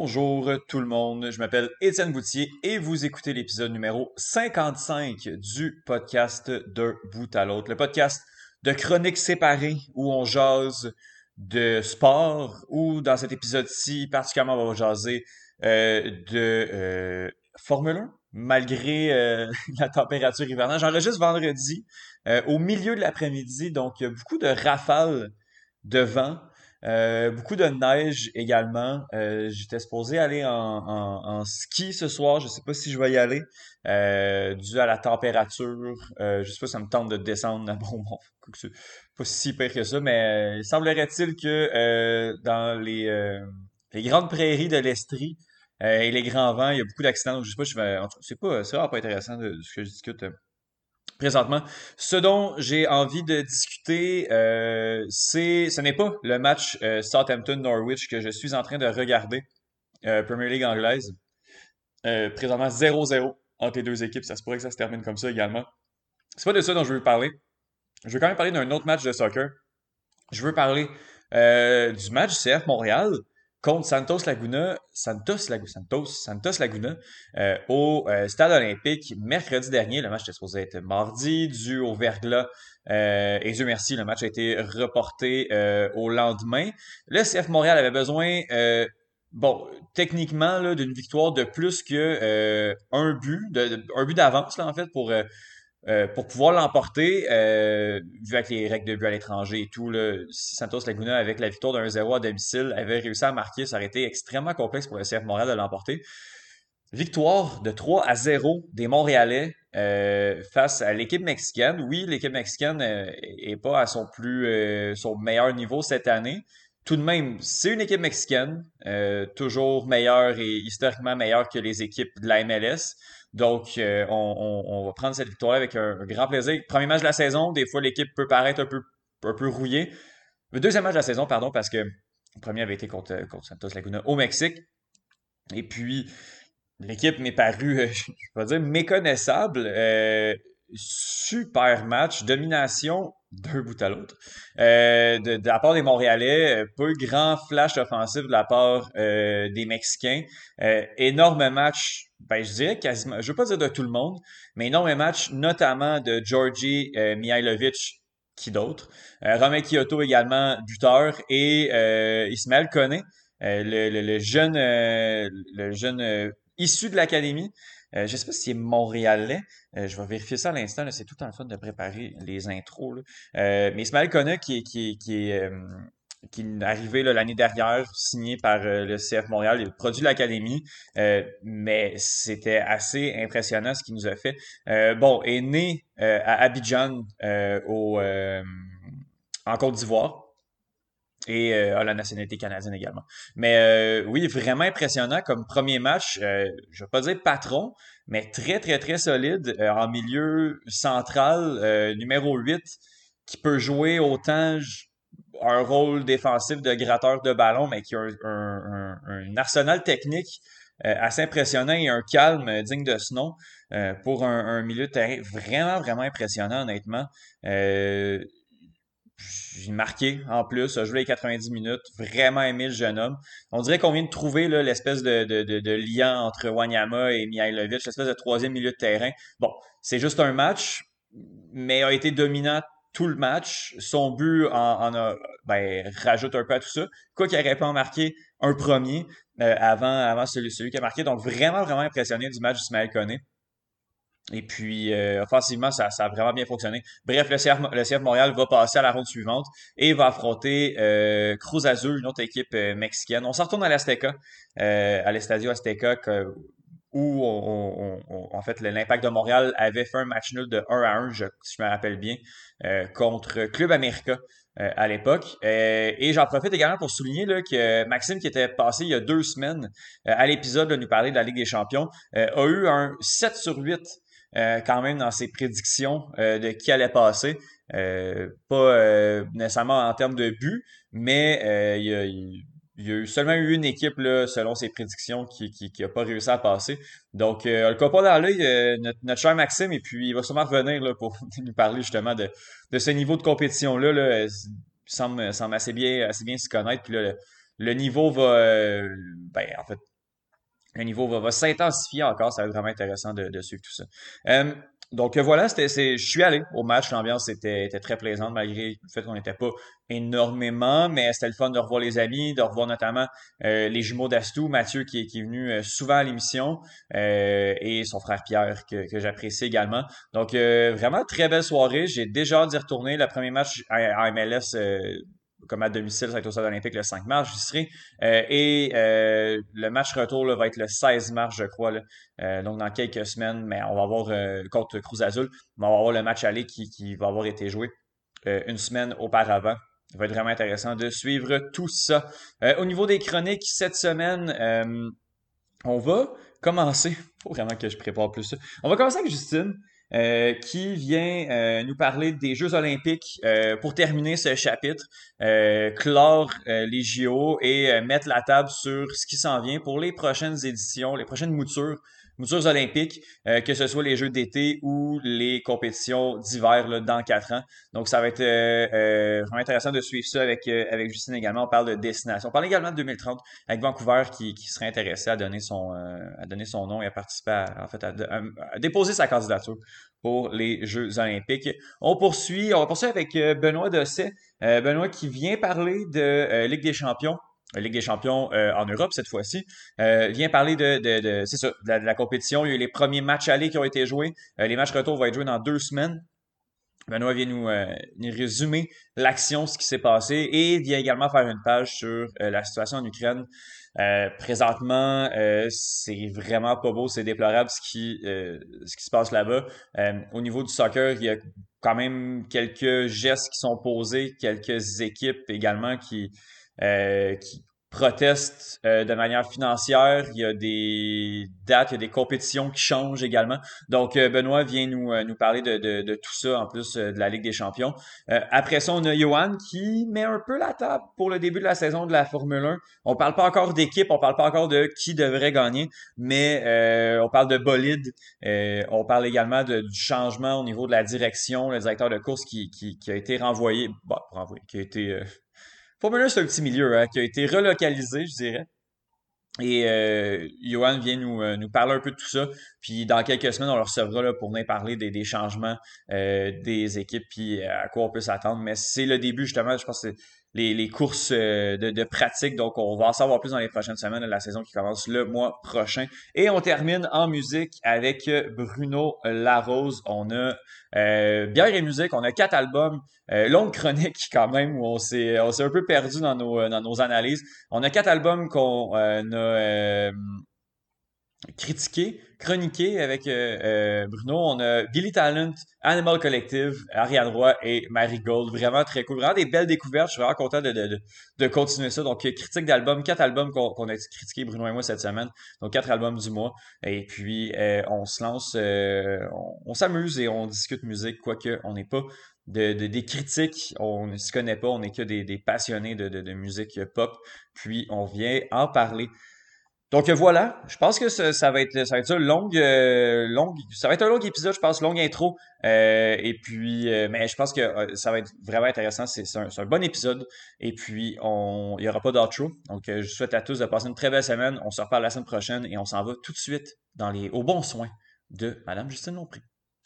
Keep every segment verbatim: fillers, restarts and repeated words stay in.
Bonjour tout le monde, je m'appelle Étienne Boutier et vous écoutez l'épisode numéro cinquante-cinq du podcast D'un bout à l'autre. Le podcast de chroniques séparées où on jase de sport ou dans cet épisode-ci, particulièrement on va jaser euh, de euh, Formule un. Malgré euh, la température hivernale. J'enregistre vendredi euh, au milieu de l'après-midi, donc il y a beaucoup de rafales de vent. Euh, beaucoup de neige également. Euh, j'étais supposé aller en, en, en ski ce soir. Je sais pas si je vais y aller. Euh, dû à la température. Euh, je sais pas si ça me tente de descendre. Bon, bon, c'est pas si pire que ça, mais euh, semblerait-il que euh, dans les, euh, les grandes prairies de l'Estrie euh, et les grands vents, il y a beaucoup d'accidents. Donc, je sais pas, je vais. En tout cas, c'est pas, c'est vraiment pas intéressant de, de ce que je discute euh, présentement. Ce dont j'ai envie de discuter, euh, c'est, ce n'est pas le match euh, Southampton-Norwich que je suis en train de regarder, euh, Premier League anglaise. Euh, présentement zéro zéro entre les deux équipes. Ça se pourrait que ça se termine comme ça également. C'est pas de ça dont je veux parler. Je veux quand même parler d'un autre match de soccer. Je veux parler euh, du match C F Montréal contre Santos Laguna, Santos Laguna, Santos, Santos Laguna, euh, au euh, Stade Olympique mercredi dernier. Le match était supposé être mardi, dû au verglas. Euh, et Dieu merci, le match a été reporté euh, au lendemain. Le C F Montréal avait besoin, euh, bon, techniquement, là, d'une victoire de plus que euh, un but, de, de- un but d'avance, là, en fait, pour euh, euh, pour pouvoir l'emporter, euh, vu avec les règles de but à l'étranger et tout, là, si Santos Laguna, avec la victoire d'un zéro à domicile, avait réussi à marquer, ça aurait été extrêmement complexe pour le C F Montréal de l'emporter. Victoire de trois à zéro des Montréalais euh, face à l'équipe mexicaine. Oui, l'équipe mexicaine euh, est pas à son plus euh, son meilleur niveau cette année. Tout de même, c'est une équipe mexicaine, euh, toujours meilleure et historiquement meilleure que les équipes de la M L S. Donc, euh, on, on- on va prendre cette victoire avec un, un grand plaisir. Premier match de la saison, des fois l'équipe peut paraître un peu, un peu rouillée. Le deuxième match de la saison, pardon, parce que le premier avait été contre, contre Santos Laguna au Mexique. Et puis, l'équipe m'est parue, euh, je vais dire, méconnaissable. Euh, super match, domination d'un bout à l'autre. Euh, de, de la part des Montréalais, euh, peu grand flash offensif de la part euh, des Mexicains. Euh, énorme match, ben je dirais quasiment, je veux pas dire de tout le monde, mais énorme match, notamment de Georgi euh, Mihailovic, qui d'autre. Euh, Romain Kyoto également, buteur, et euh, Ismaël Koné, euh, le, le, le jeune, euh, le jeune euh, issu de l'académie. Euh, je sais pas s'il est montréalais. Euh, je vais vérifier ça à l'instant. Là. C'est tout un fun de préparer les intros. Là. Euh, mais Ismaël Koné, qui, est- qui, est- qui est euh, qui est arrivé là, l'année dernière, signé par euh, le C F Montréal, il est produit de l'académie, euh, mais c'était assez impressionnant ce qu'il nous a fait. Euh, bon, est né euh, à Abidjan, euh, au, euh, en Côte d'Ivoire et euh, a la nationalité canadienne également. Mais euh, oui, vraiment impressionnant comme premier match. Euh, je vais pas dire patron, mais très, très, très solide euh, en milieu central, euh, numéro huit, qui peut jouer autant j- un rôle défensif de gratteur de ballon, mais qui a un, un- un- un arsenal technique euh, assez impressionnant et un calme euh, digne de ce nom euh, pour un, un milieu de terrain vraiment, vraiment impressionnant, honnêtement. Euh, j'ai marqué en plus, a joué les quatre-vingt-dix minutes, vraiment aimé le jeune homme. On dirait qu'on vient de trouver là, l'espèce de, de, de, de lien entre Wanyama et Mihailovic, l'espèce de troisième milieu de terrain. Bon, c'est juste un match, mais a été dominant tout le match. Son but en, en a, ben, rajoute un peu à tout ça. Quoi qu'il n'aurait pas en marqué un premier euh, avant, avant celui, celui qui a marqué. Donc vraiment, vraiment impressionné du match d'Ismaël Koné. Et puis, euh, offensivement, ça, ça a vraiment bien fonctionné. Bref, le C F, le C F Montréal va passer à la ronde suivante et va affronter euh, Cruz Azul, une autre équipe euh, mexicaine. On s'en retourne à l'Azteca, euh, à l'Estadio Azteca, que- où on, on- on- en fait l'Impact de Montréal avait fait un match nul de un à un, je, si je me rappelle bien, euh, contre Club América euh, à l'époque. Euh, et j'en profite également pour souligner là, que Maxime, qui était passé il y a deux semaines euh, à l'épisode de nous parler de la Ligue des Champions, euh, a eu un sept sur huit euh, quand même dans ses prédictions euh, de qui allait passer. Euh, pas euh, nécessairement en termes de but, mais euh, il, y a, il y a eu seulement eu une équipe, là, selon ses prédictions, qui, qui, qui a pas réussi à passer. Donc, euh, le copain dans l'œil, euh, notre, notre cher Maxime, et puis il va sûrement revenir là, pour nous parler justement de, de ce niveau de compétition-là. Là, il semble, semble assez bien, assez bien s'y connaître. Puis là, le, le niveau va, euh, ben, en fait, le niveau va, va s'intensifier encore. Ça va être vraiment intéressant de, de suivre tout ça. Euh, donc euh, voilà, c'était, c'est, je suis allé au match. L'ambiance était, était très plaisante malgré le fait qu'on n'était pas énormément, mais c'était le fun de revoir les amis, de revoir notamment euh, les jumeaux d'Astou, Mathieu qui, est- qui est venu euh, souvent à l'émission euh, et son frère Pierre que, que j'apprécie également. Donc euh, vraiment très belle soirée. J'ai déjà hâte d'y retourner. Le premier match en en M L S euh, comme à domicile, ça va être au Stade olympique le cinq mars, j'y serai. Euh, et euh, le match retour là, va être le seize mars, je crois. Là. Euh, donc dans quelques semaines, mais on va avoir euh, contre Cruz Azul, mais on va avoir le match aller qui, qui va avoir été joué euh, une semaine auparavant. Ça va être vraiment intéressant de suivre tout ça. Euh, au niveau des chroniques, cette semaine, euh, on va commencer. Faut vraiment que je prépare plus ça. On va commencer avec Justine, euh, qui vient euh, nous parler des Jeux Olympiques euh, pour terminer ce chapitre, euh, clore euh, les J O et euh, mettre la table sur ce qui s'en vient pour les prochaines éditions, les prochaines moutures, moutures olympiques, euh, que ce soit les Jeux d'été ou les compétitions d'hiver là, dans quatre ans. Donc, ça va être euh, euh, vraiment intéressant de suivre ça avec, euh, avec Justine également. On parle de destination. On parle également de deux mille trente avec Vancouver qui, qui serait intéressé à donner son, euh, à donner son nom et à participer à, en fait, à, à- à déposer sa candidature pour les Jeux Olympiques. On poursuit, on va poursuivre avec euh, Benoît Dosset. Euh, Benoît qui vient parler de euh, Ligue des Champions. euh, Ligue des Champions euh, en Europe cette fois-ci, euh, vient parler de, de, de c'est ça, de la, de la compétition. Il y a eu les premiers matchs allés qui ont été joués. Euh, les matchs retour vont être joués dans deux semaines. Benoît vient nous, euh, nous résumer l'action, ce qui s'est passé, et vient également faire une page sur euh, la situation en Ukraine. Euh, présentement, euh, c'est vraiment pas beau, c'est déplorable ce qui, euh, ce qui se passe là-bas. Euh, au niveau du soccer, il y a quand même quelques gestes qui sont posés, quelques équipes également qui, euh, qui protestent euh, de manière financière. Il y a des dates, il y a des compétitions qui changent également. Donc, euh, Benoît vient nous, euh, nous parler de, de, de tout ça, en plus euh, de la Ligue des Champions. Euh, après ça, on a Johan qui met un peu la table pour le début de la saison de la Formule un. On parle pas encore d'équipe, on parle pas encore de qui devrait gagner, mais euh, on parle de bolide. Euh, on parle également de, du changement au niveau de la direction, le directeur de course qui, qui, qui a été renvoyé, bon, renvoyé, qui a été... Euh, Formule un, c'est un petit milieu, hein, qui a été relocalisé, je dirais. Et euh, Johan vient nous, euh, nous parler un peu de tout ça. Puis dans quelques semaines, on le recevra là, pour nous parler des, des changements euh, des équipes puis à quoi on peut s'attendre. Mais c'est le début, justement, je pense que c'est les, les courses euh, de, de pratique. Donc, on va en savoir plus dans les prochaines semaines de la saison qui commence le mois prochain. Et on termine en musique avec Bruno Larose. On a euh, bière et musique. On a quatre albums. Euh, longue chronique quand même où on s'est on s'est un peu perdu dans nos, dans nos analyses. On a quatre albums qu'on euh, a euh, critiqués, chroniqués avec euh, euh, Bruno. On a Billy Talent, Animal Collective, Ariane Roy et Marigold. Vraiment très cool. Vraiment des belles découvertes. Je suis vraiment content de, de, de, de continuer ça. Donc, euh, critique d'albums, quatre albums qu'on qu'on a critiqués, Bruno et moi, cette semaine. Donc, quatre albums du mois. Et puis, euh, on se lance, euh, on, on s'amuse et on discute musique, quoique on n'est pas de, de, des critiques, on ne se connaît pas, on n'est que des, des passionnés de, de, de musique pop, puis on vient en parler. Donc euh, voilà, je pense que ça, ça va être ça va être ça, longue, euh, longue, ça va être un long épisode, je pense, longue intro. Euh, et puis, euh, mais je pense que euh, ça va être vraiment intéressant. C'est c'est un, c'est un bon épisode. Et puis, on, il y aura pas d'outro. Donc, euh, je vous souhaite à tous de passer une très belle semaine. On se reparle la semaine prochaine et on s'en va tout de suite dans les aux bons soins de Madame Justine Lompré.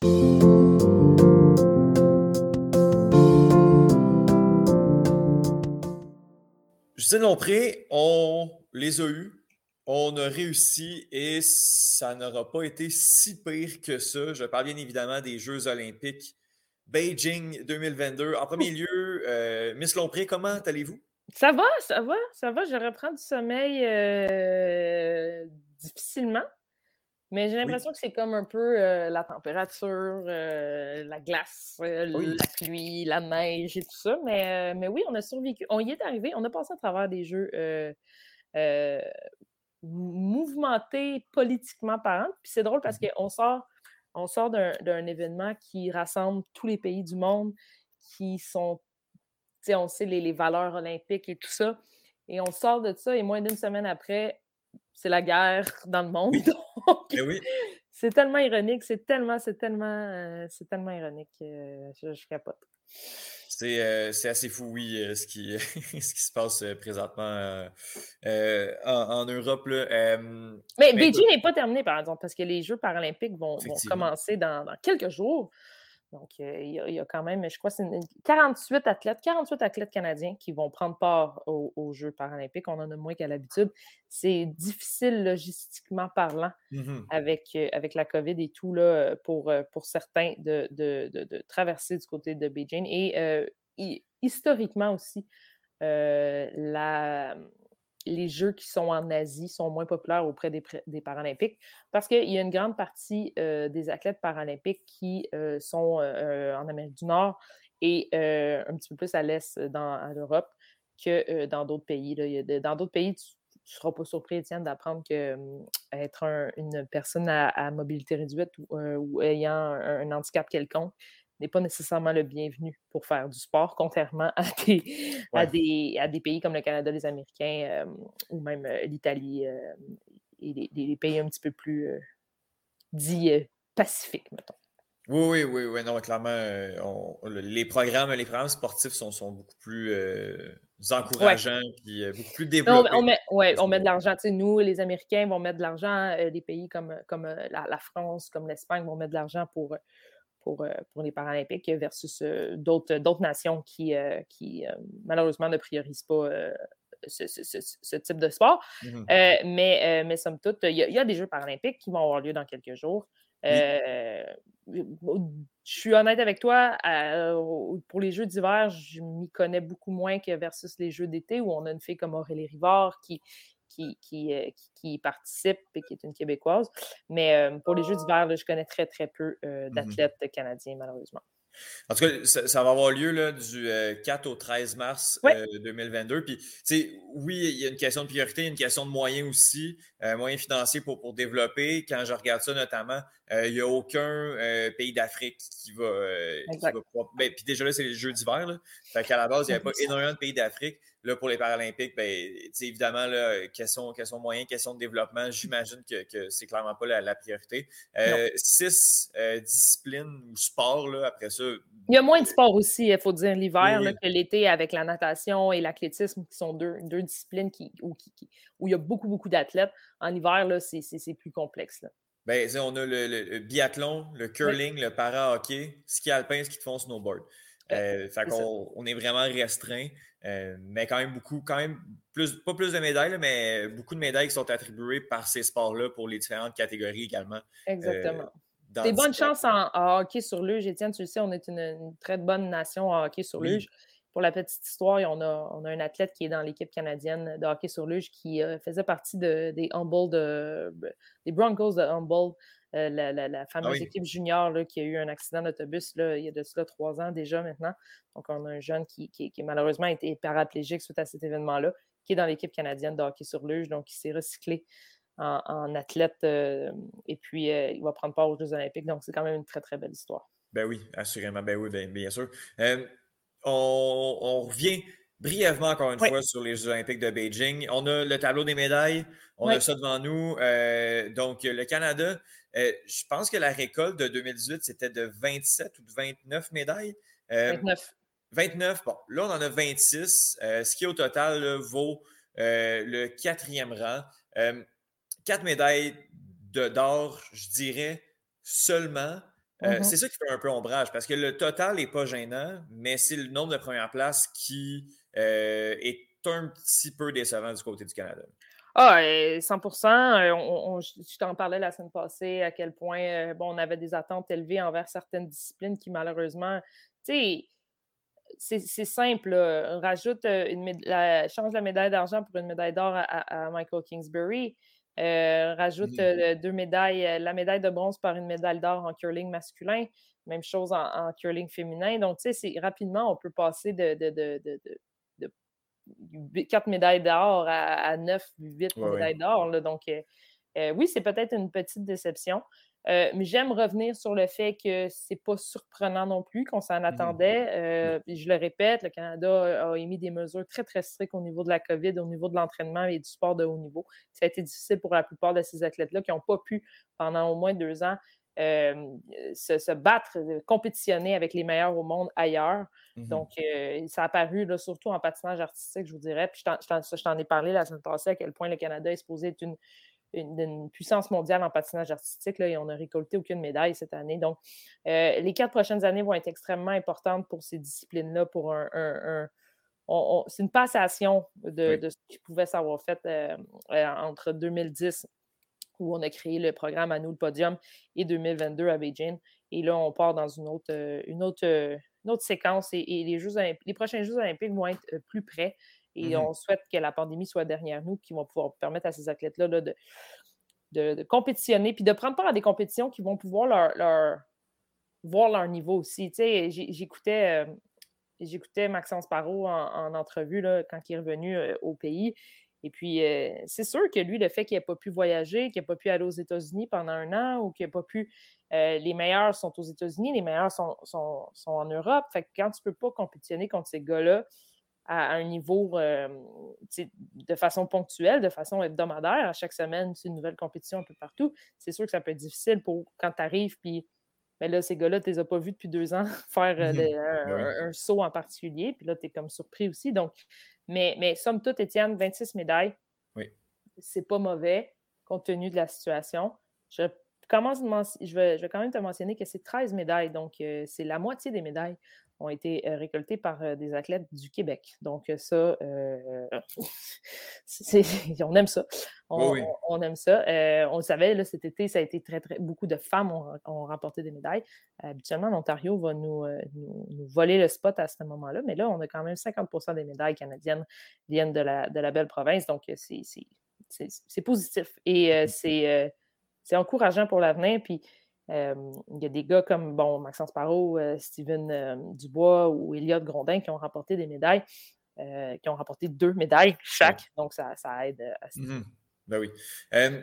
Justine Lompré, on les a eus, on a réussi et ça n'aura pas été si pire que ça. Je parle bien évidemment des Jeux Olympiques Beijing deux mille vingt-deux. En premier lieu, euh, Miss Lompré, comment allez-vous? Ça va, ça va, ça va. Je reprends du sommeil euh, difficilement, mais j'ai Oui. l'impression que c'est comme un peu euh, la température, euh, la glace, euh, Oui. la pluie, la neige et tout ça. Mais, euh, mais oui, on a survécu. On y est arrivé. On a passé à travers des jeux euh, euh, mouvementés politiquement parlant. Puis c'est drôle parce qu'on sort, on sort d'un, d'un événement qui rassemble tous les pays du monde qui sont, tu sais, on sait les, les valeurs olympiques et tout ça. Et on sort de ça et moins d'une semaine après, c'est la guerre dans le monde. Oui. Donc, Eh oui. c'est tellement ironique, c'est tellement, c'est tellement, euh, c'est tellement ironique. Euh, je, je capote. C'est euh, c'est assez fou, oui, euh, ce qui, ce qui se passe euh, présentement euh, euh, en, en Europe. Là. Euh, Mais mais Beijing écoute, n'est pas terminé, par exemple, parce que les Jeux paralympiques vont, vont effectivement. commencer dans, dans quelques jours. Donc, euh, il, y a, il y a quand même, je crois, c'est une- quarante-huit athlètes, quarante-huit athlètes canadiens qui vont prendre part aux, aux Jeux paralympiques. On en a moins qu'à l'habitude. C'est difficile logistiquement parlant Mhm. avec, euh, avec la COVID et tout, là, pour, euh, pour certains de, de, de, de traverser du côté de Beijing. Et euh, hi- historiquement aussi, euh, la, les Jeux qui sont en Asie sont moins populaires auprès des, des Paralympiques parce qu'il y a une grande partie euh, des athlètes paralympiques qui euh, sont euh, en Amérique du Nord et euh, un petit peu plus à l'est dans, en Europe que euh, dans d'autres pays. Là. Il y a de, dans d'autres pays, tu ne seras pas surpris, Étienne, d'apprendre que euh, être un, une personne à, à mobilité réduite ou, euh, ou ayant un, un handicap quelconque n'est pas nécessairement le bienvenu pour faire du sport, contrairement à des, à Ouais. des, à des pays comme le Canada, les Américains euh, ou même euh, l'Italie euh, et les, les, pays un petit peu plus euh, dits euh, pacifiques, mettons. Oui, oui, oui, oui, non, clairement, euh, on- le- les programmes, les programmes sportifs sont, sont beaucoup plus euh, Ouais. encourageants puis euh, beaucoup plus On, on, développés met, ouais, à ce on met de niveau-là. l'argent. Tu sais, nous, les Américains vont mettre de l'argent. Euh, des pays comme, comme euh, la, la France, comme l'Espagne vont mettre de l'argent pour, pour, euh, pour les Paralympiques versus euh, d'autres, d'autres nations qui, euh, qui euh, malheureusement, ne priorisent pas euh, ce, ce, ce, ce type de sport. Mhm. Euh, mais, euh, mais somme toute, il y, a, il y a des Jeux paralympiques qui vont avoir lieu dans quelques jours. Oui. Euh, je suis honnête avec toi, euh, pour les Jeux d'hiver, je m'y connais beaucoup moins que versus les Jeux d'été où on a une fille comme Aurélie Rivard qui, qui, qui, euh, qui, qui participe et qui est une Québécoise. Mais euh, pour les Jeux d'hiver, là, je connais très, très peu euh, Mhm. d'athlètes canadiens, malheureusement. En tout cas, ça, ça va avoir lieu là, du euh, quatre au treize mars Oui, euh, deux mille vingt-deux. Puis, tu sais, oui, il y a une question de priorité, il y a une question de moyens aussi, euh, moyens financiers pour, pour développer. Quand je regarde ça notamment, euh, il n'y a aucun euh, pays d'Afrique qui va, euh, qui va exact. pouvoir. Ben, puis déjà là, c'est les Jeux d'hiver. Là. Fait qu'à la base, il n'y avait pas énormément de pays d'Afrique. Là, pour les Paralympiques, ben, évidemment, là, question, question de moyens, question de développement, j'imagine que, que c'est clairement pas la, la priorité. Non. Euh, six euh, disciplines ou sports, là, après ça. Il y a moins de sport aussi, il faut dire, l'hiver Oui, là, oui. que l'été avec la natation et l'athlétisme, qui sont deux, deux disciplines qui, où, qui, qui, où il y a beaucoup, beaucoup d'athlètes. En hiver, là, c'est, c'est, c'est plus complexe. Là. Ben, on a le, le, le biathlon, le Oui, curling, le para-hockey, ski alpin, ski de fond, snowboard. ouais, Euh, fait c'est ça. qu'on on est vraiment restreint, euh, mais quand même beaucoup, quand même plus, pas plus de médailles, là, mais beaucoup de médailles qui sont attribuées par ces sports-là pour les différentes catégories également. Euh, Exactement. dans Des bonnes différents chances en, en hockey sur luge. Étienne, tu le sais, on est une, une très bonne nation en hockey sur Oui. luge. Pour la petite histoire, on a, on a un athlète qui est dans l'équipe canadienne de hockey sur luge qui euh, faisait partie de, des Humboldt, de, des Broncos de Humboldt, euh, la, la, la, Ah fameuse oui. équipe junior là, qui a eu un accident d'autobus là, il y a de cela trois ans déjà maintenant. Donc, on a un jeune qui, qui, qui malheureusement a été paraplégique suite à cet événement-là, qui est dans l'équipe canadienne de hockey sur luge. Donc, il s'est recyclé en, en athlète euh, et puis euh, il va prendre part aux Jeux olympiques. Donc, c'est quand même une très, très belle histoire. Ben oui, assurément. Ben oui, ben, bien sûr. Euh, on, on revient brièvement encore une Oui, fois sur les Jeux olympiques de Beijing. On a le tableau des médailles, on oui, a ça devant nous. Euh, donc, le Canada, euh, je pense que la récolte de deux mille dix-huit, c'était de vingt-sept ou de vingt-neuf médailles. Euh, vingt-neuf. vingt-neuf, bon, là, on en a vingt-six, euh, ce qui au total là, vaut euh, le quatrième rang. Euh, quatre médailles de, d'or, je dirais, seulement. Euh, Mm-hmm. c'est ça qui fait un peu ombrage, parce que le total n'est pas gênant, mais c'est le nombre de premières places qui euh, est un petit peu décevant du côté du Canada. Ah, euh, cent pour cent. Euh, on, on, je t'en parlais la semaine passée à quel point euh, bon, on avait des attentes élevées envers certaines disciplines qui, malheureusement, tu sais, c'est, c'est simple. Là. On rajoute euh, une méda- la, change la médaille d'argent pour une médaille d'or à, à, à Michael Kingsbury. Euh, rajoute Mhm. euh, deux médailles, euh, la médaille de bronze par une médaille d'or en curling masculin. Même chose en, en curling féminin. Donc, tu sais, c'est, rapidement, on peut passer de, de, de, de, de quatre médailles d'or à, à neuf, huit Ouais, ouais. médailles d'or. Là. Donc, euh, euh, oui, c'est peut-être une petite déception. Euh, mais j'aime revenir sur le fait que c'est pas surprenant non plus, qu'on s'en Mhm. attendait. Oui. Euh, je le répète, le Canada a émis des mesures très, très strictes au niveau de la COVID, au niveau de l'entraînement et du sport de haut niveau. Ça a été difficile pour la plupart de ces athlètes-là qui n'ont pas pu, pendant au moins deux ans, euh, se, se battre, compétitionner avec les meilleurs au monde ailleurs. Mm-hmm. Donc, euh, ça a apparu là, surtout en patinage artistique, je vous dirais. Puis, je t'en, je t'en, je t'en ai parlé la semaine passée à quel point le Canada est supposé être une, une, une puissance mondiale en patinage artistique là, et on n'a récolté aucune médaille cette année. Donc, euh, les quatre prochaines années vont être extrêmement importantes pour ces disciplines-là, pour un, un, un On, on, c'est une passation de, oui. de ce qui pouvait s'avoir fait euh, euh, entre deux mille dix, où on a créé le programme À nous le podium, et deux mille vingt-deux à Beijing. Et là, on part dans une autre, une autre, une autre séquence et, et les, Jeux Olympiques, les prochains Jeux olympiques vont être plus près. Et mm-hmm. on souhaite que la pandémie soit derrière nous, qui vont pouvoir permettre à ces athlètes-là là, de, de, de compétitionner, puis de prendre part à des compétitions qui vont pouvoir leur, leur voir leur niveau aussi. Tu sais, j'écoutais... Euh, J'écoutais Maxence Parot en, en entrevue là, quand il est revenu euh, au pays. Et puis, euh, c'est sûr que lui, le fait qu'il n'ait pas pu voyager, qu'il n'ait pas pu aller aux États-Unis pendant un an ou qu'il n'ait pas pu... Euh, les meilleurs sont aux États-Unis, les meilleurs sont, sont, sont en Europe. Fait que quand tu ne peux pas compétitionner contre ces gars-là à, à un niveau euh, de façon ponctuelle, de façon hebdomadaire, à chaque semaine, c'est une nouvelle compétition un peu partout, c'est sûr que ça peut être difficile pour quand tu arrives puis mais là, ces gars-là, tu ne les as pas vus depuis deux ans faire euh, de, un, oui. un, un saut en particulier. Puis là, tu es comme surpris aussi. Donc, mais, mais somme toute, Étienne, vingt-six médailles. Oui. C'est pas mauvais, compte tenu de la situation. Je, commence je, vais, je vais quand même te mentionner que c'est treize médailles. Donc, euh, c'est la moitié des médailles ont été euh, récoltées par euh, des athlètes du Québec. Donc, ça, euh, c'est, on aime ça. On, oui, oui. on, on aime ça. Euh, on le savait, là, cet été, ça a été très, très... Beaucoup de femmes ont, ont remporté des médailles. Euh, habituellement, l'Ontario va nous, euh, nous, nous voler le spot à ce moment-là, mais là, on a quand même cinquante pour cent des médailles canadiennes viennent de la, de la belle province. Donc, c'est, c'est, c'est, c'est positif. Et euh, c'est, euh, c'est encourageant pour l'avenir. Puis, Euh, il y a des gars comme bon, Maxence Parot, euh, Steven euh, Dubois ou Elliott Grondin qui ont remporté des médailles, euh, qui ont remporté deux médailles chaque. Ouais. Donc, ça, ça aide à ce mm-hmm. Ben oui. Euh,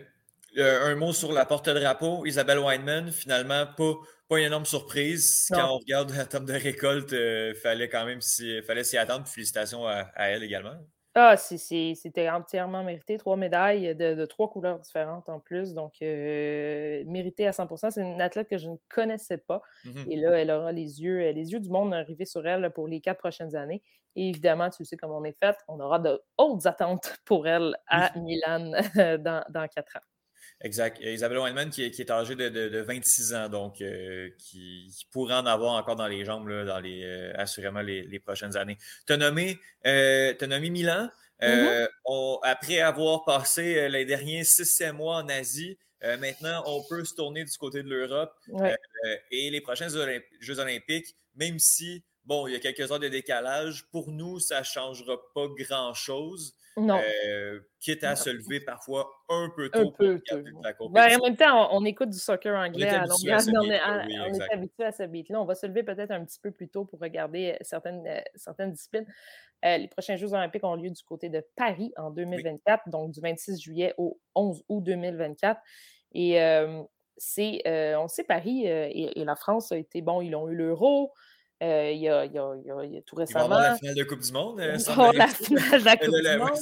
un mot sur la porte-drapeau. Isabelle Wineman, finalement, pas, pas une énorme surprise. Non. Quand on regarde la table de récolte, il euh, fallait quand même s'y, fallait s'y attendre. Puis félicitations à, à elle également. Ah, c'est, c'est, c'était entièrement mérité. Trois médailles de, de trois couleurs différentes en plus. Donc, euh, mérité à cent pour cent. C'est une athlète que je ne connaissais pas. Mm-hmm. Et là, elle aura les yeux, les yeux du monde arrivés sur elle pour les quatre prochaines années. Et évidemment, tu sais comment on est fait. On aura de hautes attentes pour elle à oui. Milan dans, dans quatre ans. Exact. Isabelle Wineman qui, qui est âgée de, de, de vingt-six ans, donc euh, qui, qui pourrait en avoir encore dans les jambes, là, dans les, euh, assurément les, les prochaines années. Tu as nommé, euh, t'as nommé Milan. Euh, mm-hmm. on, après avoir passé les derniers six sept mois en Asie, euh, maintenant, on peut se tourner du côté de l'Europe. Ouais. Euh, et les prochains Olymp- Jeux olympiques, même si, bon, il y a quelques heures de décalage, pour nous, ça ne changera pas grand-chose. Non. Euh, quitte à non. se lever parfois un peu tôt un peu pour regarder tôt. la compétition. Ben, en même temps, on, on écoute du soccer anglais. On est habitué à ce on, est, beat, oui, on est habitué à ce beat-là. On va se lever peut-être un petit peu plus tôt pour regarder certaines, euh, certaines disciplines. Euh, les prochains Jeux olympiques ont lieu du côté de Paris en deux mille vingt-quatre, oui. donc du vingt-six juillet au onze août deux mille vingt-quatre. Et euh, c'est, euh, on sait, Paris euh, et, et la France a été, bon, ils ont eu l'Euro. Euh, il, y a, il, y a, il, y a, il y a tout récemment... Ils vont avoir la finale de Coupe du Monde. Euh, ils vont avoir la finale de la Coupe le, du Monde.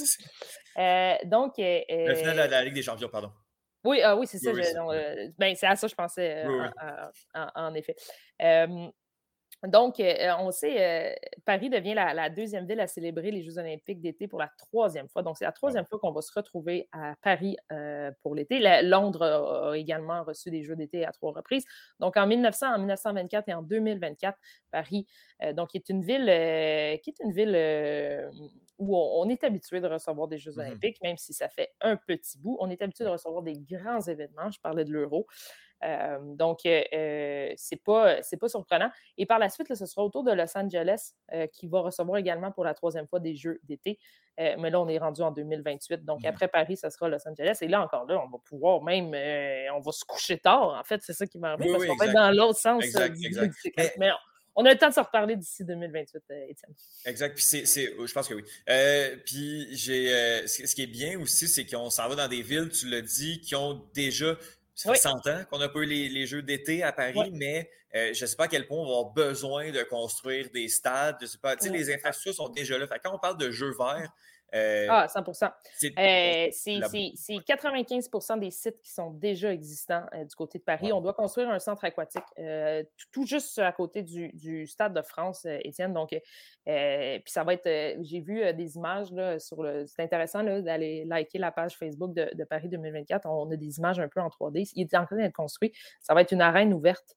Euh, donc, euh, la finale de la, de la Ligue des champions, pardon. Oui, euh, oui c'est ça. Oui, je, oui, non, euh, ben, c'est à ça que je pensais, oui, en, oui. En, en, en effet. Euh, donc, euh, on sait, euh, Paris devient la, la deuxième ville à célébrer les Jeux olympiques d'été pour la troisième fois. Donc, c'est la troisième oh. fois qu'on va se retrouver à Paris euh, pour l'été. La, Londres a, a également reçu des Jeux d'été à trois reprises. Donc, en mille neuf cents, en mille neuf cent vingt-quatre et en deux mille vingt-quatre, Paris, euh, donc, qui est une ville, euh, qui est une ville euh, où on, on est habitué de recevoir des Jeux mm-hmm. olympiques, même si ça fait un petit bout. On est habitué de recevoir des grands événements. Je parlais de l'Euro. Euh, donc, euh, c'est pas, c'est pas surprenant. Et par la suite, là, ce sera autour de Los Angeles euh, qui va recevoir également pour la troisième fois des Jeux d'été. Euh, mais là, on est rendu en deux mille vingt-huit. Donc, mmh. après Paris, ce sera Los Angeles. Et là, encore là, on va pouvoir même... Euh, on va se coucher tard, en fait. C'est ça qui va arriver. Oui, parce oui, qu'on exact. va être dans l'autre sens. Exact, du, exact. Du mais, mais on, on a le temps de se reparler d'ici deux mille vingt-huit, euh, Étienne. Exact. Puis c'est, c'est, je pense que oui. Euh, puis j'ai, euh, ce qui est bien aussi, c'est qu'on s'en va dans des villes, tu l'as dit, qui ont déjà... Ça fait oui. cent ans qu'on n'a pas eu les, les Jeux d'été à Paris, oui. mais euh, je ne sais pas à quel point on va avoir besoin de construire des stades. Je sais pas, tu sais, oui. les infrastructures sont déjà là. Fait que quand on parle de Jeux verts, Euh, Ah, cent pour cent. c'est Euh, c'est la... c'est- c'est quatre-vingt-quinze pour cent des sites qui sont déjà existants euh, du côté de Paris. Ouais. On doit construire un centre aquatique euh, tout, tout juste à côté du, du Stade de France, euh, Étienne. Donc, euh, puis ça va être. euh, j'ai vu euh, des images là, sur le. C'est intéressant là, d'aller liker la page Facebook de, de Paris deux mille vingt-quatre. On a des images un peu en trois D. Il est en train d'être construit. Ça va être une arène ouverte.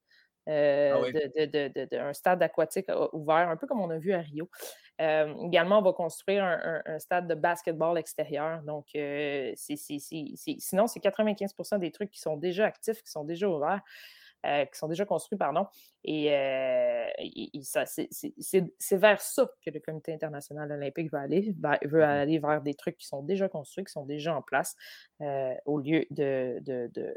Ah Euh, oui. de, de, de, de, de, un stade aquatique euh, ouvert, un peu comme on a vu à Rio. Euh, également, on va construire un, un, un stade de basketball extérieur. Donc, euh, c'est, c'est, c'est, c'est, sinon, c'est quatre-vingt-quinze pour cent des trucs qui sont déjà actifs, qui sont déjà ouverts, euh, qui sont déjà construits, pardon. Et, euh, et, et ça, c'est, c'est, c'est, c'est vers ça que le Comité international olympique veut aller, va, veut Mm-hmm. aller vers des trucs qui sont déjà construits, qui sont déjà en place, euh, au lieu de, de, de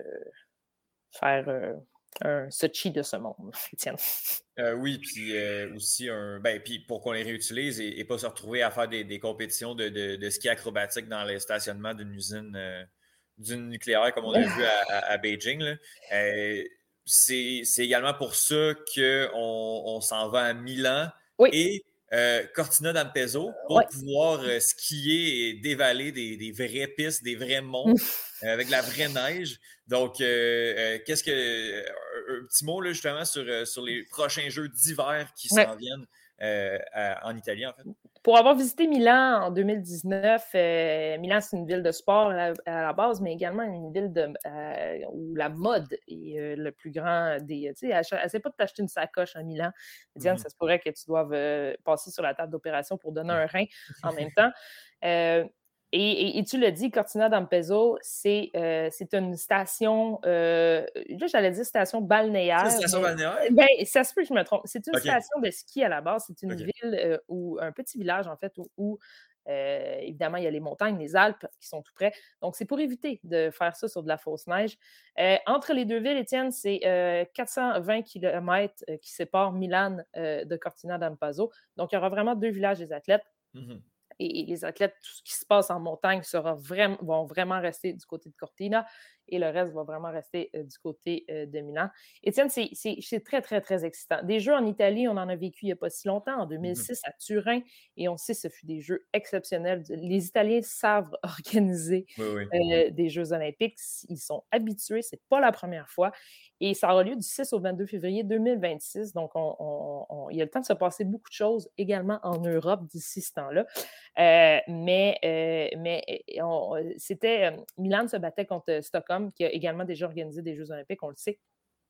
faire... Euh, un Sochi de ce monde, Étienne. Euh, oui, puis euh, aussi un. Ben, puis pour qu'on les réutilise et, et pas se retrouver à faire des, des compétitions de, de, de ski acrobatique dans les stationnements d'une usine euh, d'une nucléaire, comme on a vu à, à, à Beijing. Là. Euh, c'est, c'est également pour ça qu'on on s'en va à Milan Oui. et euh, Cortina d'Ampezzo pour ouais. pouvoir euh, skier et dévaler des, des vraies pistes, des vrais monts. Euh, avec de la vraie neige. Donc, euh, euh, qu'est-ce que. Euh, un petit mot, là, justement, sur, euh, sur les prochains jeux d'hiver qui ouais. s'en viennent euh, à, en Italie, en fait. Pour avoir visité Milan en deux mille dix-neuf, euh, Milan, c'est une ville de sport à la, à la base, mais également une ville de, euh, où la mode est euh, le plus grand des. Tu sais, elle essaie pas de t'acheter une sacoche à Milan. Diane, mm-hmm. Ça se pourrait que tu doives euh, passer sur la table d'opération pour donner un rein en même temps. Euh, Et, et, et tu l'as dit, Cortina d'Ampezzo, c'est, euh, c'est une station, euh, là j'allais dire station balnéaire. C'est une station mais, balnéaire? Ben, ça se peut que je me trompe. C'est une okay. station de ski à la base. C'est une okay. ville euh, où, un petit village en fait, où, où euh, évidemment il y a les montagnes, les Alpes qui sont tout près. Donc c'est pour éviter de faire ça sur de la fausse neige. Euh, entre les deux villes, Étienne, c'est euh, quatre cent vingt kilomètres qui séparent Milan euh, de Cortina d'Ampezzo. Donc il y aura vraiment deux villages des athlètes. Mm-hmm. Et les athlètes, tout ce qui se passe en montagne sera vraiment, vont vraiment rester du côté de Cortina et le reste va vraiment rester euh, du côté euh, de Milan. Étienne, c'est, c'est, c'est très, très, très excitant. Des jeux en Italie, on en a vécu il n'y a pas si longtemps, en deux mille six mm-hmm. à Turin, et on sait que ce fut des jeux exceptionnels. Les Italiens savent organiser oui, oui. Euh, des Jeux olympiques. Ils sont habitués, c'est pas la première fois. Et ça aura lieu du six au vingt-deux février deux mille vingt-six. Donc, on, on, on, il y a le temps de se passer beaucoup de choses également en Europe d'ici ce temps-là. Euh, mais euh, mais on, c'était euh, Milan se battait contre Stockholm, qui a également déjà organisé des Jeux olympiques, on le sait.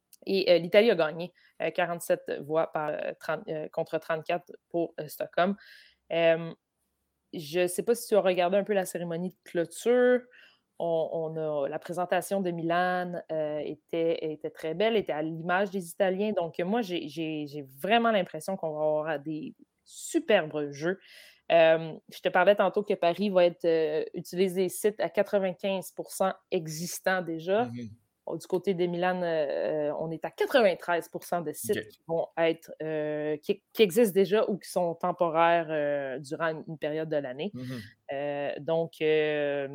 Et euh, l'Italie a gagné euh, quarante-sept voix par, trente, euh, contre trente-quatre pour euh, Stockholm. Euh, je ne sais pas si tu as regardé un peu la cérémonie de clôture. On, on a, la présentation de Milan euh, était, était très belle, était à l'image des Italiens. Donc, moi, j'ai, j'ai, j'ai vraiment l'impression qu'on va avoir des superbes jeux. Euh, je te parlais tantôt que Paris va être euh, utiliser des sites à quatre-vingt-quinze pour cent existants déjà. Mm-hmm. Du côté de Milan, euh, on est à quatre-vingt-treize pour cent de sites okay. qui vont être euh, qui, qui existent déjà ou qui sont temporaires euh, durant une, une période de l'année. Mm-hmm. Euh, donc, euh,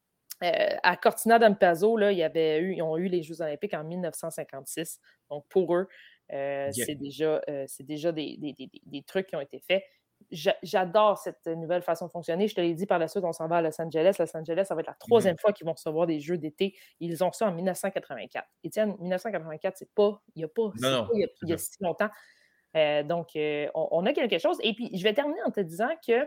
euh, à Cortina d'Ampezzo, là, il y avait eu, ils ont eu les Jeux olympiques en dix-neuf cent cinquante-six. Donc, pour eux, euh, okay. c'est déjà, euh, c'est déjà des, des, des, des trucs qui ont été faits. J'adore cette nouvelle façon de fonctionner. Je te l'ai dit, par la suite, on s'en va à Los Angeles. Los Angeles, ça va être la troisième mm-hmm. fois qu'ils vont recevoir des Jeux d'été. Ils ont ça en dix-neuf cent quatre-vingt-quatre. Étienne, dix-neuf cent quatre-vingt-quatre, c'est pas, il n'y a pas, non, non, pas il y a, il y a si longtemps. Euh, donc, euh, on, on a quelque chose. Et puis, je vais terminer en te disant que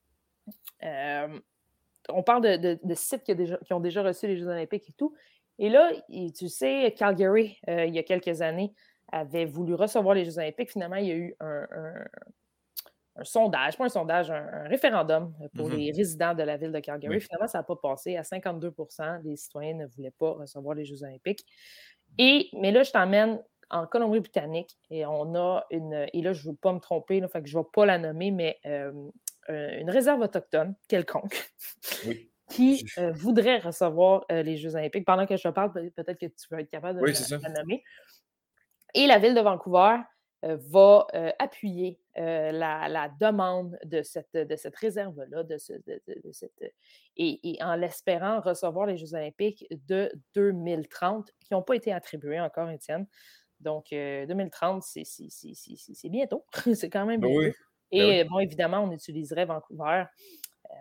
euh, on parle de, de, de sites qui, a déjà, qui ont déjà reçu les Jeux olympiques et tout. Et là, tu sais, Calgary, euh, il y a quelques années, avait voulu recevoir les Jeux olympiques. Finalement, il y a eu un... un un sondage, pas un sondage, un, un référendum pour mm-hmm. les résidents de la ville de Calgary. Oui. Finalement, ça n'a pas passé. À cinquante-deux pour cent des citoyens ne voulaient pas recevoir les Jeux olympiques. Et, mais là, je t'emmène en Colombie-Britannique et on a une... Et là, je ne veux pas me tromper, là, fait que je ne vais pas la nommer, mais euh, une réserve autochtone quelconque oui. qui euh, voudrait recevoir euh, les Jeux olympiques. Pendant que je te parle, peut-être que tu vas être capable de oui, la, la nommer. Et la ville de Vancouver euh, va euh, appuyer euh, la, la demande de cette, de cette réserve-là, de, ce, de, de, de cette, et, et en l'espérant recevoir les Jeux olympiques de deux mille trente, qui n'ont pas été attribués encore, Étienne. Donc, euh, deux mille trente, c'est, c'est, c'est, c'est, c'est bientôt. C'est quand même bientôt. Oui. Et ben oui. bon, évidemment, on utiliserait Vancouver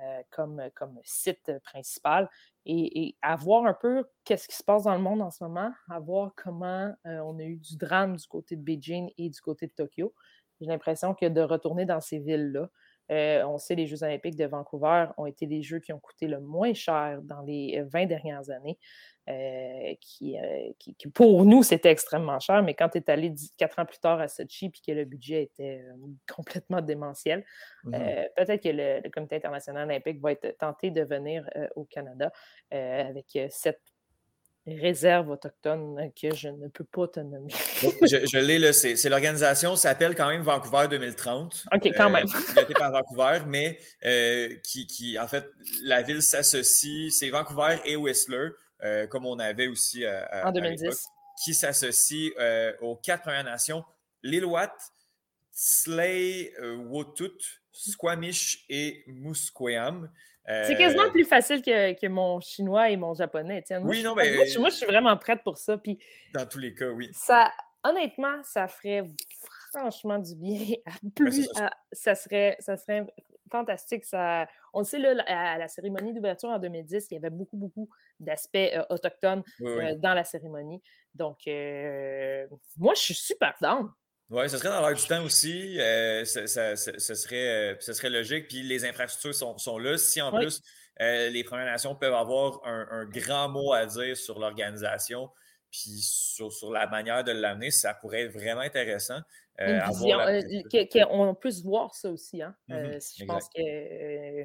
euh, comme, comme site principal et, et à voir un peu qu'est-ce qui se passe dans le monde en ce moment, à voir comment euh, on a eu du drame du côté de Beijing et du côté de Tokyo. J'ai l'impression que de retourner dans ces villes-là, euh, on sait les Jeux olympiques de Vancouver ont été les Jeux qui ont coûté le moins cher dans les vingt dernières années. Euh, qui, euh, qui, qui, pour nous, c'était extrêmement cher, mais quand tu es allé dix, quatre ans plus tard à Sochi puis que le budget était euh, complètement démentiel, mm-hmm. euh, peut-être que le, le Comité international olympique va être tenté de venir euh, au Canada euh, avec euh, cette réserve autochtone que je ne peux pas te nommer. je je l'ai, là, c'est, c'est l'organisation s'appelle quand même Vancouver deux mille trente. OK, quand euh, même. Pilotée par Vancouver, mais euh, qui, qui, en fait, la ville s'associe, c'est Vancouver et Whistler, euh, comme on avait aussi à, à, en deux mille dix. À l'époque, qui s'associe euh, aux quatre Premières Nations, l'Inuit, Tsleil, euh, Wotut, Squamish et Musqueam. Euh... C'est quasiment plus facile que, que mon chinois et mon japonais. Tiens, moi, oui, je, non, mais... moi, je, moi, je suis vraiment prête pour ça. Puis, dans tous les cas, oui. Ça, honnêtement, ça ferait franchement du bien. À plus, ouais, ça, à, ça, serait, ça serait fantastique. Ça, on le sait, là, à la cérémonie d'ouverture en deux mille dix, il y avait beaucoup, beaucoup d'aspects euh, autochtones oui, oui. Euh, dans la cérémonie. Donc, euh, moi, je suis super down. Oui, ce serait dans l'air du temps aussi. Euh, ça, ça, ça, ce, serait, ce serait logique. Puis les infrastructures sont, sont là. Si en oui. plus, euh, les Premières Nations peuvent avoir un, un grand mot à dire sur l'organisation, puis sur, sur la manière de l'amener, ça pourrait être vraiment intéressant. Euh, Une vision, la... euh, que, qu'on puisse voir ça aussi. Hein? Mm-hmm, euh, si je exact. pense que euh,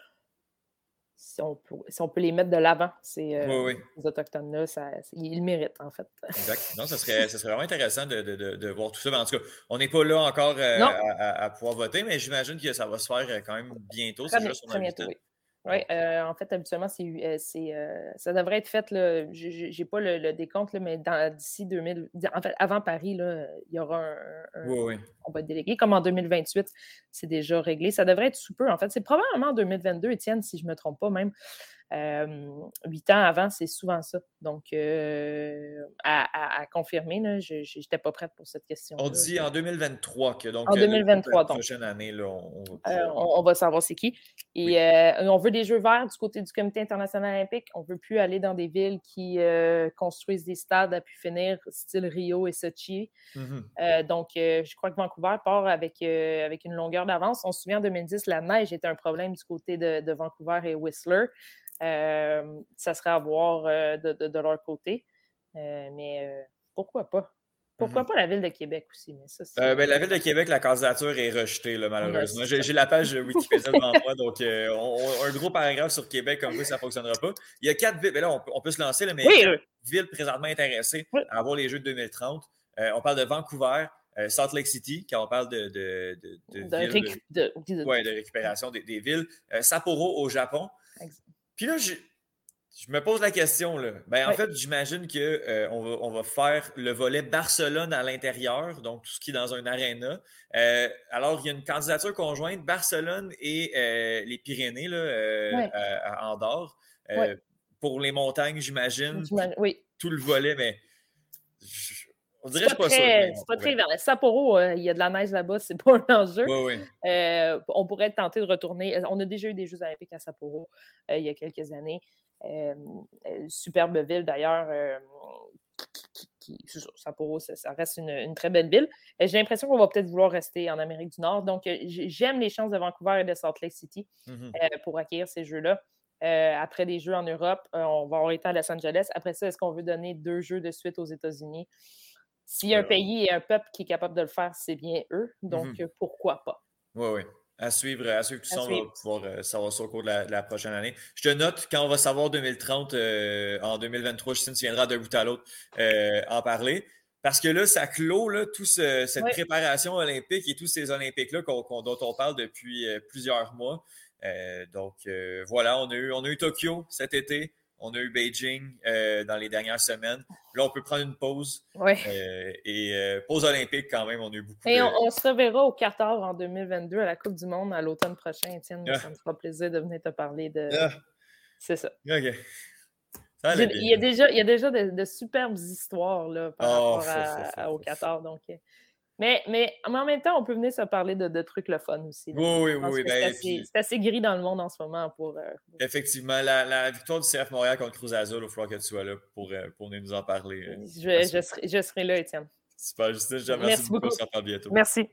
si, on peut, si on peut les mettre de l'avant, ces, euh, oui, oui. ces Autochtones-là, ça, ils le méritent, en fait. Exact. Non, ça serait, ça serait vraiment intéressant de, de, de, de voir tout ça. Mais en tout cas, on n'est pas là encore euh, à, à, à pouvoir voter, mais j'imagine que ça va se faire quand même bientôt. Très c'est bien, juste très bientôt, oui. Oui, euh, en fait, habituellement, c'est, c'est, euh, ça devrait être fait, là, je n'ai pas le, le décompte, là, mais dans, d'ici deux mille, en fait, avant Paris, là, il y aura un, un oui, oui. on va être délégué, comme en deux mille vingt-huit, c'est déjà réglé. Ça devrait être sous peu, en fait. C'est probablement en deux mille vingt-deux, Étienne, si je ne me trompe pas même. Euh, huit ans avant, c'est souvent ça. Donc, euh, à, à, à confirmer, là, je n'étais pas prête pour cette question. On dit en deux mille vingt-trois que donc en deux mille vingt-trois, la prochaine donc. année, là, on, va pouvoir... euh, on, on va savoir c'est qui. Et oui. euh, on veut des jeux verts du côté du Comité international olympique. On ne veut plus aller dans des villes qui euh, construisent des stades à pu finir, style Rio et Sochi. Mm-hmm. Euh, donc, euh, je crois que Vancouver part avec, euh, avec une longueur d'avance. On se souvient, en deux mille dix, la neige était un problème du côté de, de Vancouver et Whistler. Euh, ça serait à voir euh, de, de, de leur côté. Euh, mais euh, pourquoi pas? Pourquoi mm-hmm. pas la Ville de Québec aussi? Mais ça, euh, ben, la Ville de Québec, la candidature est rejetée, là, malheureusement. J'ai, j'ai la page Wikipédia devant moi, donc euh, on, on, un gros paragraphe sur Québec, comme ça, ça ne fonctionnera pas. Il y a quatre villes, ben là, on, on peut se lancer, là, mais oui, il y a quatre oui. villes présentement intéressées oui. à avoir les Jeux de deux mille trente. Euh, on parle de Vancouver, euh, Salt Lake City, quand on parle de, de, de, de, de, villes, récu- de, de... Ouais, de récupération des, des villes. Euh, Sapporo au Japon. Puis là, j'ai... Je me pose la question, là. Ben, en oui. fait, j'imagine qu'on euh, va, on va faire le volet Barcelone à l'intérieur, donc tout ce qui est dans un aréna. Euh, alors, il y a une candidature conjointe, Barcelone et euh, les Pyrénées, là, euh, oui. à, à Andorre. Euh, oui. Pour les montagnes, j'imagine. Oui. Tout le volet, mais je, on dirait c'est que je suis pas, pas très, sûr. C'est pas très vers le Sapporo, euh, il y a de la neige là-bas, c'est pas un enjeu. Oui, oui. Euh, on pourrait tenter de retourner. On a déjà eu des Jeux olympiques à Sapporo euh, il y a quelques années. Euh, euh, superbe ville d'ailleurs. Euh, qui, qui, qui, Sapporo, ça, ça reste une, une très belle ville. Euh, j'ai l'impression qu'on va peut-être vouloir rester en Amérique du Nord. Donc, euh, j'aime les chances de Vancouver et de Salt Lake City mm-hmm. euh, pour accueillir ces Jeux-là. Euh, après des Jeux en Europe, euh, on va avoir été à Los Angeles. Après ça, est-ce qu'on veut donner deux Jeux de suite aux États-Unis? S'il y a un pays et un peuple qui est capable de le faire, c'est bien eux. Donc, mm-hmm. pourquoi pas? Oui, oui. À suivre, à suivre tout ça, on va pouvoir euh, savoir ça au cours de la, de la prochaine année. Je te note, quand on va savoir deux mille trente, euh, en deux mille vingt-trois, Justine, tu viendras d'un bout à l'autre euh, en parler. Parce que là, ça clôt là, toute ce, cette oui. préparation olympique et tous ces Olympiques-là qu'on, qu'on, dont on parle depuis euh, plusieurs mois. Euh, donc, euh, voilà, on a, eu, on a eu Tokyo cet été. On a eu Beijing euh, dans les dernières semaines. Là, on peut prendre une pause. Ouais. Euh, et euh, pause olympique quand même, on a eu beaucoup et de... on, on se reverra au Qatar en deux mille vingt-deux à la Coupe du Monde à l'automne prochain. Étienne, ah. ça me fera plaisir de venir te parler de... Ah. C'est ça. OK. Ça il, y a déjà, il y a déjà de, de superbes histoires là, par oh, rapport faut, à, faut, faut, à, au Qatar. Donc, Mais, mais, mais en même temps, on peut venir se parler de, de trucs le fun aussi. Là. Oui, oui, Je oui, pense oui. que c'est Ben, assez, puis, c'est assez gris dans le monde en ce moment pour. euh, effectivement, la, la victoire du C F Montréal contre Cruz Azul, il va falloir que tu sois là pour, euh, pour venir nous en parler. euh, je, assez. je, serai, je serai là, Étienne. Super, Justin. Je te remercie Merci beaucoup. On beaucoup. se reparle bientôt. Merci.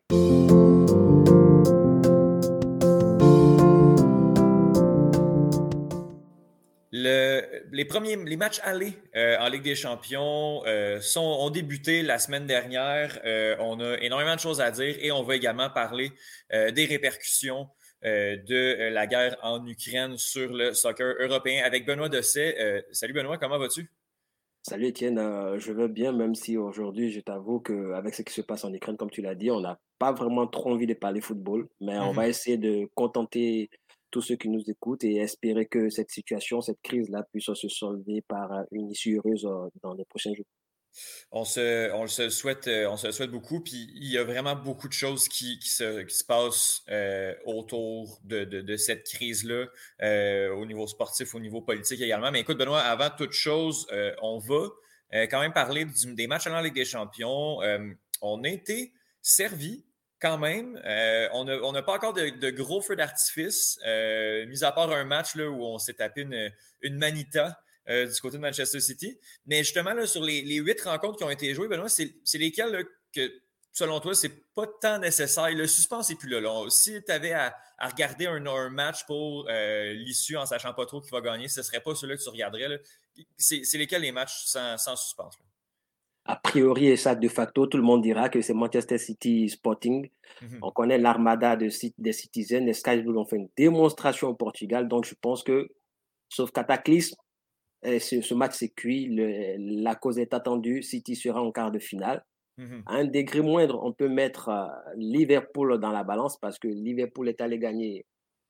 Le, les premiers les matchs allés euh, en Ligue des Champions euh, sont, ont débuté la semaine dernière. Euh, on a énormément de choses à dire et on va également parler euh, des répercussions euh, de euh, la guerre en Ukraine sur le soccer européen avec Benoît Dosset. Euh, salut Benoît, comment vas-tu? Salut Étienne, euh, je veux bien, même si aujourd'hui, je t'avoue qu'avec ce qui se passe en Ukraine, comme tu l'as dit, on n'a pas vraiment trop envie de parler football, mais on va Mhm. essayer de contenter tous ceux qui nous écoutent et espérer que cette situation, cette crise-là puisse se solver par euh, une issue heureuse euh, dans les prochains jours. On se, on se souhaite, euh, on se le souhaite beaucoup. Puis il y a vraiment beaucoup de choses qui, qui se, qui se passent euh, autour de, de, de cette crise-là, euh, au niveau sportif, au niveau politique également. Mais écoute, Benoît, avant toute chose, euh, on va euh, quand même parler du- des matchs en Ligue des Champions. Euh, on a été servi quand même. Euh, on n'a on a pas encore de, de gros feux d'artifice, euh, mis à part un match là, où on s'est tapé une, une manita euh, du côté de Manchester City. Mais justement, là, sur les, les huit rencontres qui ont été jouées, Benoît, c'est, c'est lesquelles là, que, selon toi, c'est pas tant nécessaire? Le suspense n'est plus là. là. Si tu avais à, à regarder un, un match pour euh, l'issue en sachant pas trop qui va gagner, ce serait pas celui que tu regarderais. Là. C'est, c'est lesquels les matchs sans, sans suspense? Là? A priori, et ça de facto, tout le monde dira que c'est Manchester City Sporting. Mm-hmm. On connaît l'armada de, des Citizens. Les Sky Blues ont fait une démonstration au Portugal, donc je pense que, sauf cataclysme, Et ce, ce match s'est cuit. Le, la cause est attendue. City sera en quart de finale. Mm-hmm. À un degré moindre, on peut mettre euh, Liverpool dans la balance parce que Liverpool est allé gagner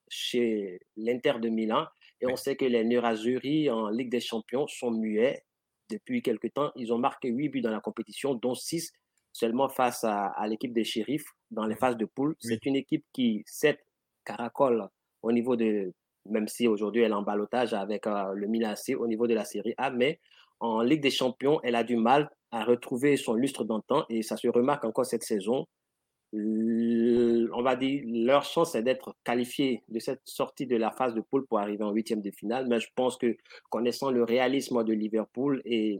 chez l'Inter de Milan. Et Oui. on sait que les Nerazzurri en Ligue des Champions sont muets depuis quelques temps. Ils ont marqué huit buts dans la compétition, dont six seulement face à, à l'équipe des Shérifs dans les Mm-hmm. phases de poule. Oui. C'est une équipe qui, certes, caracole au niveau de, même si aujourd'hui elle est en ballottage avec euh, le Milan A C au niveau de la Série A, mais en Ligue des Champions, elle a du mal à retrouver son lustre d'antan et ça se remarque encore cette saison. On va dire, leur chance est d'être qualifiés de cette sortie de la phase de poule pour arriver en huitième de finale. Mais je pense que connaissant le réalisme de Liverpool et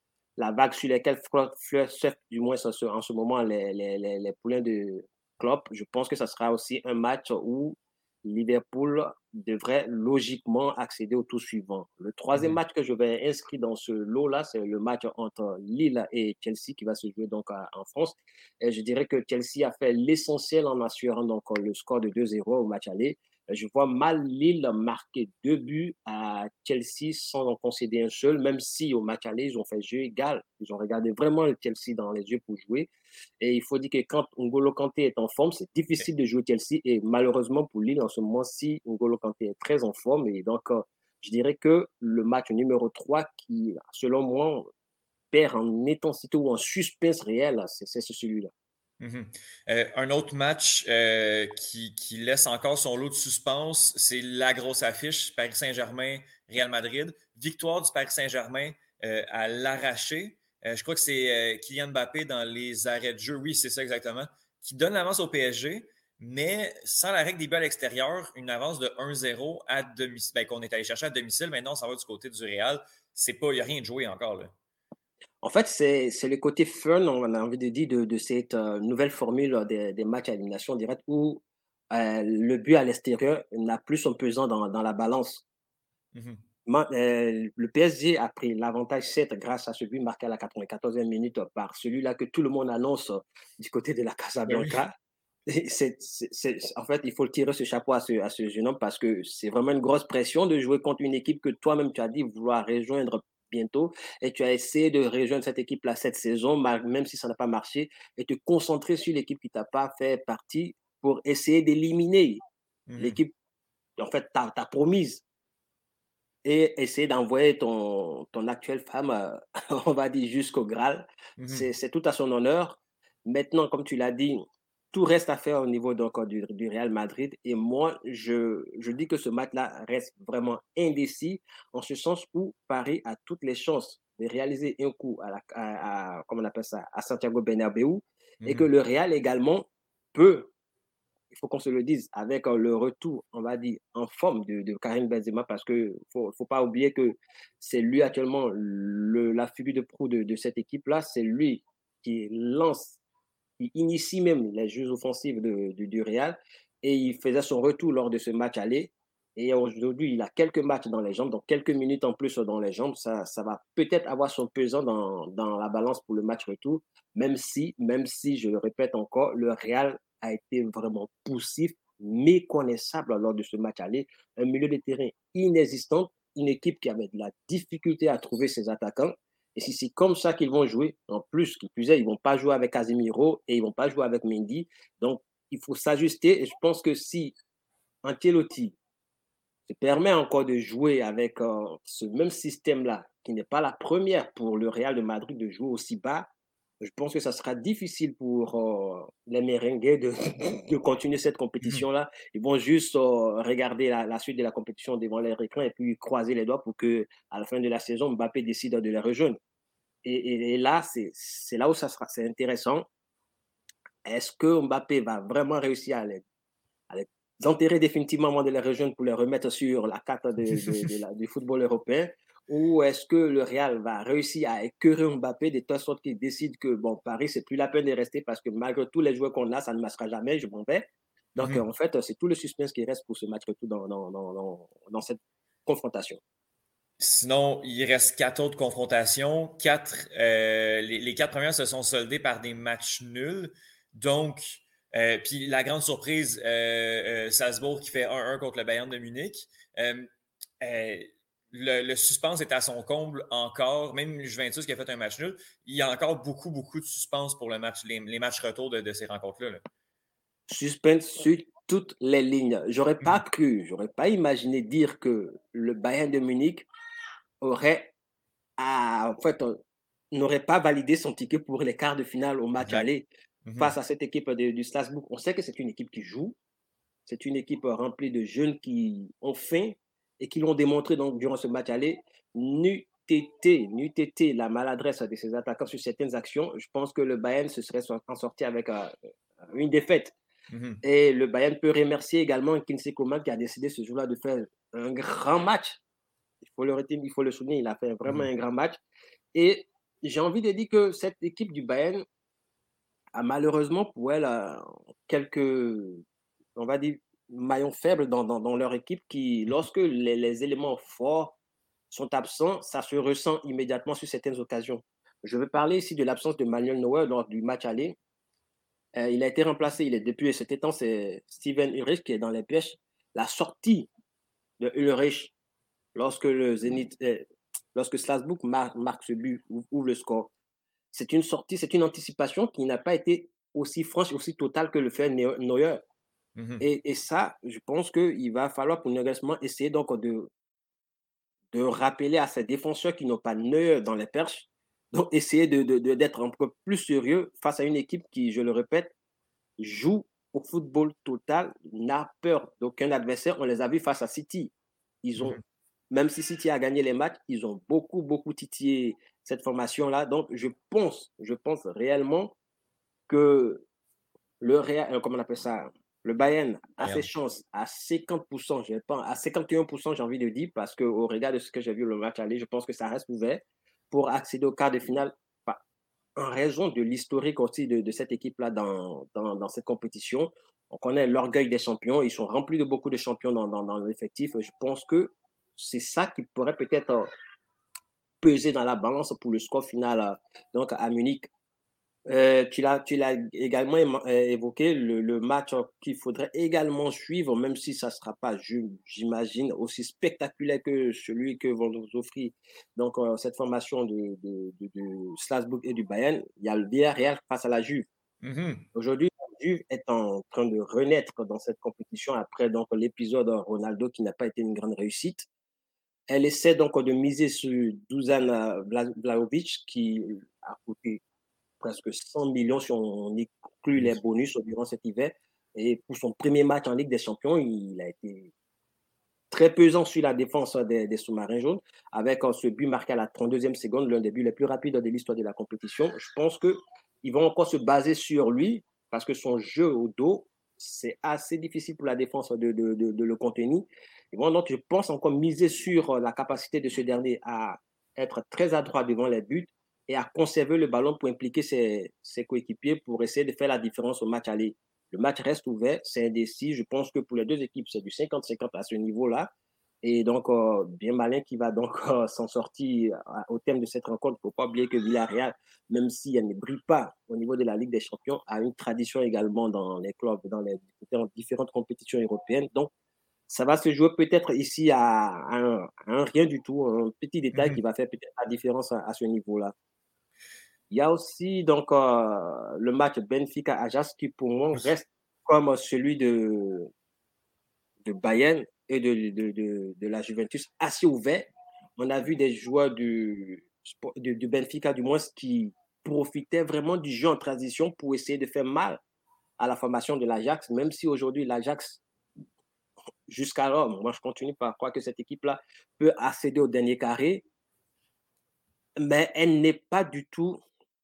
la vague sur laquelle surfent du moins en ce, en ce moment les, les, les, les poulains de Klopp, je pense que ça sera aussi un match où Liverpool devrait logiquement accéder au tour suivant. Le troisième Mm-hmm. match que je vais inscrire dans ce lot-là, c'est le match entre Lille et Chelsea qui va se jouer donc en France. Et je dirais que Chelsea a fait l'essentiel en assurant donc le score de deux zéro au match aller. Je vois mal Lille marquer deux buts à Chelsea sans en concéder un seul, même si au match aller, ils ont fait jeu égal. Ils ont regardé vraiment le Chelsea dans les yeux pour jouer. Et il faut dire que quand N'Golo Kanté est en forme, c'est difficile de jouer Chelsea. Et malheureusement pour Lille, en ce moment-ci, N'Golo Kanté est très en forme. Et donc, je dirais que le match numéro trois, qui, selon moi, perd en intensité ou en suspense réel, c'est, c'est celui-là. Mm-hmm. Euh, un autre match euh, qui, qui laisse encore son lot de suspense, c'est la grosse affiche Paris Saint-Germain, Real Madrid. Victoire du Paris Saint-Germain euh, à l'arraché. Euh, je crois que c'est euh, Kylian Mbappé dans les arrêts de jeu, oui, c'est ça exactement, qui donne l'avance au P S G, mais sans la règle des buts à l'extérieur, une avance de un zéro à domicile, ben, qu'on est allé chercher à domicile. Maintenant, on s'en va du côté du Real. C'est pas, il n'y a rien de joué encore là. En fait, c'est, c'est le côté fun, on a envie de dire, de, de cette euh, nouvelle formule des, des matchs à élimination directe où euh, le but à l'extérieur n'a plus son pesant dans, dans la balance. Mm-hmm. Ma, euh, le P S G a pris l'avantage sept grâce à ce but marqué à la quatre-vingt-quatorzième minute par celui-là que tout le monde annonce du côté de la Casablanca. Ben oui. c'est, c'est, c'est, en fait, il faut tirer ce chapeau à ce, à ce jeune homme parce que c'est vraiment une grosse pression de jouer contre une équipe que toi-même tu as dit vouloir rejoindre bientôt et tu as essayé de rejoindre cette équipe-là cette saison, même si ça n'a pas marché, et te concentrer sur l'équipe qui t'a pas fait partie pour essayer d'éliminer mm-hmm. l'équipe, en fait, t'as, t'as promise et essayer d'envoyer ton, ton actuelle femme, euh, on va dire, jusqu'au Graal. Mm-hmm. C'est, c'est tout à son honneur. Maintenant, comme tu l'as dit, tout reste à faire au niveau donc, du, du Real Madrid. Et moi, je, je dis que ce match-là reste vraiment indécis, en ce sens où Paris a toutes les chances de réaliser un coup à, la, à, à comment on appelle ça, à Santiago Bernabéu. et que le Real également peut, il faut qu'on se le dise, avec euh, le retour, on va dire, en forme de, de Karim Benzema, parce qu'il ne faut, faut pas oublier que c'est lui actuellement le, la figure de proue de, de cette équipe-là. C'est lui qui lance, qui initie même les jeux offensifs de, de, du Real. Et il faisait son retour lors de ce match aller. Et aujourd'hui, il a quelques matchs dans les jambes, donc quelques minutes en plus dans les jambes. Ça, ça va peut-être avoir son pesant dans, dans la balance pour le match retour, même si, même si, je le répète encore, le Real a été vraiment poussif, méconnaissable lors de ce match aller. Un milieu de terrain inexistant, une équipe qui avait de la difficulté à trouver ses attaquants. Et si c'est comme ça qu'ils vont jouer, en plus, qui plus est, ils ne vont pas jouer avec Casemiro et ils ne vont pas jouer avec Mendy. Donc, il faut s'ajuster. Et je pense que si Ancelotti se permet encore de jouer avec euh, ce même système-là, qui n'est pas la première pour le Real de Madrid de jouer aussi bas, je pense que ça sera difficile pour euh, les Merengues de, de continuer cette compétition-là. Ils vont juste euh, regarder la, la suite de la compétition devant leur écran et puis croiser les doigts pour que, à la fin de la saison, Mbappé décide de les rejoindre. Et, et, et là, c'est, c'est là où ça sera, c'est intéressant. Est-ce que Mbappé va vraiment réussir à les, à les enterrer définitivement avant de les rejoindre pour les remettre sur la carte de, de, de la, du football européen? Ou est-ce que le Real va réussir à écœurer Mbappé de telle sorte qu'il décide que bon, Paris, c'est plus la peine de rester parce que malgré tous les joueurs qu'on a, ça ne marchera jamais, je m'en vais. Donc, mm-hmm. en fait, c'est tout le suspense qui reste pour ce match retour dans, dans, dans, dans, dans cette confrontation. Sinon, il reste quatre autres confrontations. Quatre, euh, les, les quatre premières se sont soldées par des matchs nuls. Donc, euh, puis la grande surprise, euh, euh, Salzbourg qui fait un un contre le Bayern de Munich. Euh, euh, le, le suspense est à son comble encore. Même Juventus qui a fait un match nul, il y a encore beaucoup, beaucoup de suspense pour le match, les, les matchs retour de, de ces rencontres-là. Là. Suspense sur toutes les lignes. J'aurais pas mmh. cru, j'aurais pas imaginé dire que le Bayern de Munich aurait, à, en fait, n'aurait pas validé son ticket pour les quarts de finale au match exact. Aller mmh. face à cette équipe de, du Strasbourg. On sait que c'est une équipe qui joue, c'est une équipe remplie de jeunes qui ont faim et qui l'ont démontré donc, durant ce match aller. N'eût été, n'eût été la maladresse de ses attaquants sur certaines actions, je pense que le Bayern se serait en sorti avec euh, une défaite. Mmh. Et le Bayern peut remercier également Kingsley Coman qui a décidé ce jour-là de faire un grand match. Il faut le, il faut le souligner, il a fait vraiment mmh. un grand match. Et j'ai envie de dire que cette équipe du Bayern a malheureusement pour elle quelques, on va dire, maillons faibles dans, dans, dans leur équipe qui, lorsque les, les éléments forts sont absents, ça se ressent immédiatement sur certaines occasions. Je veux parler ici de l'absence de Manuel Neuer lors du match aller. Euh, il a été remplacé, il est depuis cet temps, c'est Steven Ulrich qui est dans les pièges. La sortie de Ulrich lorsque le Zénith, euh, lorsque Strasbourg mar- marque ce but, ouvre le score, c'est une sortie, c'est une anticipation qui n'a pas été aussi franche, aussi totale que le fait Neuer. Mm-hmm. Et, et ça, je pense qu'il va falloir pour Nagelsmann essayer donc de, de rappeler à ses défenseurs qui n'ont pas Neuer dans les perches. Donc, essayer de, de, de, d'être un peu plus sérieux face à une équipe qui, je le répète, joue au football total, n'a peur d'aucun adversaire. On les a vus face à City. Ils ont, mmh. Même si City a gagné les matchs, ils ont beaucoup, beaucoup titillé cette formation-là. Donc, je pense, je pense réellement que le Real, comment on appelle ça, le Bayern a ses chances à cinquante pour cent, je pense, à cinquante et un pour cent, j'ai envie de dire, parce qu'au regard de ce que j'ai vu le match aller, je pense que ça reste ouvert pour accéder au quart de finale. En raison de l'historique aussi de, de cette équipe-là dans, dans, dans cette compétition. On connaît l'orgueil des champions. Ils sont remplis de beaucoup de champions dans, dans, dans l'effectif. Je pense que c'est ça qui pourrait peut-être peser dans la balance pour le score final donc à Munich. Euh, tu l'as, tu l'as également évoqué, le, le match qu'il faudrait également suivre, même si ça ne sera pas, j'imagine, aussi spectaculaire que celui que vont nous offrir donc, euh, cette formation de, de, de, de Strasbourg et du Bayern. Il y a le Villarreal face à la Juve. Mm-hmm. Aujourd'hui, la Juve est en train de renaître dans cette compétition après donc, l'épisode Ronaldo qui n'a pas été une grande réussite. Elle essaie donc de miser sur Dusan Vlahovic qui a coûté presque cent millions si on inclut les bonus durant cet hiver. Et pour son premier match en Ligue des Champions, il a été très pesant sur la défense des, des sous-marins jaunes, avec ce but marqué à la trente-deuxième seconde, l'un des buts les plus rapides de l'histoire de la compétition. Je pense que ils vont encore se baser sur lui parce que son jeu au dos, c'est assez difficile pour la défense de, de, de, de le contenir. Ils vont donc, je pense, encore miser sur la capacité de ce dernier à être très adroit devant les buts et à conserver le ballon pour impliquer ses, ses coéquipiers pour essayer de faire la différence au match aller. Le match reste ouvert, c'est indécis. Je pense que pour les deux équipes, c'est du cinquante cinquante à ce niveau-là. Et donc, euh, bien malin qui va donc euh, s'en sortir euh, au terme de cette rencontre. Il ne faut pas oublier que Villarreal, même si elle ne brille pas au niveau de la Ligue des Champions, a une tradition également dans les clubs, dans les dans différentes compétitions européennes. Donc, ça va se jouer peut-être ici à un, à un rien du tout, un petit détail Mhm. qui va faire peut-être la différence à, à ce niveau-là. Il y a aussi donc euh, le match Benfica-Ajax qui pour moi Oui. reste comme celui de, de Bayern et de, de, de, de la Juventus assez ouvert. On a vu des joueurs du, du, du Benfica du moins qui profitaient vraiment du jeu en transition pour essayer de faire mal à la formation de l'Ajax, même si aujourd'hui l'Ajax, jusqu'alors, moi je continue par croire que cette équipe-là peut accéder au dernier carré, mais elle n'est pas du tout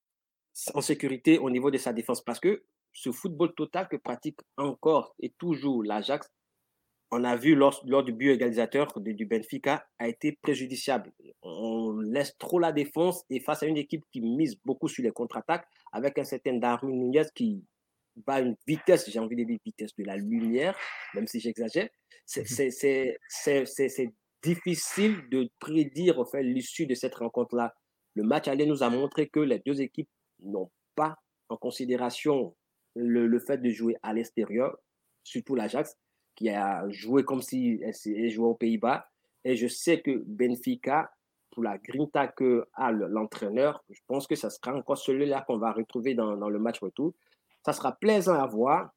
en sécurité au niveau de sa défense parce que ce football total que pratique encore et toujours l'Ajax, on a vu lors, lors du but égalisateur de, du Benfica, a été préjudiciable. On laisse trop la défense et face à une équipe qui mise beaucoup sur les contre-attaques, avec un certain Darwin Nunez qui va à une vitesse, j'ai envie de dire vitesse de la lumière, même si j'exagère, c'est, c'est, c'est, c'est, c'est, c'est difficile de prédire en fait, l'issue de cette rencontre-là. Le match aller nous a montré que les deux équipes n'ont pas en considération le, le fait de jouer à l'extérieur, surtout l'Ajax, qui a joué comme si elle jouait aux Pays-Bas. Et je sais que Benfica, pour la grinta que a l'entraîneur, je pense que ça sera encore celui-là qu'on va retrouver dans, dans le match retour. Ça sera plaisant à voir.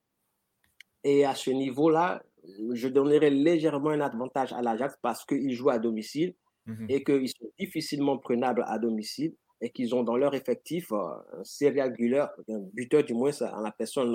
Et à ce niveau-là, je donnerai légèrement un avantage à l'Ajax parce qu'ils jouent à domicile mm-hmm. et qu'ils sont difficilement prenables à domicile et qu'ils ont dans leur effectif un serial killer, un buteur du moins en la personne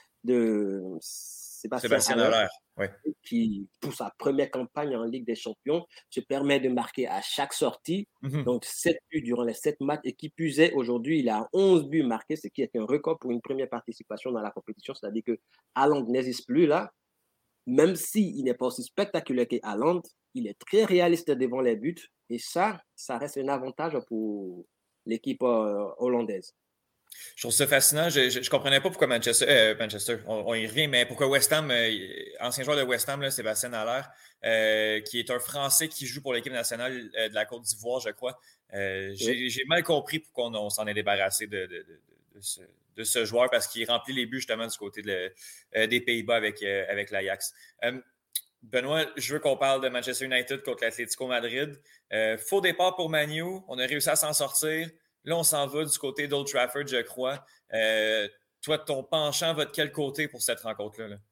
de Sébastien, Sébastien Haller, oui. qui, pour sa première campagne en Ligue des Champions, se permet de marquer à chaque sortie. Mm-hmm. Donc, sept buts durant les sept matchs. Et qui plus est, aujourd'hui, il a onze buts marqués, ce qui est un record pour une première participation dans la compétition. C'est-à-dire que Haaland n'existe plus là. Même s'il n'est pas aussi spectaculaire qu'Haaland, il est très réaliste devant les buts. Et ça, ça reste un avantage pour l'équipe euh, hollandaise. Je trouve ça fascinant. Je ne comprenais pas pourquoi Manchester, euh, Manchester on, on y revient, mais pourquoi West Ham, euh, ancien joueur de West Ham, là, Sébastien Haller, euh, qui est un Français qui joue pour l'équipe nationale euh, de la Côte d'Ivoire, je crois. Euh, j'ai, oui. j'ai mal compris pourquoi on, on s'en est débarrassé de, de, de, de, ce, de ce joueur parce qu'il remplit les buts justement du côté de, euh, des Pays-Bas avec, euh, avec l'Ajax. Euh, Benoît, je veux qu'on parle de Manchester United contre l'Atlético Madrid. Euh, faux départ pour Manu. On a réussi à s'en sortir. Là, on s'en va du côté d'Old Trafford, je crois. Euh, toi, ton penchant va de quel côté pour cette rencontre-là? Là?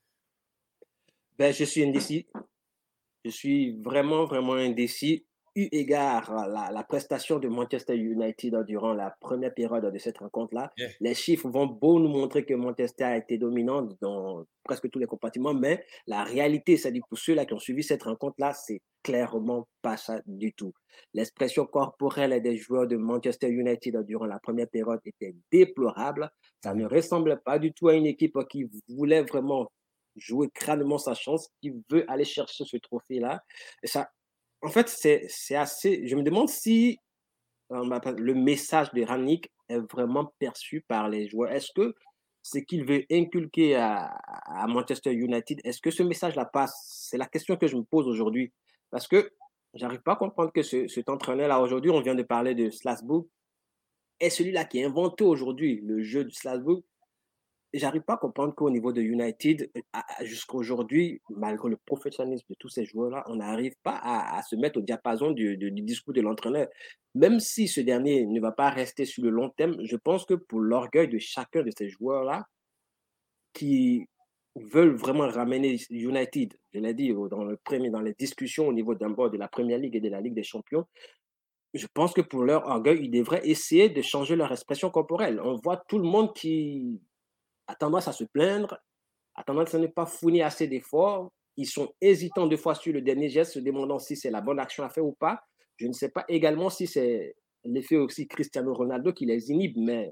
Ben, je suis indécis. Je suis vraiment, vraiment indécis. Eu égard à la, la prestation de Manchester United durant la première période de cette rencontre-là, yeah. les chiffres vont beau nous montrer que Manchester a été dominant dans presque tous les compartiments, mais la réalité, c'est-à-dire pour ceux-là qui ont suivi cette rencontre-là, c'est clairement pas ça du tout. L'expression corporelle des joueurs de Manchester United durant la première période était déplorable. Ça ne ressemblait pas du tout à une équipe qui voulait vraiment jouer crânement sa chance, qui veut aller chercher ce trophée-là. Et ça, en fait, c'est, c'est assez... Je me demande si euh, le message de Rangnick est vraiment perçu par les joueurs. Est-ce que ce qu'il veut inculquer à, à Manchester United, est-ce que ce message-là passe? C'est la question que je me pose aujourd'hui. Parce que j'arrive pas à comprendre que ce, cet entraîneur-là, aujourd'hui, on vient de parler de Strasbourg, est celui-là qui a inventé aujourd'hui le jeu de Strasbourg. J'arrive pas à comprendre qu'au niveau de United, jusqu'à aujourd'hui, malgré le professionnalisme de tous ces joueurs-là, on n'arrive pas à, à se mettre au diapason du, du, du discours de l'entraîneur. Même si ce dernier ne va pas rester sur le long terme, je pense que pour l'orgueil de chacun de ces joueurs-là, qui veulent vraiment ramener United, je l'ai dit dans, le premier, dans les discussions au niveau d'un bord de la Premier League et de la Ligue des Champions, je pense que pour leur orgueil, ils devraient essayer de changer leur expression corporelle. On voit tout le monde qui a tendance à se plaindre, a tendance à ne pas fournir assez d'efforts. Ils sont hésitants deux fois sur le dernier geste, se demandant si c'est la bonne action à faire ou pas. Je ne sais pas également si c'est l'effet aussi Cristiano Ronaldo qui les inhibe, mais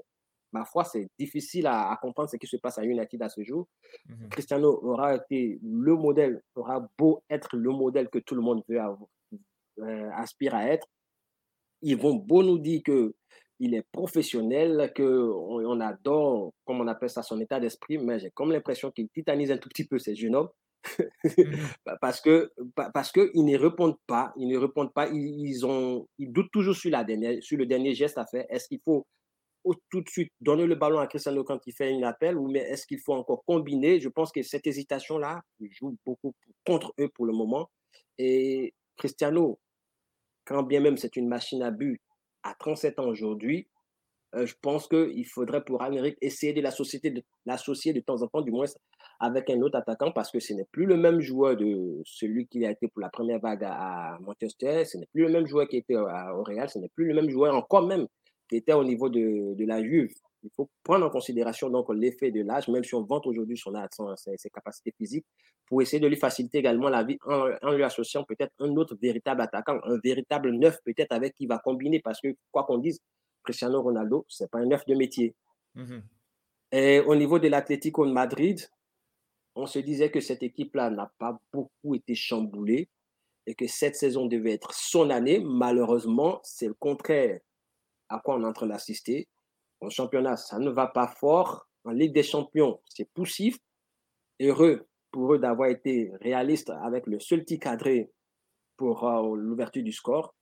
ma foi, c'est difficile à, à comprendre ce qui se passe à United à ce jour. Mhm. Cristiano aura été le modèle, aura beau être le modèle que tout le monde veut avoir, euh, aspire à être. Ils vont beau nous dire que il est professionnel, qu'on on adore, comme on appelle ça, son état d'esprit, mais j'ai comme l'impression qu'il titanise un tout petit peu ces jeunes hommes. Mhm. parce que parce que ils ne répondent pas, ils ne répondent pas, ils, ils ont ils doutent toujours sur la dernière, sur le dernier geste à faire. Est-ce qu'il faut tout de suite donner le ballon à Cristiano quand il fait une appel ou mais est-ce qu'il faut encore combiner? Je pense que cette hésitation là joue beaucoup contre eux pour le moment. Et Cristiano, quand bien même c'est une machine à but à trente-sept ans aujourd'hui, euh, je pense qu'il faudrait pour Amérique essayer de l'associer de, l'associer de temps en temps, du moins avec un autre attaquant, parce que ce n'est plus le même joueur de celui qui a été pour la première vague à, à Manchester, ce n'est plus le même joueur qui était à, au Real, ce n'est plus le même joueur encore même qui était au niveau de, de la Juve. Il faut prendre en considération donc l'effet de l'âge, même si on vante aujourd'hui son, son, ses, ses capacités physiques, pour essayer de lui faciliter également la vie en, en lui associant peut-être un autre véritable attaquant, un véritable neuf peut-être avec qui il va combiner, parce que quoi qu'on dise, Cristiano Ronaldo, ce n'est pas un neuf de métier. Mhm. Et au niveau de l'Atlético de Madrid, on se disait que cette équipe-là n'a pas beaucoup été chamboulée et que cette saison devait être son année. Malheureusement, c'est le contraire à quoi on est en train d'assister. En championnat, ça ne va pas fort. En Ligue des Champions, c'est poussif. Heureux pour eux d'avoir été réalistes avec le seul tir cadré pour uh, l'ouverture du score.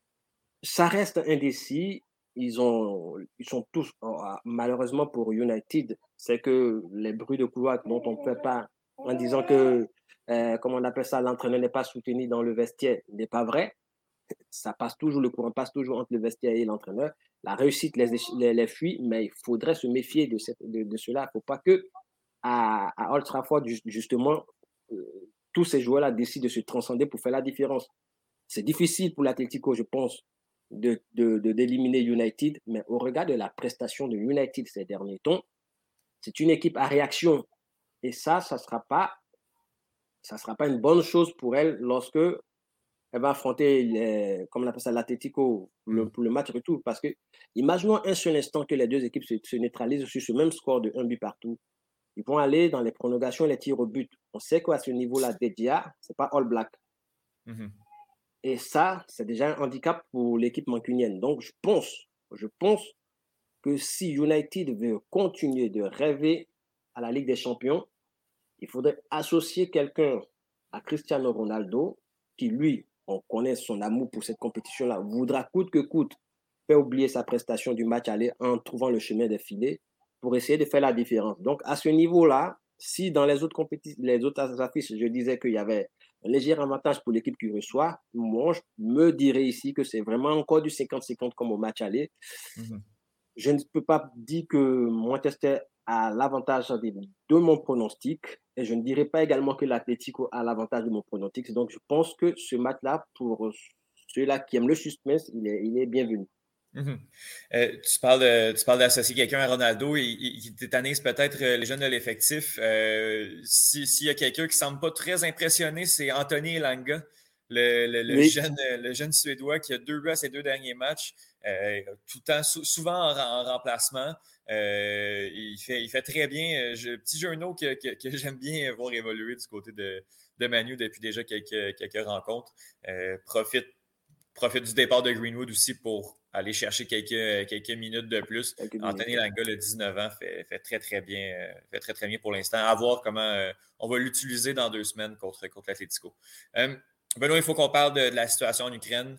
Ça reste indécis. Ils, ont, ils sont tous, malheureusement pour United, c'est que les bruits de couloir dont on ne peut pas, en disant que, euh, comment on appelle ça, l'entraîneur n'est pas soutenu dans le vestiaire, n'est pas vrai. Ça passe toujours, le courant passe toujours entre le vestiaire et l'entraîneur. La réussite les, les, les fuit, mais il faudrait se méfier de, cette, de, de cela. Il ne faut pas que à, à Old Trafford, justement, euh, tous ces joueurs-là décident de se transcender pour faire la différence. C'est difficile pour l'Atlético, je pense, de, de, de, d'éliminer United, mais au regard de la prestation de United ces derniers temps, c'est une équipe à réaction. Et ça, ça ne sera pas, ça sera pas une bonne chose pour elle lorsque elle va affronter, les, comme on appelle ça, l'Atlético pour le, pour le match retour. Parce que, imaginons un seul instant que les deux équipes se, se neutralisent sur ce même score de un but partout. Ils vont aller dans les prolongations, les tirs au but. On sait qu'à ce niveau-là, Dedia, ce n'est pas All Black. Mm-hmm. Et ça, c'est déjà un handicap pour l'équipe mancunienne. Donc, je pense, je pense que si United veut continuer de rêver à la Ligue des Champions, il faudrait associer quelqu'un à Cristiano Ronaldo, qui lui, on connaît son amour pour cette compétition-là, voudra coûte que coûte faire oublier sa prestation du match aller en trouvant le chemin des filets pour essayer de faire la différence. Donc, à ce niveau-là, si dans les autres compétitions, les autres affiches, je disais qu'il y avait un léger avantage pour l'équipe qui reçoit, moi, je me dirais ici que c'est vraiment encore du cinquante cinquante comme au match aller. Mm-hmm. Je ne peux pas dire que Manchester a l'avantage de mon pronostic et je ne dirais pas également que l'Atlético a l'avantage de mon pronostic. Donc, je pense que ce match-là, pour ceux-là qui aiment le suspense, il est, il est bienvenu. Mm-hmm. Euh, tu parles de, tu parles d'associer quelqu'un à Ronaldo, il, il tétanise peut-être les jeunes de l'effectif. Euh, si, s'il y a quelqu'un qui ne semble pas très impressionné, c'est Anthony Elanga, le, le, le, oui. jeune, le jeune Suédois qui a deux buts à ses deux derniers matchs, euh, tout le temps, sou, souvent en, en remplacement. Euh, il, fait, il fait très bien. Je, petit genou que, que, que j'aime bien voir évoluer du côté de, de Manu depuis déjà quelques, quelques rencontres. Euh, profite, profite du départ de Greenwood aussi pour aller chercher quelques, quelques minutes de plus. Quelques Anthony Elanga, le dix-neuf ans, fait, fait très, très bien, fait très, très bien pour l'instant. À voir comment euh, on va l'utiliser dans deux semaines contre, contre l'Atlético. Euh, Benoît, il faut qu'on parle de, de la situation en Ukraine.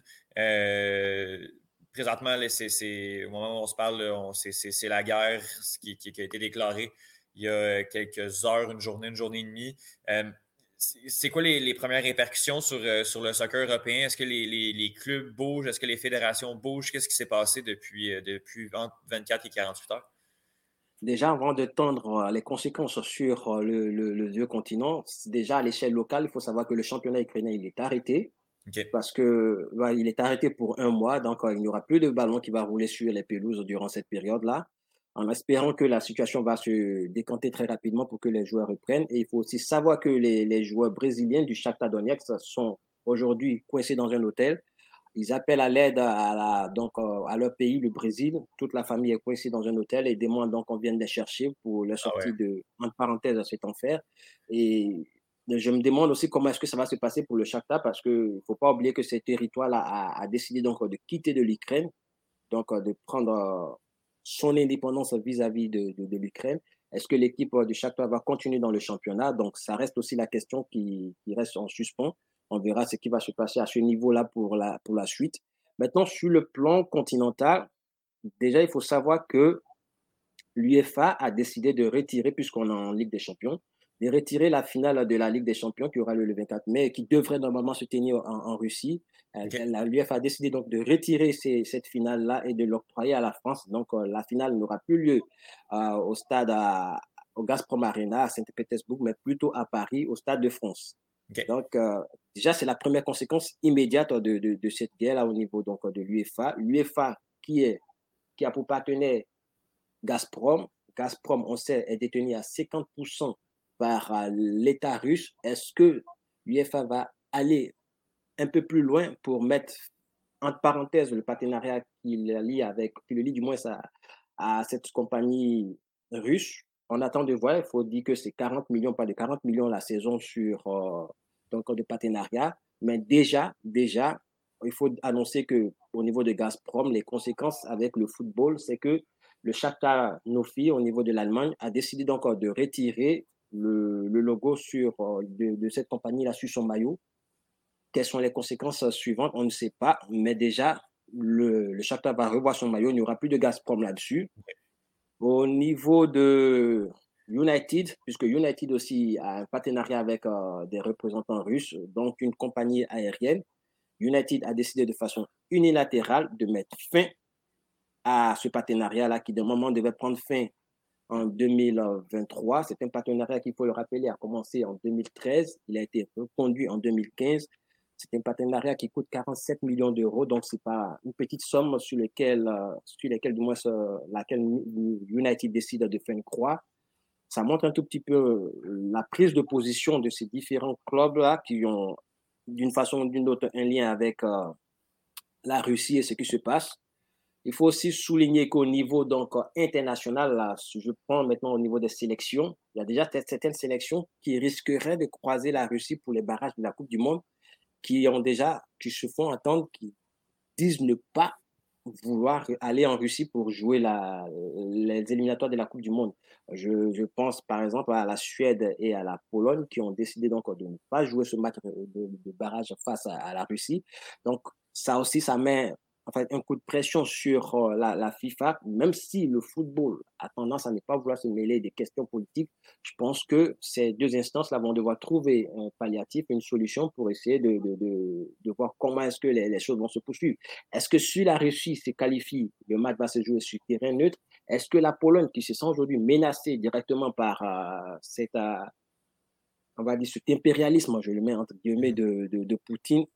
Euh, présentement, là, c'est, c'est, au moment où on se parle, là, on, c'est, c'est, c'est la guerre qui, qui, qui a été déclarée il y a quelques heures, une journée, une journée et demie. Euh, C'est quoi les, les premières répercussions sur, euh, sur le soccer européen? Est-ce que les, les, les clubs bougent? Est-ce que les fédérations bougent? Qu'est-ce qui s'est passé depuis, euh, depuis entre vingt-quatre et quarante-huit heures? Déjà, avant de tendre les conséquences sur le, le, le vieux continent, déjà à l'échelle locale, il faut savoir que le championnat ukrainien il est arrêté. Okay. Parce que bah, il est arrêté pour un mois, donc euh, il n'y aura plus de ballon qui va rouler sur les pelouses durant cette période-là, en espérant que la situation va se décanter très rapidement pour que les joueurs reprennent. Et il faut aussi savoir que les, les joueurs brésiliens du Shakhtar Donetsk sont aujourd'hui coincés dans un hôtel Ils appellent à l'aide à, la, donc, à leur pays, le Brésil. Toute la famille est coincée dans un hôtel et demandent donc qu'on vienne les chercher pour leur Ah ouais. sortie de, entre parenthèses, cet enfer. Et je me demande aussi comment est-ce que ça va se passer pour le Shakhtar parce qu'il ne faut pas oublier que ce territoire-là a, a décidé donc de quitter de l'Ukraine, donc de prendre son indépendance vis-à-vis de, de, de l'Ukraine. Est-ce que l'équipe du Shakhtar va continuer dans le championnat? Donc, ça reste aussi la question qui, qui reste en suspens. On verra ce qui va se passer à ce niveau-là pour la, pour la suite. Maintenant, sur le plan continental, déjà, il faut savoir que l'UEFA a décidé de retirer, puisqu'on est en Ligue des Champions, de retirer la finale de la Ligue des Champions qui aura lieu le vingt-quatre mai et qui devrait normalement se tenir en, en Russie. Okay. L'UEFA a décidé donc de retirer ces, cette finale-là et de l'octroyer à la France. Donc, euh, la finale n'aura plus lieu euh, au stade à, au Gazprom Arena à Saint-Pétersbourg, mais plutôt à Paris, au Stade de France. Okay. Donc, euh, déjà, c'est la première conséquence immédiate de, de, de cette guerre-là au niveau donc, de l'UEFA. L'UEFA qui, est, qui a pour partenaire Gazprom. Gazprom, on sait, est détenu à cinquante pour cent par euh, l'État russe. Est-ce que l'UEFA va aller un peu plus loin pour mettre entre parenthèses le partenariat qu'il lie avec, qui le lie du moins à, à cette compagnie russe? On attend de voir. Il faut dire que c'est quarante millions, pas de quarante millions la saison sur euh, donc de partenariat. Mais déjà, déjà, il faut annoncer que au niveau de Gazprom, les conséquences avec le football, c'est que le Shakhtar Nofi, au niveau de l'Allemagne, a décidé donc de retirer le, le logo sur, de, de cette compagnie-là sur son maillot. Quelles sont les conséquences suivantes? On ne sait pas, mais déjà, le, le Shakhtar va revoir son maillot. Il n'y aura plus de Gazprom là-dessus. Au niveau de United, puisque United aussi a un partenariat avec euh, des représentants russes, donc une compagnie aérienne, United a décidé de façon unilatérale de mettre fin à ce partenariat-là qui, de moment, devait prendre fin en deux mille vingt-trois. C'est un partenariat qu'il faut le rappeler, a commencé en deux mille treize. Il a été reconduit en deux mille quinze. C'est un partenariat qui coûte quarante-sept millions d'euros, donc ce n'est pas une petite somme sur laquelle, sur laquelle du moins, laquelle United décide de faire une croix. Ça montre un tout petit peu la prise de position de ces différents clubs-là qui ont, d'une façon ou d'une autre, un lien avec euh, la Russie et ce qui se passe. Il faut aussi souligner qu'au niveau donc, international, là, si je prends maintenant au niveau des sélections, il y a déjà certaines sélections qui risqueraient de croiser la Russie pour les barrages de la Coupe du Monde, qui ont déjà, qui se font attendre, qui disent ne pas vouloir aller en Russie pour jouer la, les éliminatoires de la Coupe du Monde. Je, je pense par exemple à la Suède et à la Pologne qui ont décidé donc de ne pas jouer ce match de, de barrage face à, à la Russie. Donc ça aussi, ça met en fait, un coup de pression sur euh, la, la FIFA, même si le football a tendance à ne pas vouloir se mêler des questions politiques. Je pense que ces deux instances-là vont devoir trouver un palliatif, une solution pour essayer de, de, de, de voir comment est-ce que les, les choses vont se poursuivre. Est-ce que si la Russie se qualifie, le match va se jouer sur terrain neutre? Est-ce que la Pologne, qui se sent aujourd'hui menacée directement par euh, cette, euh, on va dire, cet impérialisme, je le mets entre guillemets, de, de, de Poutine,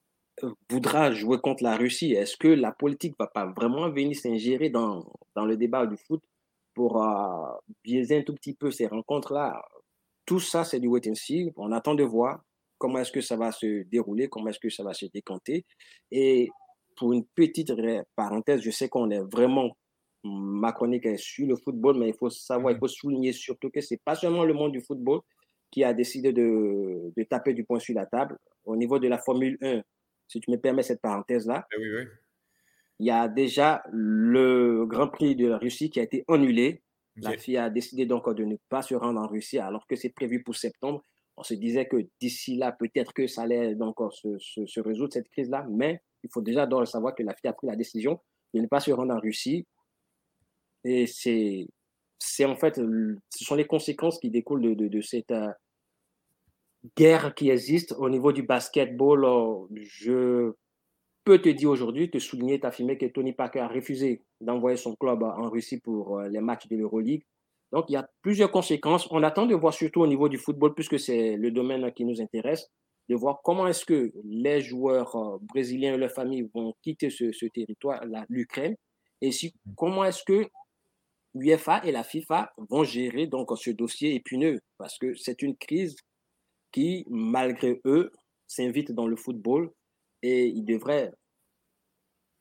voudra jouer contre la Russie? Est-ce que la politique ne va pas vraiment venir s'ingérer dans, dans le débat du foot pour euh, biaiser un tout petit peu ces rencontres-là? Tout ça, c'est du wait and see. On attend de voir comment est-ce que ça va se dérouler, comment est-ce que ça va se décanter. Et pour une petite parenthèse, je sais qu'on est vraiment, ma chronique est sur le football, mais il faut savoir, il faut souligner surtout que ce n'est pas seulement le monde du football qui a décidé de, de taper du poing sur la table. Au niveau de la Formule un, si tu me permets cette parenthèse-là, oui, oui. il y a déjà le Grand Prix de la Russie qui a été annulé. Okay. La F I A a décidé donc de ne pas se rendre en Russie alors que c'est prévu pour septembre. On se disait que d'ici là, peut-être que ça allait donc se, se, se résoudre cette crise-là, mais il faut déjà donc savoir que la F I A a pris la décision de ne pas se rendre en Russie. Et c'est, c'est en fait, ce sont les conséquences qui découlent de, de, de cette euh, guerre qui existe au niveau du basketball. Je peux te dire aujourd'hui, te souligner, t'affirmer que Tony Parker a refusé d'envoyer son club en Russie pour les matchs de l'Euroleague. Donc, il y a plusieurs conséquences. On attend de voir surtout au niveau du football, puisque c'est le domaine qui nous intéresse, de voir comment est-ce que les joueurs brésiliens et leurs familles vont quitter ce, ce territoire, l'Ukraine, et si, comment est-ce que l'UEFA et la FIFA vont gérer donc ce dossier épineux, parce que c'est une crise qui, malgré eux, s'invite dans le football et ils devraient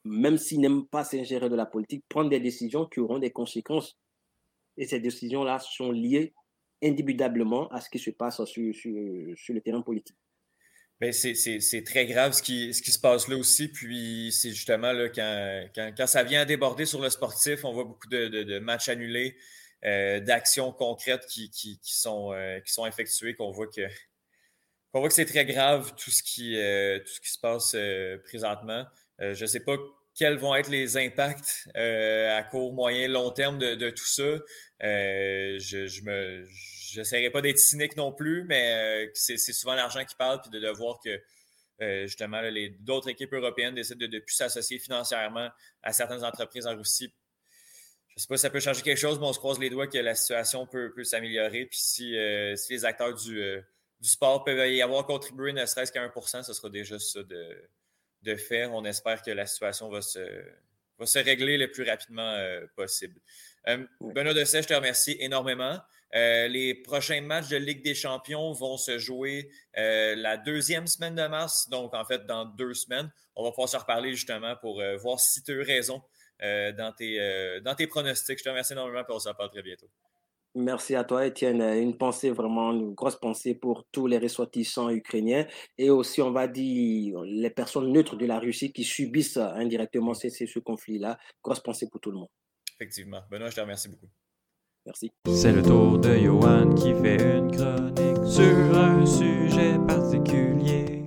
même s'ils n'aiment pas s'ingérer de la politique, prendre des décisions qui auront des conséquences. Et ces décisions-là sont liées indubitablement à ce qui se passe sur, sur, sur le terrain politique. Ben c'est, c'est, c'est très grave ce qui, ce qui se passe là aussi. Puis c'est justement là, quand, quand, quand ça vient à déborder sur le sportif, on voit beaucoup de, de, de matchs annulés, euh, d'actions concrètes qui, qui, qui, sont, euh, qui sont effectuées, qu'on voit que, qu'on voit que c'est très grave tout ce qui, euh, tout ce qui se passe euh, présentement. Euh, je ne sais pas quels vont être les impacts euh, à court, moyen, long terme de, de tout ça. Euh, je, je me, j'essaierai pas d'être cynique non plus, mais euh, c'est, c'est souvent l'argent qui parle, puis de, de voir que euh, justement là, les, d'autres équipes européennes décident de ne plus s'associer financièrement à certaines entreprises en Russie. Je ne sais pas si ça peut changer quelque chose, mais on se croise les doigts que la situation peut, peut s'améliorer. Puis si, euh, si les acteurs du, euh, du sport peuvent y avoir contribué ne serait-ce qu'à un pour cent, ce sera déjà ça de, de fait. On espère que la situation va se, va se régler le plus rapidement euh, possible. Euh, Benoît Dessay, je te remercie énormément. Euh, les prochains matchs de Ligue des champions vont se jouer euh, la deuxième semaine de mars, donc en fait dans deux semaines. On va pouvoir se reparler justement pour euh, voir si tu as eu raison euh, dans, tes, euh, dans tes pronostics. Je te remercie énormément et on se reparle très bientôt. Merci à toi, Étienne. Une pensée, vraiment, une grosse pensée pour tous les ressortissants ukrainiens et aussi, on va dire, les personnes neutres de la Russie qui subissent indirectement ce, ce conflit-là. Grosse pensée pour tout le monde. Effectivement. Benoît, je te remercie beaucoup. Merci. C'est le tour de Yohan qui fait une chronique sur un sujet particulier.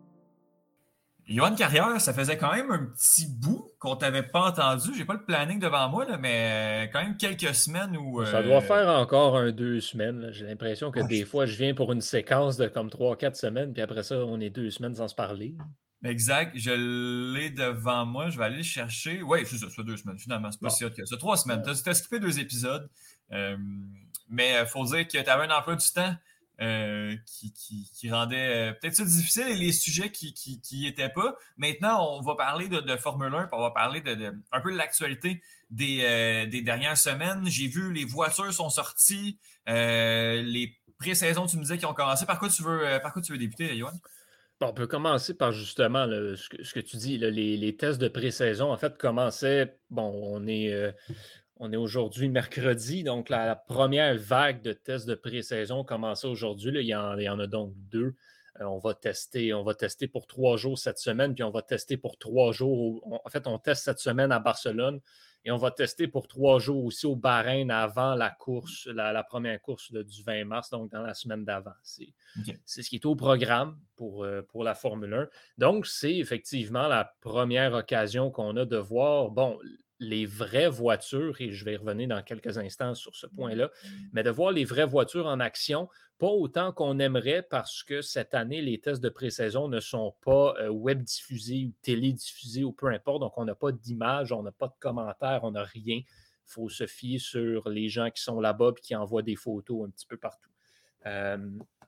Yohan Carrière, ça faisait quand même un petit bout qu'on t'avait pas entendu. J'ai pas le planning devant moi, là, mais quand même quelques semaines où... Ça doit faire encore un deux semaines. Là. J'ai l'impression que ah, des je... fois, je viens pour une séquence de comme trois, quatre semaines, puis après ça, on est deux semaines sans se parler. Exact. Je l'ai devant moi. Je vais aller le chercher. Oui, c'est ça. Ça fait deux semaines. Finalement, c'est pas bon. Si hot que ça. Trois semaines. Ouais. Tu as skippé deux épisodes. Euh, mais il faut dire que tu avais un emploi du temps euh, qui, qui, qui rendait euh, peut-être ça difficile et les sujets qui qui, qui étaient pas. Maintenant, on va parler de, de Formule un, puis on va parler de, de un peu de l'actualité des, euh, des dernières semaines. J'ai vu les voitures sont sorties, euh, les pré-saisons, tu me disais, qui ont commencé. Par quoi tu veux, euh, par quoi tu veux débuter, Yohan? Bon, on peut commencer par justement là, ce, que, ce que tu dis, là, les, les tests de pré-saison. En fait, commençaient, bon, on est... Euh, On est aujourd'hui mercredi, donc la, la première vague de tests de pré-saison commençait aujourd'hui. Là, il, y en, il y en a donc deux. Euh, on va tester, on va tester pour trois jours cette semaine, puis on va tester pour trois jours. On, en fait, on teste cette semaine à Barcelone et on va tester pour trois jours aussi au Bahreïn avant la course, la, la première course là, du vingt mars, donc dans la semaine d'avant. C'est, okay. c'est ce qui est au programme pour, euh, pour la Formule un. Donc, c'est effectivement la première occasion qu'on a de voir, bon, les vraies voitures, et je vais y revenir dans quelques instants sur ce point-là, mais de voir les vraies voitures en action, pas autant qu'on aimerait parce que cette année, les tests de pré-saison ne sont pas euh, web-diffusés ou télé-diffusés ou peu importe, donc on n'a pas d'image, on n'a pas de commentaires, on n'a rien. Il faut se fier sur les gens qui sont là-bas et qui envoient des photos un petit peu partout. Euh,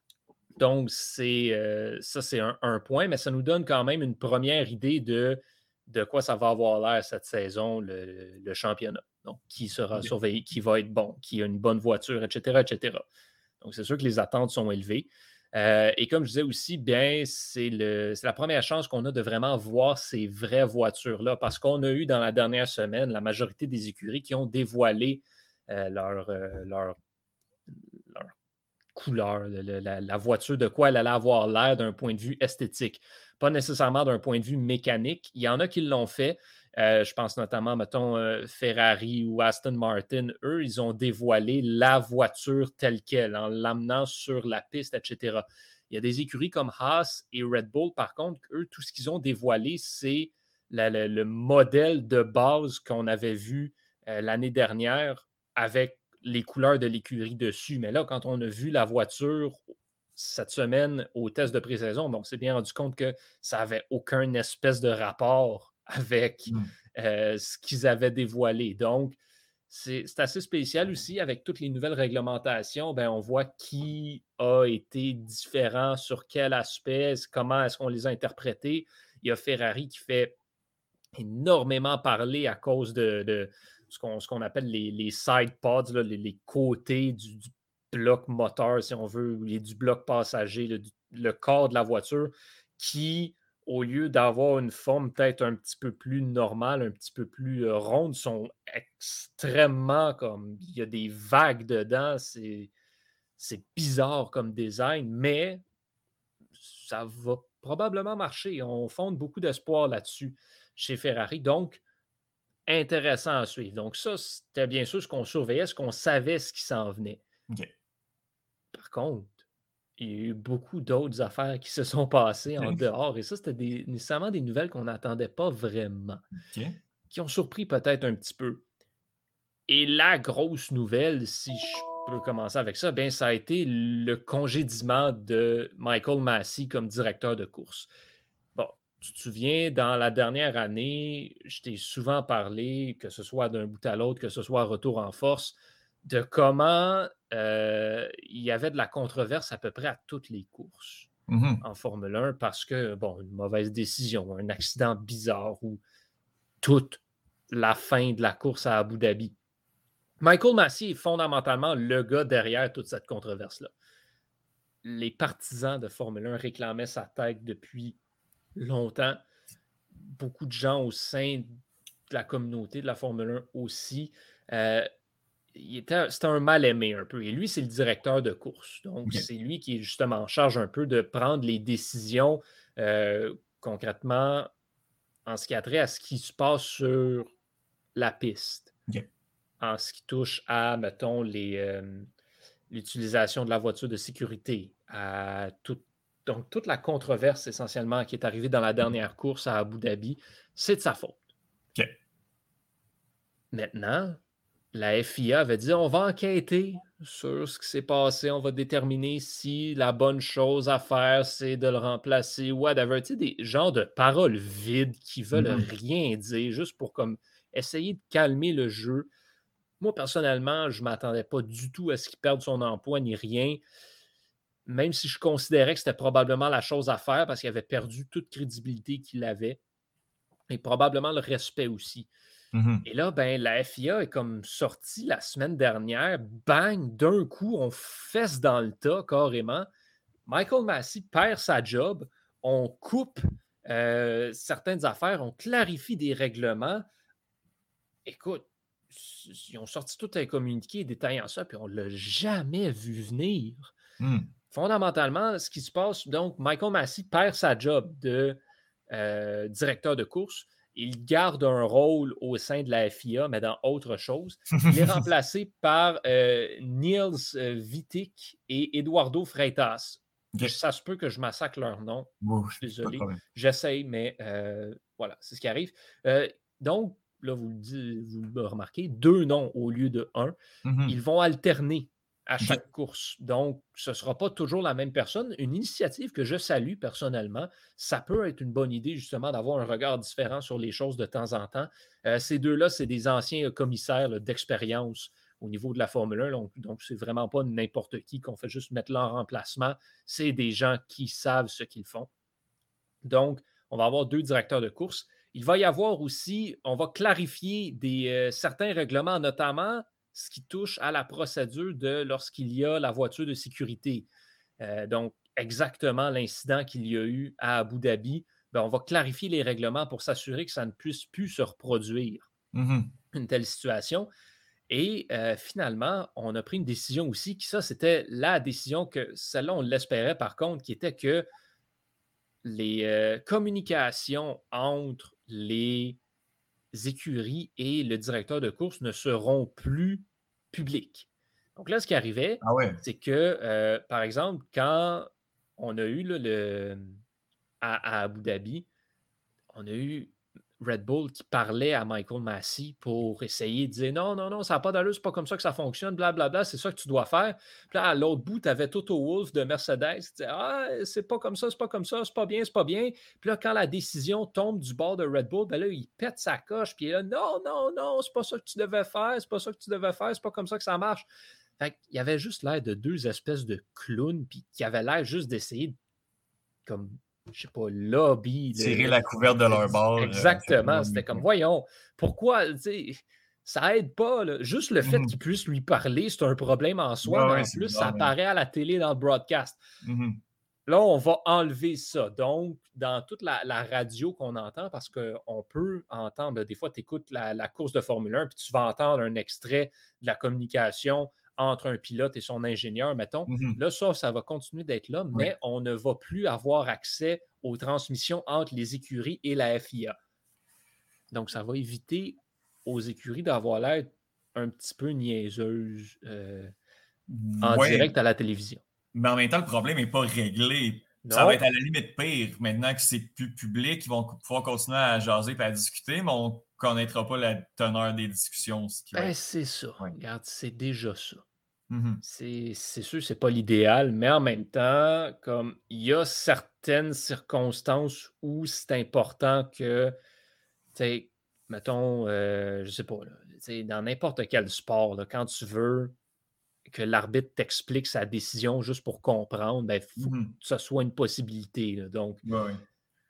donc, c'est, euh, ça, c'est un, un point, mais ça nous donne quand même une première idée de de quoi ça va avoir l'air cette saison, le, le championnat. Donc, qui sera surveillé, qui va être bon, qui a une bonne voiture, et cetera, et cetera. Donc, c'est sûr que les attentes sont élevées. Euh, et comme je disais aussi, bien, c'est, le, c'est la première chance qu'on a de vraiment voir ces vraies voitures-là, parce qu'on a eu dans la dernière semaine la majorité des écuries qui ont dévoilé euh, leur, euh, leur, leur couleur, le, la, la voiture, de quoi elle allait avoir l'air d'un point de vue esthétique. Pas nécessairement d'un point de vue mécanique. Il y en a qui l'ont fait. Euh, je pense notamment, mettons, euh, Ferrari ou Aston Martin. Eux, ils ont dévoilé la voiture telle qu'elle, en l'amenant sur la piste, et cetera. Il y a des écuries comme Haas et Red Bull, par contre, eux, tout ce qu'ils ont dévoilé, c'est la, la, le modèle de base qu'on avait vu euh, l'année dernière avec les couleurs de l'écurie dessus. Mais là, quand on a vu la voiture cette semaine au test de pré-saison, bon, on s'est bien rendu compte que ça n'avait aucun espèce de rapport avec mm. euh, ce qu'ils avaient dévoilé. Donc, c'est, c'est assez spécial aussi avec toutes les nouvelles réglementations. Ben, on voit qui a été différent sur quel aspect, comment est-ce qu'on les a interprétés. Il y a Ferrari qui fait énormément parler à cause de, de ce, qu'on, ce qu'on appelle les, les side pods, là, les, les côtés du, du bloc moteur, si on veut, ou les, du bloc passager, le, le corps de la voiture, qui, au lieu d'avoir une forme peut-être un petit peu plus normale, un petit peu plus euh, ronde, sont extrêmement comme. Il y a des vagues dedans. C'est, c'est bizarre comme design, mais ça va probablement marcher. On fonde beaucoup d'espoir là-dessus chez Ferrari. Donc, intéressant à suivre. Donc, ça, c'était bien sûr ce qu'on surveillait, ce qu'on savait ce qui s'en venait. OK. Par contre, il y a eu beaucoup d'autres affaires qui se sont passées en OK. dehors. Et ça, c'était des, nécessairement des nouvelles qu'on n'attendait pas vraiment, OK. qui ont surpris peut-être un petit peu. Et la grosse nouvelle, si je peux commencer avec ça, ben, ça a été le congédiement de Michael Massey comme directeur de course. Bon, tu te souviens, dans la dernière année, je t'ai souvent parlé, que ce soit d'un bout à l'autre, que ce soit retour en force, de comment euh, il y avait de la controverse à peu près à toutes les courses Mhm. en Formule un parce que, bon, une mauvaise décision, un accident bizarre ou toute la fin de la course à Abu Dhabi. Michael Massey est fondamentalement le gars derrière toute cette controverse-là. Les partisans de Formule un réclamaient sa tête depuis longtemps. Beaucoup de gens au sein de la communauté de la Formule un aussi. Euh, il était, c'était un mal-aimé un peu. Et lui, c'est le directeur de course. Donc, OK. c'est lui qui est justement en charge un peu de prendre les décisions euh, concrètement en ce qui a trait à ce qui se passe sur la piste. OK. En ce qui touche à, mettons, les, euh, l'utilisation de la voiture de sécurité, à tout, donc toute la controverse essentiellement qui est arrivée dans la dernière course à Abu Dhabi, c'est de sa faute. OK. Maintenant, la F I A avait dit on va enquêter sur ce qui s'est passé, on va déterminer si la bonne chose à faire, c'est de le remplacer, whatever. Tu sais, des genres de paroles vides qui veulent Mhm. rien dire, juste pour comme essayer de calmer le jeu. Moi, personnellement, je ne m'attendais pas du tout à ce qu'il perde son emploi ni rien, même si je considérais que c'était probablement la chose à faire parce qu'il avait perdu toute crédibilité qu'il avait et probablement le respect aussi. Mhm. Et là, ben, la F I A est comme sortie la semaine dernière, bang, d'un coup, on fesse dans le tas carrément. Michael Massey perd sa job, on coupe euh, certaines affaires, on clarifie des règlements. Écoute, ils ont sorti tout un communiqué détaillant ça, puis on ne l'a jamais vu venir. Mm. Fondamentalement, ce qui se passe, donc, Michael Massey perd sa job de euh, directeur de course. Il garde un rôle au sein de la F I A, mais dans autre chose. Il est remplacé par euh, Niels euh, Wittig et Eduardo Freitas. OK. Ça se peut que je massacre leur nom. Wow, Je suis pas de désolé. problème. J'essaye, mais euh, voilà, c'est ce qui arrive. Euh, donc, là, vous le, dites, vous le remarquez, deux noms au lieu de un. Mhm. Ils vont alterner à OK. chaque course. Donc, ce ne sera pas toujours la même personne. Une initiative que je salue personnellement, ça peut être une bonne idée justement d'avoir un regard différent sur les choses de temps en temps. Euh, ces deux-là, c'est des anciens commissaires là, d'expérience au niveau de la Formule un. Donc, donc c'est vraiment pas n'importe qui qu'on fait juste mettre là en remplacement. C'est des gens qui savent ce qu'ils font. Donc, on va avoir deux directeurs de course. Il va y avoir aussi, on va clarifier des, euh, certains règlements, notamment ce qui touche à la procédure de lorsqu'il y a la voiture de sécurité. Euh, donc, exactement l'incident qu'il y a eu à Abu Dhabi, ben, on va clarifier les règlements pour s'assurer que ça ne puisse plus se reproduire, Mhm. une telle situation. Et euh, finalement, on a pris une décision aussi, qui ça, c'était la décision que, celle-là, on l'espérait par contre, qui était que les euh, communications entre les écuries et le directeur de course ne seront plus publiques. Donc là, ce qui arrivait, Ah ouais. c'est que, euh, par exemple, quand on a eu là, le, à, à Abu Dhabi, on a eu Red Bull qui parlait à Michael Massey pour essayer de dire non, non, non, ça n'a pas d'allure, c'est pas comme ça que ça fonctionne, blablabla, c'est ça que tu dois faire. Puis là, à l'autre bout, tu avais Toto Wolff de Mercedes qui disait ah, c'est pas comme ça, c'est pas comme ça, c'est pas bien, c'est pas bien. Puis là, quand la décision tombe du bord de Red Bull, ben là, il pète sa coche, puis il est là non, non, non, c'est pas ça que tu devais faire, c'est pas ça que tu devais faire, c'est pas comme ça que ça marche. Fait qu'il y avait juste l'air de deux espèces de clowns, puis qui avaient l'air juste d'essayer de, comme je sais pas, lobby. Tirer le, la couverte de leur bord. Exactement. Euh, C'était comme, voyons, pourquoi, tu sais, ça aide pas. Là. Juste le fait Mhm. qu'il puisse lui parler, c'est un problème en soi, Ouais, mais ouais, en c'est plus, bizarre, ça ouais. apparaît à la télé dans le broadcast. Mhm. là, on va enlever ça. Donc, dans toute la, la radio qu'on entend, parce qu'on peut entendre, des fois, tu écoutes la, la course de Formule un, puis tu vas entendre un extrait de la communication entre un pilote et son ingénieur, mettons. Mhm. Là, ça, ça va continuer d'être là, mais Oui. on ne va plus avoir accès aux transmissions entre les écuries et la F I A. Donc, ça va éviter aux écuries d'avoir l'air un petit peu niaiseuse euh, en Ouais. direct à la télévision. Mais en même temps, le problème n'est pas réglé. Non. Ça va être à la limite pire. Maintenant que c'est plus public, ils vont pouvoir continuer à jaser et à discuter, mais on ne connaîtra pas la teneur des discussions. Ce qui va Ben, être... c'est ça. Ouais. Regarde, c'est déjà ça. Mm-hmm. C'est, c'est sûr que ce n'est pas l'idéal, mais en même temps, comme il y a certaines circonstances où c'est important que, tu sais, mettons, euh, je sais pas, là, tu sais, dans n'importe quel sport, là, quand tu veux que l'arbitre t'explique sa décision juste pour comprendre, ben, il faut Mm-hmm. que ça soit une possibilité. Là. Donc, Ouais, ouais.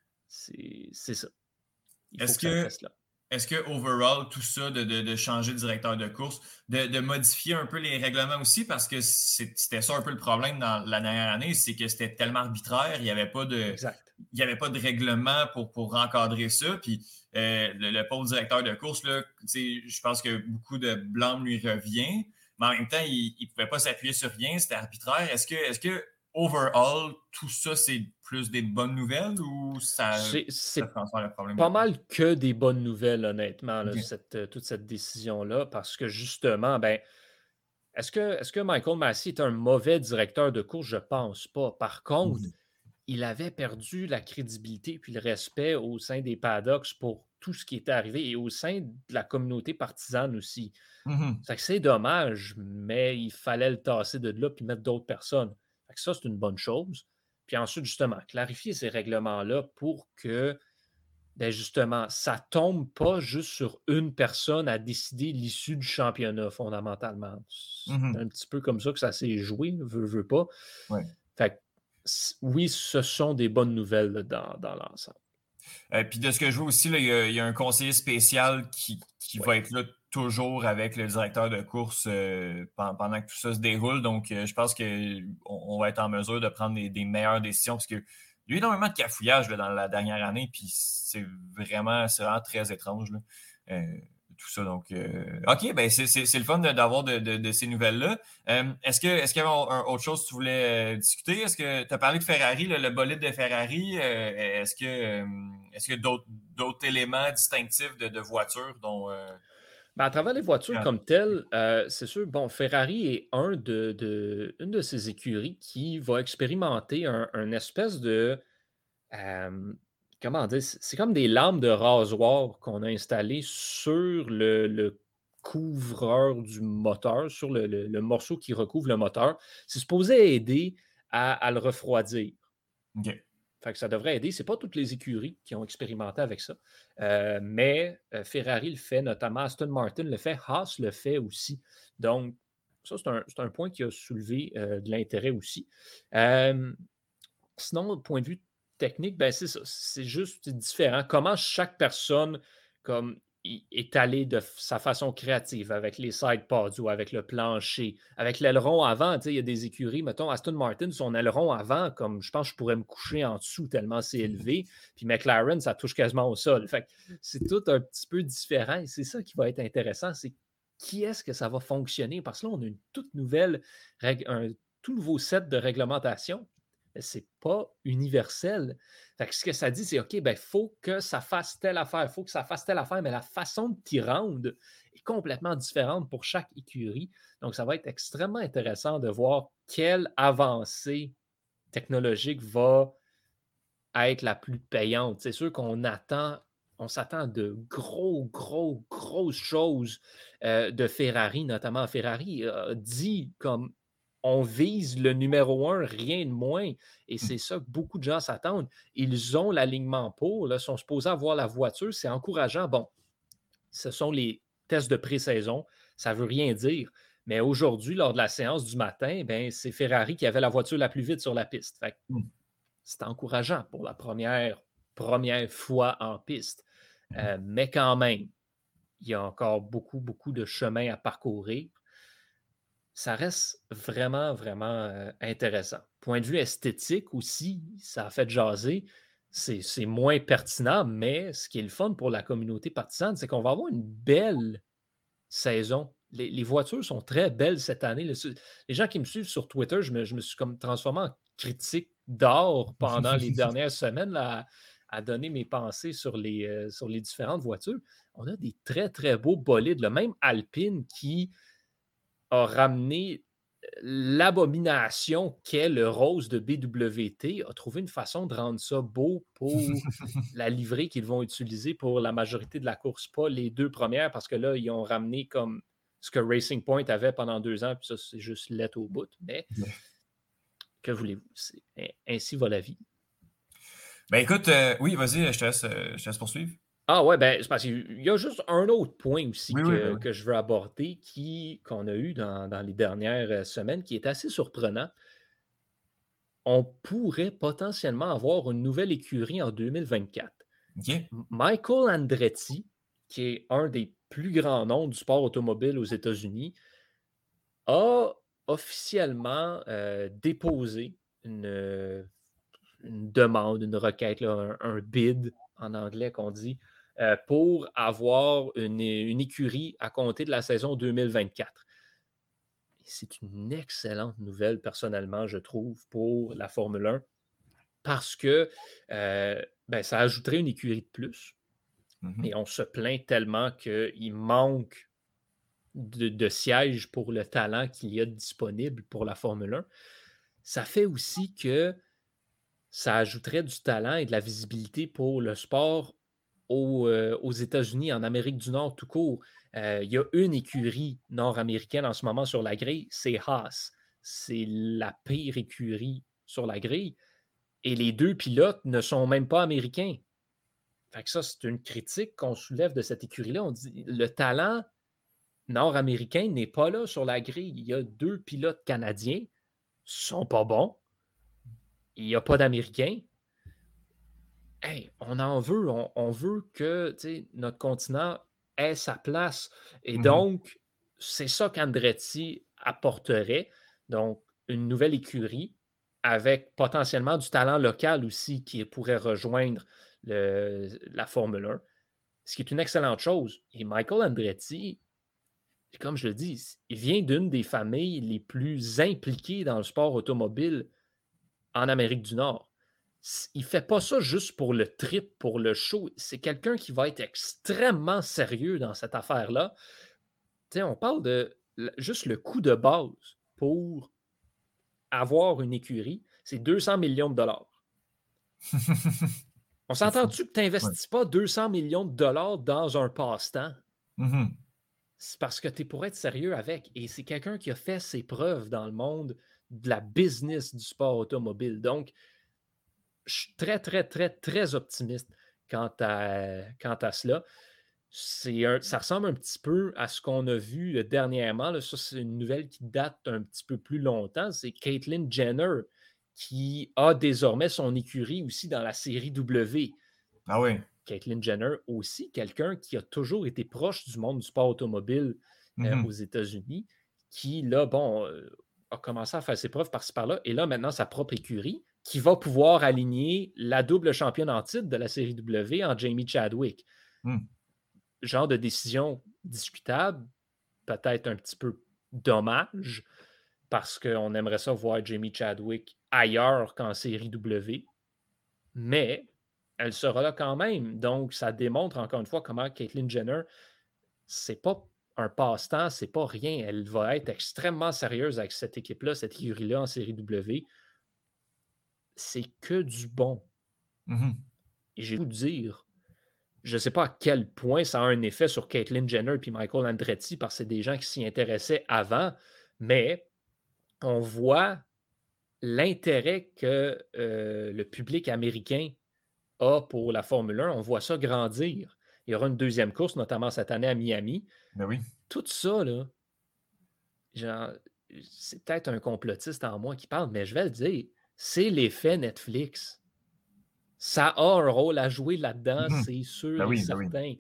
c'est, c'est ça. Il Est-ce faut que, que ça que, reste là. est-ce que, overall, tout ça, de, de, de changer de directeur de course, de, de modifier un peu les règlements aussi, parce que c'est, c'était ça un peu le problème dans la dernière année, c'est que c'était tellement arbitraire, il n'y avait pas de, Exact. il n'y avait pas de règlement pour, pour encadrer ça. Puis euh, le, le pauvre directeur de course, là, je pense que beaucoup de blâme lui revient, mais en même temps, il ne pouvait pas s'appuyer sur rien, c'était arbitraire. Est-ce que, est-ce que overall, tout ça, c'est plus des bonnes nouvelles ou ça, C'est, c'est ça transforme le problème? pas mal que des bonnes nouvelles, honnêtement, là, Ok. cette, euh, toute cette décision-là, parce que justement, ben, est-ce que, est-ce que Michael Massey est un mauvais directeur de course? Je pense pas. Par contre, Mhm. il avait perdu la crédibilité puis le respect au sein des paddocks pour tout ce qui était arrivé et au sein de la communauté partisane aussi. Mhm. Fait que c'est dommage, mais il fallait le tasser de là puis mettre d'autres personnes. Fait que ça, c'est une bonne chose. Puis ensuite, justement, clarifier ces règlements-là pour que, ben justement, ça tombe pas juste sur une personne à décider l'issue du championnat, fondamentalement. C'est Mhm. un petit peu comme ça que ça s'est joué, veut, veut pas. Ouais. Fait que, oui, ce sont des bonnes nouvelles là, dans, dans l'ensemble. Euh, puis de ce que je vois aussi, là, il, y a, il y a un conseiller spécial qui, qui Ouais. va être là toujours avec le directeur de course euh, pendant, pendant que tout ça se déroule. Donc, euh, je pense qu'on on va être en mesure de prendre des, des meilleures décisions parce qu'il y a eu énormément de cafouillage là, dans la dernière année, puis c'est vraiment, c'est vraiment très étrange. Là. Euh, tout ça. Donc, euh, OK, ben c'est, c'est, c'est le fun de, d'avoir de, de, de ces nouvelles-là. Euh, est-ce, que, est-ce qu'il y avait un, autre chose que tu voulais euh, discuter? Est-ce que tu as parlé de Ferrari, le, le bolide de Ferrari? Euh, est-ce, que, euh, est-ce qu'il y a d'autres, d'autres éléments distinctifs de, de voitures dont... Euh... Ben, à travers les voitures Ah. comme telles, euh, c'est sûr, bon, Ferrari est un de, de, une de ces écuries qui va expérimenter un, un espèce de... Euh, comment dire? C'est comme des lames de rasoir qu'on a installées sur le, le couvreur du moteur, sur le, le, le morceau qui recouvre le moteur. C'est supposé aider à, à le refroidir. OK. Fait que ça devrait aider. Ce n'est pas toutes les écuries qui ont expérimenté avec ça. Euh, mais euh, Ferrari le fait, notamment Aston Martin le fait, Haas le fait aussi. Donc, ça, c'est un, c'est un point qui a soulevé euh, de l'intérêt aussi. Euh, sinon, du point de vue technique, ben c'est ça. C'est juste différent. Comment chaque personne comme, est allée de sa façon créative avec les side pods ou avec le plancher, avec l'aileron avant. Il y a des écuries, mettons, Aston Martin, son aileron avant, comme je pense que je pourrais me coucher en dessous tellement c'est élevé. Puis McLaren, ça touche quasiment au sol. Fait que c'est tout un petit peu différent et c'est ça qui va être intéressant. C'est qui est-ce que ça va fonctionner? Parce que là, on a une toute nouvelle, un tout nouveau set de réglementation. Ce n'est pas universel. Fait que ce que ça dit, c'est OK, ben, il faut que ça fasse telle affaire, il faut que ça fasse telle affaire, mais la façon de t'y rendre est complètement différente pour chaque écurie. Donc, ça va être extrêmement intéressant de voir quelle avancée technologique va être la plus payante. C'est sûr qu'on attend, on s'attend de gros, gros, grosses choses euh, de Ferrari, notamment Ferrari a dit comme on vise le numéro un, rien de moins. Et c'est ça que beaucoup de gens s'attendent. Ils ont l'alignement pour, là, sont supposés avoir la voiture. C'est encourageant. Bon, ce sont les tests de pré-saison. Ça ne veut rien dire. Mais aujourd'hui, lors de la séance du matin, ben, c'est Ferrari qui avait la voiture la plus vite sur la piste. Fait que c'est encourageant pour la première, première fois en piste. Euh, mais quand même, il y a encore beaucoup, beaucoup de chemin à parcourir. Ça reste vraiment, vraiment euh, intéressant. point de vue esthétique aussi, ça a fait jaser. C'est, c'est moins pertinent, mais ce qui est le fun pour la communauté partisane, c'est qu'on va avoir une belle saison. Les, les voitures sont très belles cette année. Le- les gens qui me suivent sur Twitter, je me, je me suis comme transformé en critique d'or pendant les dernières semaines là, à, à donner mes pensées sur les, euh, sur les différentes voitures. On a des très, très beaux bolides. Là. Même Alpine qui a ramené l'abomination qu'est le rose de B W T, a trouvé une façon de rendre ça beau pour la livrée qu'ils vont utiliser pour la majorité de la course, pas les deux premières, parce que là, ils ont ramené comme ce que Racing Point avait pendant deux ans, puis ça, c'est juste lettre au bout. Mais que voulez-vous? C'est, ainsi va la vie. Ben écoute, euh, oui, vas-y, je te laisse, euh, je te laisse poursuivre. Ah ouais, ben c'est parce qu'il y a juste un autre point aussi Oui, que, oui, ben oui. que je veux aborder qui, qu'on a eu dans, dans les dernières semaines, qui est assez surprenant. On pourrait potentiellement avoir une nouvelle écurie en deux mille vingt-quatre. OK. M- Michael Andretti, qui est un des plus grands noms du sport automobile aux États-Unis, a officiellement euh, déposé une, euh, une demande, une requête, là, un, un bid en anglais qu'on dit, euh, pour avoir une, une écurie à compter de la saison deux mille vingt-quatre. Et c'est une excellente nouvelle, personnellement, je trouve, pour la Formule un, parce que euh, ben, ça ajouterait une écurie de plus. Mhm. Et on se plaint tellement qu'il manque de, de sièges pour le talent qu'il y a disponible pour la Formule un. Ça fait aussi que ça ajouterait du talent et de la visibilité pour le sport aux, euh, aux États-Unis, en Amérique du Nord tout court. Euh, il y a une écurie nord-américaine en ce moment sur la grille, c'est Haas. C'est la pire écurie sur la grille. Et les deux pilotes ne sont même pas américains. Fait que ça, c'est une critique qu'on soulève de cette écurie-là. On dit le talent nord-américain n'est pas là sur la grille. Il y a deux pilotes canadiens, ils ne sont pas bons. Il n'y a pas d'Américains. Hey, on en veut. On, on veut que notre continent ait sa place. Et Mhm. donc, c'est ça qu'Andretti apporterait. Donc, une nouvelle écurie avec potentiellement du talent local aussi qui pourrait rejoindre le- la Formule un, ce qui est une excellente chose. Et Michael Andretti, comme je le dis, il vient d'une des familles les plus impliquées dans le sport automobile en Amérique du Nord. Il ne fait pas ça juste pour le trip, pour le show. C'est quelqu'un qui va être extrêmement sérieux dans cette affaire-là. Tu sais, on parle de l- juste le coût de base pour avoir une écurie, c'est deux cents millions de dollars. On C'est fou. s'entend-tu que tu n'investis pas deux cents millions de dollars dans un passe-temps? Mhm. C'est parce que tu es pour être sérieux avec. Et c'est quelqu'un qui a fait ses preuves dans le monde de la business du sport automobile. Donc, je suis très, très, très, très optimiste quant à, quant à cela. C'est un, ça ressemble un petit peu à ce qu'on a vu euh, dernièrement. Là. Ça, c'est une nouvelle qui date un petit peu plus longtemps. C'est Caitlyn Jenner qui a désormais son écurie aussi dans la série W. Ah oui. Caitlyn Jenner aussi, quelqu'un qui a toujours été proche du monde du sport automobile euh, Mhm. aux États-Unis, qui, là, bon, euh, a commencé à faire ses preuves par-ci par-là, et là, maintenant, sa propre écurie, qui va pouvoir aligner la double championne en titre de la série W en Jamie Chadwick. Mhm. Genre de décision discutable, peut-être un petit peu dommage, parce qu'on aimerait ça voir Jamie Chadwick ailleurs qu'en série W, mais elle sera là quand même. Donc, ça démontre encore une fois comment Caitlyn Jenner, c'est pas un passe-temps, c'est pas rien. Elle va être extrêmement sérieuse avec cette équipe-là, cette écurie-là en série W. C'est que du bon. Mhm. Et j'ai vous dire, je ne sais pas à quel point ça a un effet sur Caitlyn Jenner et Michael Andretti, parce que c'est des gens qui s'y intéressaient avant, mais on voit l'intérêt que euh, le public américain a pour la Formule un. On voit ça grandir. Il y aura une deuxième course, notamment cette année à Miami. Ben oui. Tout ça, là, genre, c'est peut-être un complotiste en moi qui parle, mais je vais le dire, c'est l'effet Netflix. Ça a un rôle à jouer là-dedans, Mhm. c'est sûr Ben et oui, ben oui. certain.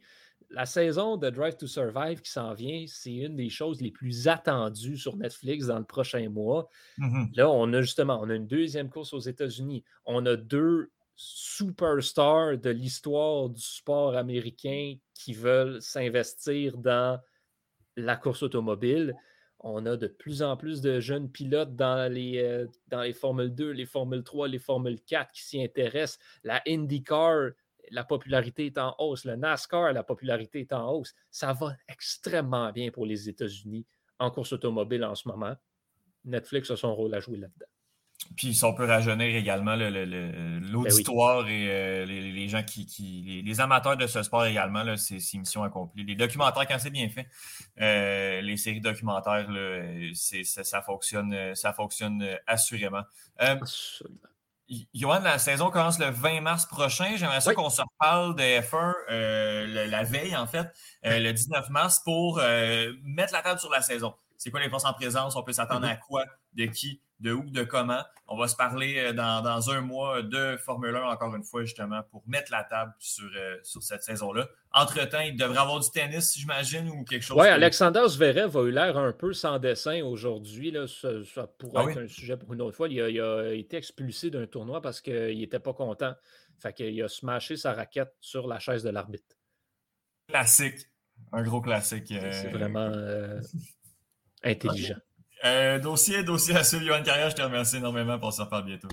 la saison de Drive to Survive qui s'en vient, c'est une des choses les plus attendues sur Netflix dans le prochain mois. Mm-hmm. Là, on a justement on a une deuxième course aux États-Unis. On a deux superstars de l'histoire du sport américain qui veulent s'investir dans la course automobile. On a de plus en plus de jeunes pilotes dans les, euh, dans les Formule deux, les Formule trois, les Formule quatre qui s'y intéressent. La IndyCar, la popularité est en hausse. Le NASCAR, la popularité est en hausse. Ça va extrêmement bien pour les États-Unis en course automobile en ce moment. Netflix a son rôle à jouer là-dedans. Puis si on peut rajeunir également le, le, le, l'auditoire ben oui. et euh, les, les gens qui, qui les, les amateurs de ce sport également, là, c'est, c'est mission accomplie. Les documentaires, quand c'est bien fait, euh, les séries documentaires, là, c'est, ça, ça fonctionne, ça fonctionne assurément. Euh, Absolument. Johan, la saison commence le vingt mars prochain. J'aimerais ça oui. qu'on se reparle de F un euh, le, la veille, en fait, euh, le dix-neuf mars, pour euh, mettre la table sur la saison. C'est quoi les forces en présence? On peut s'attendre mm-hmm. à quoi? De qui? De où? De comment? On va se parler dans, dans un mois de Formule un, encore une fois, justement, pour mettre la table sur, euh, sur cette saison-là. Entre-temps, il devrait y avoir du tennis, j'imagine, ou quelque chose. Oui, Alexander Zverev a eu l'air un peu sans dessin aujourd'hui. Là. Ça, ça pourrait ah être oui? un sujet pour une autre fois. Il a, il a été expulsé d'un tournoi parce qu'il n'était pas content. Fait qu'il a smashé sa raquette sur la chaise de l'arbitre. Classique. Un gros classique. Euh... C'est vraiment euh, intelligent. Okay. Euh, dossier, dossier à suivre, Johan Carrière, je te remercie énormément pour se reparle bientôt.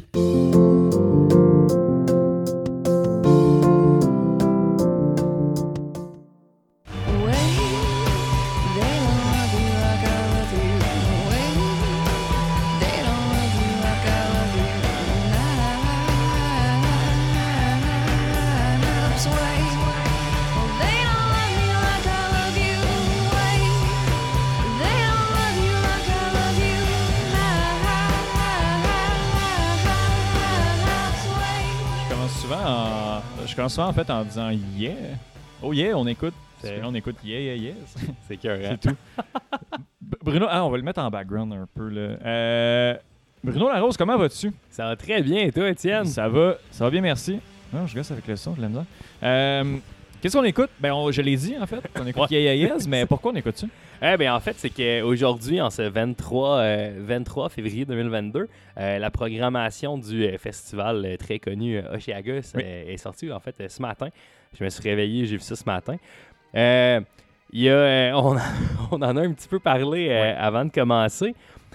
Je commence souvent en fait en disant yeah. Oh yeah, on écoute. C'est... On écoute yeah, yeah, yeah. C'est cœur, hein? C'est tout. Bruno, ah, on va le mettre en background un peu là. Euh, Bruno Larose, comment vas-tu? Ça va très bien, et toi, Étienne? Ça va, ça va bien, merci. Non, je gosse avec le son, je l'aime bien. Euh, qu'est-ce qu'on écoute? Ben, on, je l'ai dit en fait. On écoute yeah, yeah, yes, mais pourquoi on écoute ça? Eh bien, en fait, c'est qu'aujourd'hui, en ce vingt-trois, euh, vingt-trois février deux mille vingt-deux, euh, la programmation du euh, festival euh, très connu euh, Osheaga oui. euh, est sortie en fait euh, ce matin. Je me suis réveillé, j'ai vu ça ce matin. Euh, y a, euh, on, a, on en a un petit peu parlé euh, oui. avant de commencer.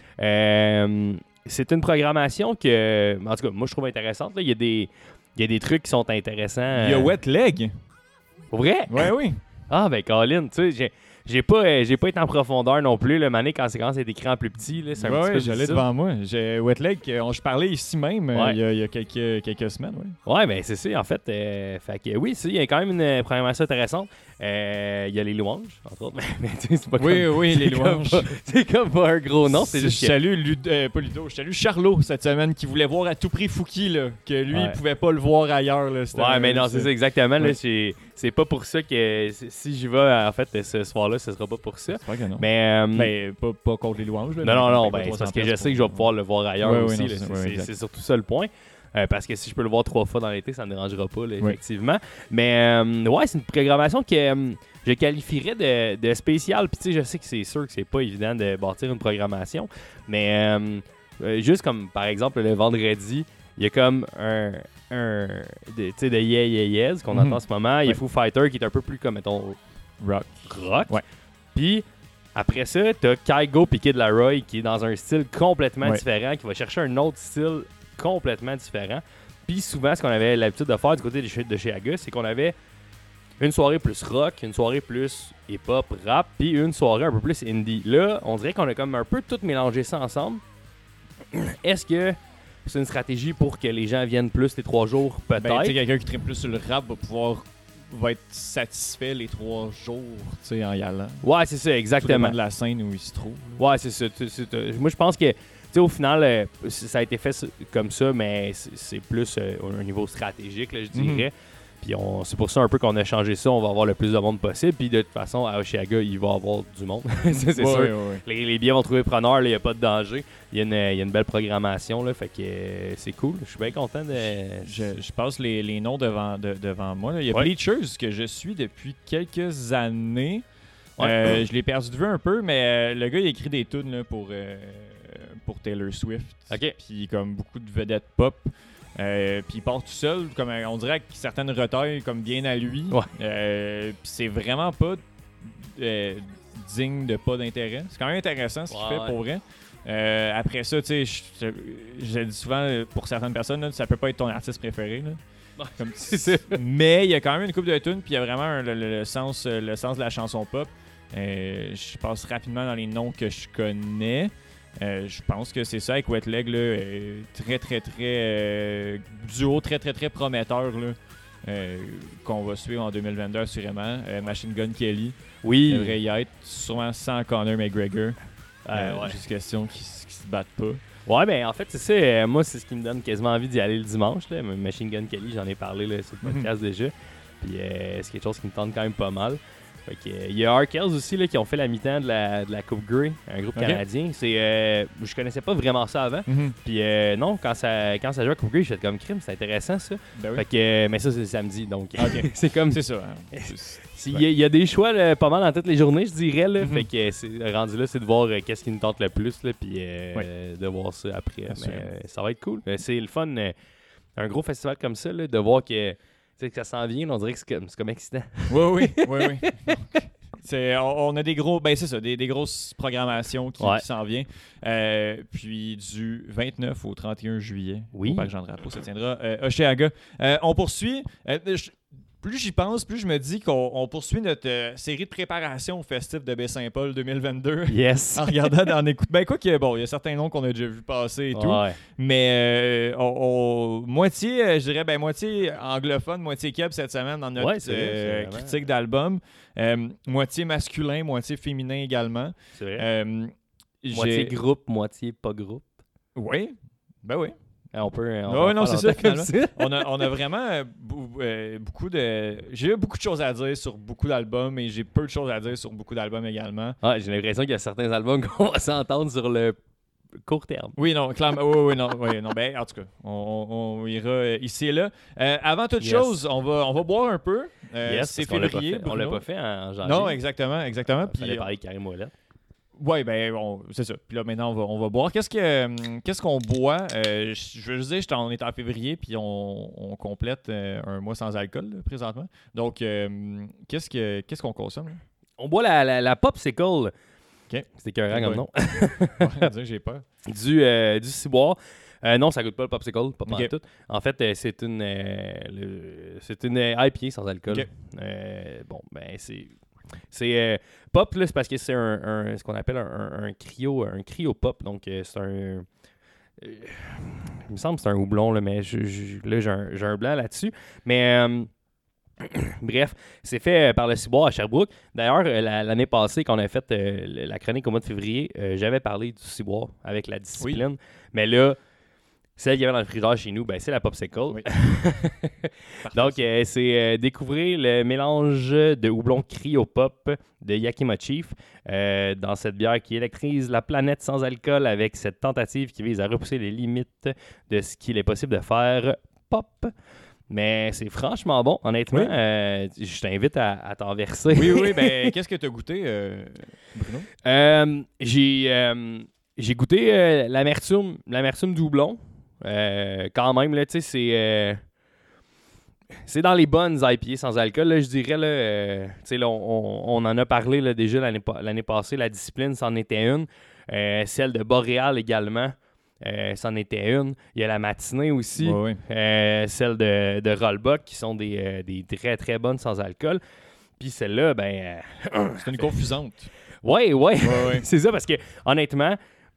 Euh, c'est une programmation que, en tout cas, moi, je trouve intéressante. Il y a des, y a des trucs qui sont intéressants. Il y a Wet Leg. Pour vrai? Oui, oui. Ah, ben, Colin, tu sais, j'ai... J'ai pas, euh, j'ai pas été en profondeur non plus. Le mané, quand c'est quand c'est écrit en plus petit, là, c'est un ouais, petit peu ouais, j'allais devant moi. J'ai Wet Leg, on, je parlais ici même ouais. euh, il, y a, il y a quelques, quelques semaines. Ouais, ouais ben c'est ça, en fait. Euh, fait que, oui, il y a quand même une programmation intéressante. Euh, il y a les louanges, entre autres. Mais, mais c'est pas oui, comme, oui, les louanges. Pas, c'est comme pas un gros nom. C'est juste je salue Lud, euh, pas Ludo, je salue Charlot cette semaine qui voulait voir à tout prix Fouki, là, que lui, ouais. il pouvait pas le voir ailleurs. Là, ouais, mais non, c'est ça, exactement. Ouais. Là, c'est, c'est pas pour ça que si j'y vais, en fait, ce soir-là, ce sera pas pour ça. C'est pas que non. Mais, euh, mais pas, pas contre les louanges. Là, non, non, non, ben, c'est parce que je sais que je vais pouvoir le voir ailleurs ouais, aussi. Ouais, non, là, c'est, ouais, c'est, c'est surtout ça le point. Euh, parce que si je peux le voir trois fois dans l'été, ça ne me dérangera pas, là, effectivement. Oui. Mais euh, ouais, c'est une programmation que euh, je qualifierais de, de spéciale. Puis tu sais, je sais que c'est sûr que c'est pas évident de bâtir une programmation. Mais euh, euh, juste comme, par exemple, le vendredi, il y a comme un... un tu sais, de Yeah Yeah Yes qu'on mm-hmm. entend en ce moment. Il y a ouais. Foo Fighter qui est un peu plus comme, mettons... Rock. Rock. Ouais. Puis... Après ça, t'as Kygo et Kid Laroi qui est dans un style complètement ouais. différent, qui va chercher un autre style complètement différent. Puis souvent, ce qu'on avait l'habitude de faire du côté de chez, de chez Agus, c'est qu'on avait une soirée plus rock, une soirée plus hip-hop, rap, puis une soirée un peu plus indie. Là, on dirait qu'on a comme un peu tout mélangé ça ensemble. Est-ce que c'est une stratégie pour que les gens viennent plus les trois jours, peut-être? Ben, tu sais, quelqu'un qui tripe plus sur le rap va pouvoir... va être satisfait les trois jours, tu sais, en y allant. Ouais, c'est ça, exactement. Tout de la scène où il se trouve. Ouais, c'est ça. C'est, c'est, c'est, moi, je pense que, tu sais, au final, euh, ça a été fait comme ça, mais c'est, c'est plus euh, au niveau stratégique, là, je dirais. Mm-hmm. Puis on, c'est pour ça un peu qu'on a changé ça. On va avoir le plus de monde possible. Puis de toute façon, à Oshiaga, il va y avoir du monde. c'est c'est ouais, sûr. Ouais, ouais. Les, les billets vont trouver preneur. Il n'y a pas de danger. Il y, y a une belle programmation. Là, fait que euh, c'est cool. Je suis bien content de... Je, je passe les, les noms devant, de, devant moi. Là. Il y a ouais. Bleachers que je suis depuis quelques années. Ouais. Euh, je l'ai perdu de vue un peu, mais euh, le gars, il écrit des tunes là, pour, euh, pour Taylor Swift. OK. Puis comme beaucoup de vedettes pop. Euh, puis il part tout seul, comme on dirait que certaines retaillent comme bien à lui. Ouais. Euh, puis c'est vraiment pas euh, digne de pas d'intérêt. C'est quand même intéressant ce qu'il ouais, fait ouais. pour vrai. Euh, après ça, tu sais, je, je dis souvent pour certaines personnes, là, ça peut pas être ton artiste préféré. Là. Comme, mais il y a quand même une couple de tunes, puis il y a vraiment un, le, le, le, sens, le sens de la chanson pop. Euh, je passe rapidement dans les noms que je connais. Euh, je pense que c'est ça avec Wet Leg, là, euh, très très très euh, duo très très très prometteur là, euh, qu'on va suivre en deux mille vingt-deux assurément. Euh, Machine Gun Kelly, oui, devrait y être, sûrement sans Conor McGregor. Euh, euh, ouais. Juste question qu'ils ne se battent pas. Ouais, ben en fait, c'est ça. Euh, moi, c'est ce qui me donne quasiment envie d'y aller le dimanche. Là. Machine Gun Kelly, j'en ai parlé là, sur le podcast déjà. Puis euh, c'est quelque chose qui me tente quand même pas mal. Fait que, euh, il y a Arkells aussi là, qui ont fait la mi-temps de la, de la Coupe Grey, un groupe okay. canadien. C'est, euh, je connaissais pas vraiment ça avant. Mm-hmm. Puis euh, non, quand ça, quand ça joue à Coupe Grey, j'étais comme crime, c'est intéressant ça. Ben oui. Fait que, euh, mais ça, c'est samedi, donc okay. c'est comme. C'est ça. Hein. Il y, y a des choix là, pas mal dans toutes les journées, je dirais. Là. Mm-hmm. Fait que euh, c'est, rendu là, c'est de voir euh, qu'est-ce qui nous tente le plus, là, puis euh, oui. euh, de voir ça après. Bien mais sûr. euh, ça va être cool. Euh, c'est le fun, euh, un gros festival comme ça, là, de voir que, que ça s'en vient. Là, on dirait que c'est comme, c'est comme excitant. Oui, oui, oui, oui. C'est, on, on a des gros, ben c'est ça, des, des grosses programmations qui, ouais. qui s'en viennent. Euh, puis du vingt-neuf au trente et un juillet, oui. au Parc Jean-Drapeau, ça tiendra euh, Oshiaga. Euh, on poursuit. Euh, je, plus j'y pense, plus je me dis qu'on on poursuit notre euh, série de préparation au Festif de Baie-Saint-Paul deux mille vingt-deux. Yes. En regardant, en écoutant. Ben quoi que bon, il y a certains noms qu'on a déjà vu passer et tout. Ouais. Mais euh, on, on, moitié, euh, je dirais, ben moitié anglophone, moitié keb cette semaine dans notre ouais, c'est euh, vrai, c'est critique d'album. Euh, moitié masculin, moitié féminin également. C'est vrai. Euh, moitié groupe, moitié pas groupe. Oui, ben oui. On peut. On non, non, c'est ça, comme ça. on, a, on a vraiment euh, b- euh, beaucoup de. J'ai beaucoup de choses à dire sur beaucoup d'albums et j'ai peu de choses à dire sur beaucoup d'albums également. Ah, j'ai l'impression qu'il y a certains albums qu'on va s'entendre sur le court terme. Oui, non, clairement. Oui, oui, non. Oui, non ben, en tout cas, on, on, on ira euh, ici et là. Euh, avant toute yes. chose, on va, on va boire un peu. Euh, yes, c'est février. On l'a pas fait en janvier. Non, exactement, exactement. On fallait parler de Karim Ouellet. Oui, ben on, c'est ça. Puis là, maintenant, on va, on va boire. Qu'est-ce, que, qu'est-ce qu'on boit? Euh, je veux juste dire, on est en février, puis on, on complète euh, un mois sans alcool, là, présentement. Donc, euh, qu'est-ce, que, qu'est-ce qu'on consomme? Là? On boit la, la, la Popsicle. OK. C'est écœurant comme nom. Ouais, j'ai peur. Du, euh, du ciboire. Euh, non, ça goûte pas le Popsicle, pas okay. tout. En fait, euh, c'est une euh, le, c'est une I P A sans alcool. Okay. Euh, bon, ben, c'est... C'est euh, pop, là, c'est parce que c'est un, un, ce qu'on appelle un, un, un cryo, un cryo pop. Donc, euh, c'est un. Euh, il me semble que c'est un houblon, là, mais je, je, là, j'ai un, j'ai un blanc là-dessus. Mais. Euh, bref, c'est fait par le Ciboire à Sherbrooke. D'ailleurs, la, l'année passée, quand on a fait euh, la chronique au mois de février, euh, j'avais parlé du Ciboire avec la discipline. Oui. Mais là. Celle qu'il y avait dans le frigidaire chez nous, ben, c'est la Popsicle. Oui. Donc, euh, c'est euh, découvrir le mélange de houblon cryopop de Yakima Chief euh, dans cette bière qui électrise la planète sans alcool avec cette tentative qui vise à repousser les limites de ce qu'il est possible de faire pop. Mais c'est franchement bon, honnêtement. Oui. Euh, je t'invite à, à t'en verser. Oui, oui, ben qu'est-ce que tu as goûté, euh, Bruno? Euh, j'ai, euh, j'ai goûté euh, l'amertume, l'amertume du houblon. Euh, quand même, là, tu sais, c'est, euh, c'est dans les bonnes I P A sans alcool, là, je dirais, là, euh, tu sais, là, on, on en a parlé là, déjà l'année, l'année passée, la discipline, c'en était une. Euh, celle de Boréal également, euh, c'en était une. Il y a la matinée aussi, ouais, ouais. Euh, celle de, de Rollbuck, qui sont des, euh, des très, très bonnes sans alcool. Puis celle-là, ben... Euh, c'est une confusante. Ouais, ouais, ouais, ouais. C'est ça, parce que, honnêtement...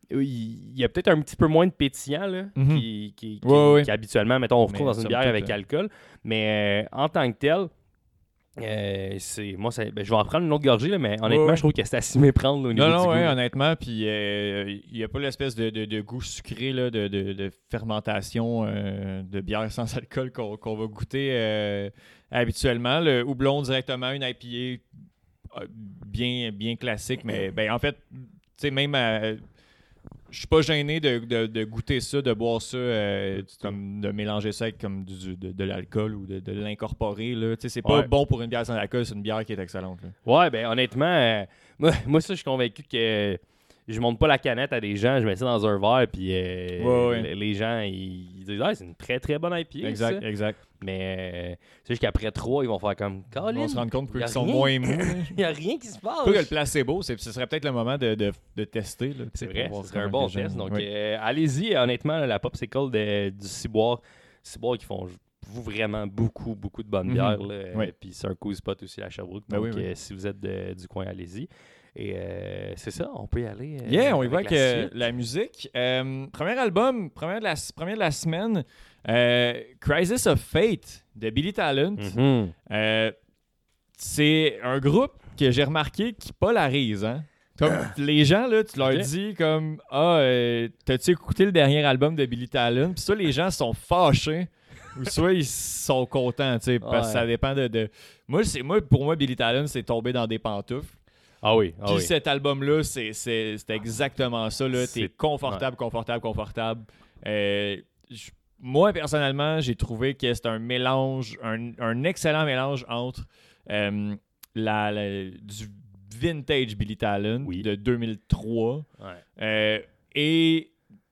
Il y a peut-être un petit peu moins de pétillant là, mm-hmm. qui, qui, qui, ouais, ouais. qui habituellement, mettons, on retrouve mais dans une bière tout, avec euh... alcool. Mais euh, en tant que tel, Euh, c'est, moi, ça, ben, je vais en prendre une autre gorgée, là, mais honnêtement, ouais. je trouve que c'est à s'y méprendre là, au niveau non, non, du ouais, goût. honnêtement, puis il euh, n'y a pas l'espèce de, de, de goût sucré là, de, de, de fermentation euh, de bière sans alcool qu'on, qu'on va goûter euh, habituellement. Le houblon directement, une I P A bien, bien classique, mais ben, en fait, tu sais, même à, je suis pas gêné de, de, de goûter ça, de boire ça, euh, comme de mélanger ça avec comme du, de, de l'alcool ou de, de l'incorporer. Là. C'est pas ouais. bon pour une bière sans alcool, c'est une bière qui est excellente. Là. Ouais, ben honnêtement, euh, moi, moi ça, je suis convaincu que je monte pas la canette à des gens, je mets ça dans un verre, puis euh, ouais, ouais. les, les gens, ils, ils disent ah, c'est une très très bonne I P A. Exact, ça. exact. Mais euh, c'est juste qu'après trois, ils vont faire comme Colin, ils vont se rendre compte qu'ils sont moins mous. Il n'y a rien qui se passe. Pas que le placebo, c'est, ce serait peut-être le moment de, de, de tester. Là, c'est vrai, ce serait un bon test. Gens. Donc oui. euh, allez-y, honnêtement, la popsicle de, du Ciboire, Ciboire qui font vraiment beaucoup, beaucoup de bonnes mm-hmm. bières. Là, oui. euh, puis c'est un cool spot aussi à Sherbrooke. Ben donc oui, oui. Euh, si vous êtes de, du coin, allez-y. Et euh, c'est ça, on peut y aller. Euh, yeah, on y va avec la, euh, la musique. Euh, premier album, premier de la, premier de la semaine, euh, Crisis of Fate de Billy Talent. Mm-hmm. Euh, c'est un groupe que j'ai remarqué qui polarise. Hein? Comme les gens, là, tu leur okay. dis comme Ah, euh, t'as-tu écouté le dernier album de Billy Talent? Puis ça, les gens sont fâchés. Ou soit ils sont contents, tu sais, parce que ouais. ça dépend de. de... Moi, c'est, moi, pour moi, Billy Talent, c'est tombé dans des pantoufles. Ah oui. Ah Puis oui. cet album-là, c'est, c'est, c'est exactement ça. Là. T'es confortable, ouais. confortable, confortable. Euh, j- moi, personnellement, j'ai trouvé que c'est un mélange, un, un excellent mélange entre euh, la, la, du vintage Billy Talent oui. de deux mille trois ouais. euh, et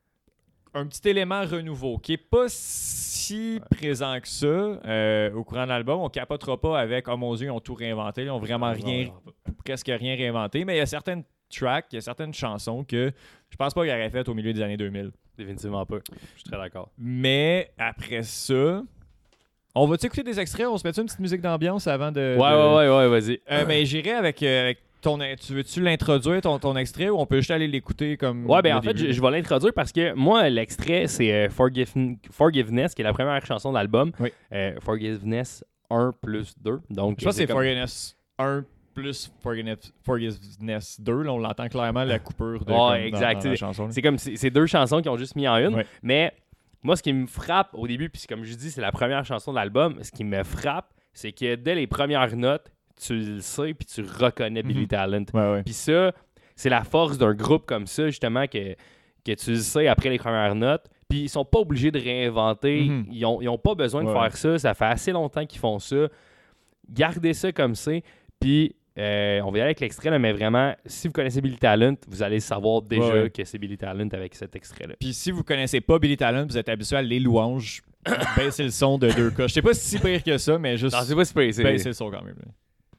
un petit élément renouveau qui n'est pas si ouais. présent que ça euh, au courant de l'album. On ne capotera pas avec « Oh mon Dieu, ils ont tout réinventé. » Ils n'ont vraiment rien, presque rien réinventé. Mais il y a certaines tracks, il y a certaines chansons que je pense pas qu'ils auraient faites au milieu des années deux mille. Définitivement pas. Je suis très d'accord. Mais après ça... On va-tu écouter des extraits? On se met une petite musique d'ambiance avant de... Ouais, de... ouais, ouais, ouais, vas-y. Euh, mais j'irai avec... Euh, avec Ton, tu veux-tu l'introduire, ton, ton extrait, ou on peut juste aller l'écouter comme... Ouais, ben en fait, je, je vais l'introduire parce que moi, l'extrait, c'est euh, Forgive, Forgiveness, qui est la première chanson de l'album. Oui. Euh, Forgiveness un plus deux. Donc, je pense que c'est comme... Forgiveness un plus Forgiveness, Forgiveness deux. Là, on l'entend clairement, la coupure de, ouais, exact. Dans, dans la chanson. Là. C'est comme c'est, c'est deux chansons qui ont juste mis en une. Ouais. Mais moi, ce qui me frappe au début, puis comme je dis, c'est la première chanson de l'album, ce qui me frappe, c'est que dès les premières notes, tu le sais puis tu reconnais Billy mm-hmm. Talent. Ouais, ouais. Puis ça, c'est la force d'un groupe comme ça, justement, que, que tu le sais après les premières notes. Puis ils sont pas obligés de réinventer. Mm-hmm. Ils ont, ils ont pas besoin de ouais, faire ouais. ça. Ça fait assez longtemps qu'ils font ça. Gardez ça comme c'est. Puis euh, on va y aller avec l'extrait, là, mais vraiment, si vous connaissez Billy Talent, vous allez savoir déjà ouais, ouais. que c'est Billy Talent avec cet extrait-là. Puis si vous connaissez pas Billy Talent, vous êtes habitué à les louanges. Baissez le son de deux cas. Je sais pas si c'est pire que ça, mais juste. Non, c'est pas si pire. C'est... Baissez le son quand même. Là.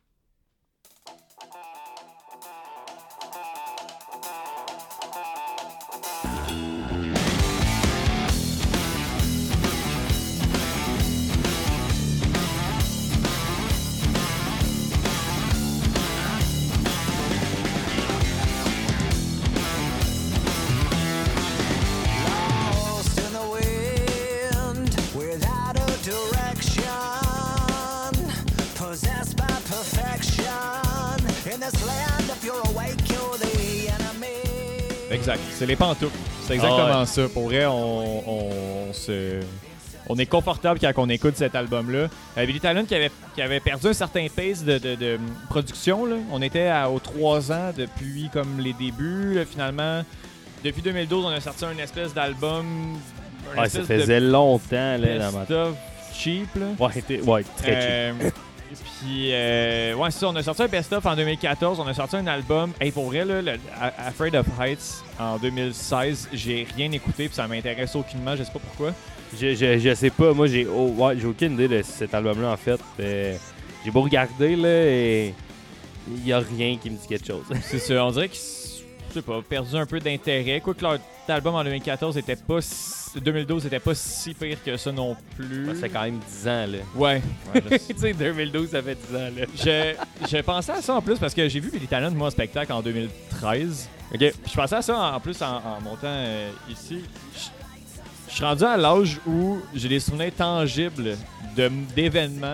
Exact. C'est les pantoufles. C'est exactement oh ouais. ça. Pour vrai, on, on, on, se, on est confortable quand on écoute cet album-là. Euh, Billy Talent qui avait, qui avait perdu un certain pace de, de, de production. Là. On était à, aux trois ans depuis comme les débuts. Là, finalement, depuis deux mille douze, on a sorti un espèce d'album. Ouais, ça faisait longtemps. Là, dans ma tête. Cheap. Là. Ouais, t'es, ouais, très euh, cheap. Puis, euh, ouais, c'est ça. On a sorti un best-of en deux mille quatorze. On a sorti un album. Hey, pour vrai, là, le Afraid of Heights en deux mille seize, j'ai rien écouté. Puis ça m'intéresse aucunement. Je sais pas pourquoi. Je, je, je sais pas. Moi, j'ai, oh, ouais, j'ai aucune idée de cet album-là, en fait. Euh, j'ai beau regarder, là, et il y a rien qui me dit quelque chose. C'est ça. On dirait qu'ils, je sais pas, perdu un peu d'intérêt. Quoique leur album en deux mille quatorze était pas si, deux mille douze était pas si pire que ça non plus. Ça fait quand même dix ans, là. Ouais. ouais tu sais, deux mille douze, ça fait dix ans, là. J'ai, j'ai pensé à ça en plus parce que j'ai vu Billy Talent, moi, en spectacle en deux mille treize. OK. Puis je pensais à ça en, en plus en, en montant euh, ici. Je suis rendu à l'âge où j'ai des souvenirs tangibles de, d'événements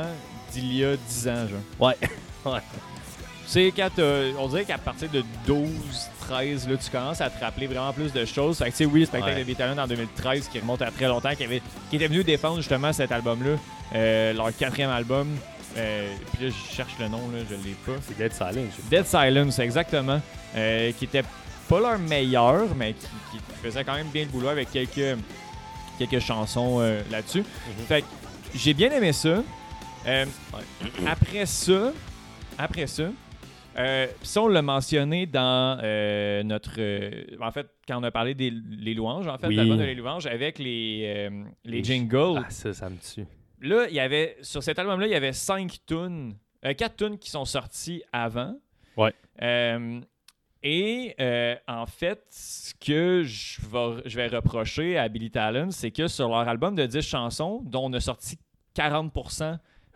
d'il y a dix ans, genre. Ouais. ouais. C'est quand on dirait qu'à partir de douze, treize, là, tu commences à te rappeler vraiment plus de choses. Fait que, tu sais, oui, le spectacle ouais. de Beatles en deux mille treize qui remonte à très longtemps, qui, avait, qui était venu défendre justement cet album-là, euh, leur quatrième album. Euh, puis là, je cherche le nom, là, je l'ai pas. C'est Dead Silence. Dead Silence, exactement. Euh, qui était pas leur meilleur, mais qui, qui faisait quand même bien le boulot avec quelques, quelques chansons euh, là-dessus. Mm-hmm. Fait que j'ai bien aimé ça. Euh, ouais. Après ça, après ça, euh, ça on l'a mentionné dans euh, notre... Euh, en fait, quand on a parlé des les louanges, en fait, oui. l'album de les louanges avec les, euh, les jingles. Ah, ça, ça me tue. Là, il y avait, sur cet album-là, il y avait cinq tunes, euh, quatre tunes qui sont sorties avant. Ouais. Euh, et euh, en fait, ce que je vais, je vais reprocher à Billy Talent, c'est que sur leur album de dix chansons, dont on a sorti quarante pour cent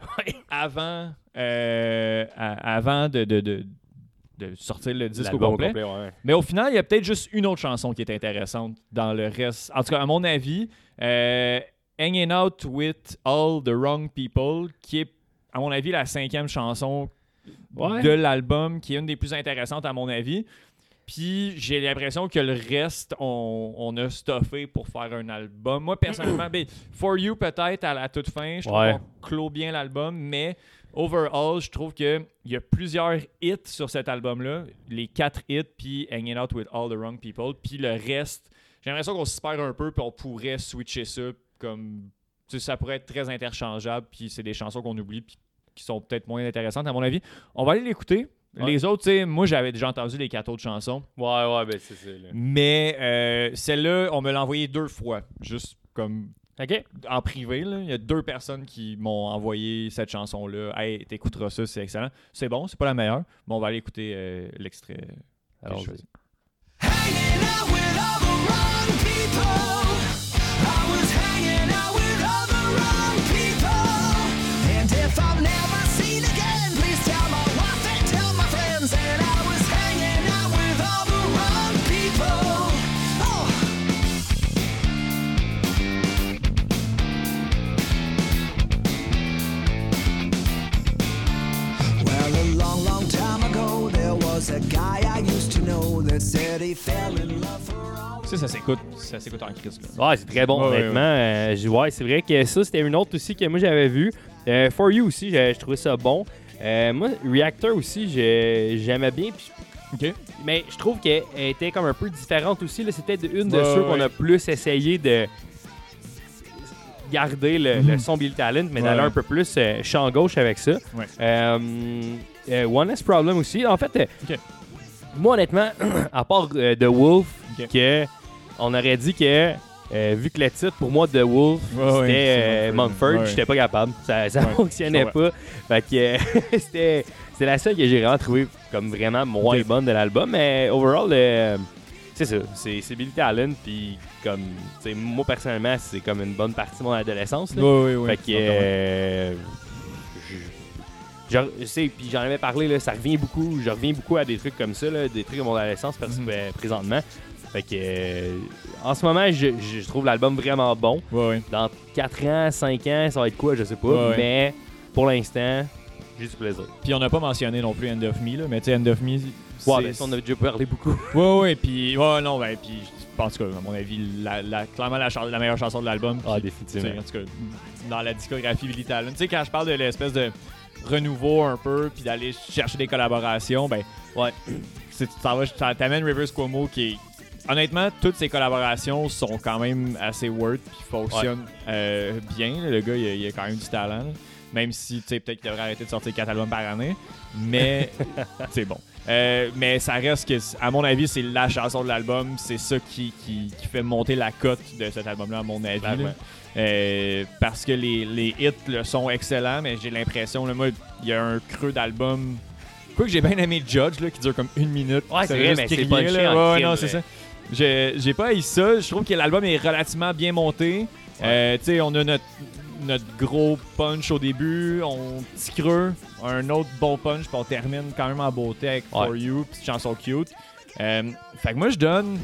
avant, euh, à, avant de, de, de, de sortir le disque au complet. complet ouais. Mais au final, il y a peut-être juste une autre chanson qui est intéressante dans le reste. En tout cas, à mon avis, euh, Hanging Out With All the Wrong People, qui est, à mon avis, la cinquième chanson ouais. de l'album, qui est une des plus intéressantes, à mon avis. Puis j'ai l'impression que le reste, on, on a stuffé pour faire un album. Moi, personnellement, ben, For You, peut-être, à la toute fin, je trouve ouais. qu'on clôt bien l'album, mais overall, je trouve qu'il y a plusieurs hits sur cet album-là. Les quatre hits, puis Hanging Out With All the Wrong People. Puis le reste, j'ai l'impression qu'on se perd un peu, puis on pourrait switcher ça. Comme, tu sais, ça pourrait être très interchangeable, puis c'est des chansons qu'on oublie, puis qui sont peut-être moins intéressantes, à mon avis. On va aller l'écouter. Ouais. Les autres, tu sais, moi, j'avais déjà entendu les quatre autres chansons. Ouais, ouais, ben c'est ça. Là. Mais euh, celle-là, on me l'a envoyée deux fois, juste comme okay. en privé. Là. Il y a deux personnes qui m'ont envoyé cette chanson-là. Hey, t'écouteras ça, c'est excellent. C'est bon, c'est pas la meilleure, mais on va aller écouter euh, l'extrait. Alors, je choisis. Ça, ça s'écoute, ça s'écoute en crise. Ouais, c'est très bon, ouais, honnêtement. Ouais, ouais. Euh, ouais, c'est vrai que ça, c'était une autre aussi que moi j'avais vue. Euh, For You aussi, je trouvais ça bon. Euh, moi, Reactor aussi, j'aimais bien. Puis, okay. Mais je trouve qu'elle était comme un peu différente aussi. Là. C'était une de ouais, ceux ouais. qu'on a plus essayé de garder le, mm-hmm. le son Billy Talent, mais ouais. d'aller un peu plus euh, champ gauche avec ça. Ouais. Euh, euh, One Less Problem aussi. En fait, euh, okay. moi, honnêtement, à part euh, The Wolf, okay. que on aurait dit que, euh, vu que le titre, pour moi, The Wolf, ouais, c'était ouais, euh, Mumford, ouais. j'étais pas capable. Ça, ça ouais. fonctionnait pas. Fait que euh, c'était, c'était la seule que j'ai vraiment trouvé comme vraiment moins okay. bonne de l'album. Mais overall, euh, c'est ça. C'est, c'est Billy Talent. Puis, comme, moi, personnellement, c'est comme une bonne partie de mon adolescence. Là. Oui, oui, oui. Fait que, euh, je sais, puis j'en avais parlé, là, ça revient beaucoup. Je reviens beaucoup à des trucs comme ça, là, des trucs de mon adolescence mm-hmm. présentement. Fait que, euh, en ce moment, je, je trouve l'album vraiment bon. Ouais, ouais. Dans quatre ans, cinq ans, ça va être quoi, je sais pas. Ouais, ouais. Mais pour l'instant, j'ai du plaisir. Puis on n'a pas mentionné non plus End of Me, là, mais tu sais, End of Me. Ouais, mais ça, on a déjà parlé beaucoup. Ouais, ouais, puis, ouais, non, ben, puis je pense que, à mon avis, la, la, clairement la, la meilleure chanson de l'album. Ah, définitivement. En tout cas, dans la discographie Billy Talent. Tu sais, quand je parle de l'espèce de renouveau un peu, puis d'aller chercher des collaborations, ben, ouais, tu t'amènes Rivers Cuomo qui est. Honnêtement, toutes ces collaborations sont quand même assez worth puis fonctionnent ouais. euh, bien. Le gars, il a, il a quand même du talent. Là. Même si, tu sais, peut-être qu'il devrait arrêter de sortir quatre albums par année. Mais, c'est bon. Euh, mais ça reste que, à mon avis, c'est la chanson de l'album. C'est ça qui, qui, qui fait monter la cote de cet album-là, à mon avis. Là. Euh, parce que les, les hits là, sont excellents, mais j'ai l'impression, là, moi, il y a un creux d'album. Quoi que j'ai bien aimé Judge, là, qui dure comme une minute. Ouais, c'est vrai, mais c'est pas là. Ouais, non, c'est ça. J'ai, j'ai pas haï ça. Je trouve que l'album est relativement bien monté. Ouais. Euh, tu sais, on a notre, notre gros punch au début, on petit creux, un autre bon punch, puis on termine quand même en beauté avec ouais. For You, petite chanson cute. Euh, fait que moi, je donne...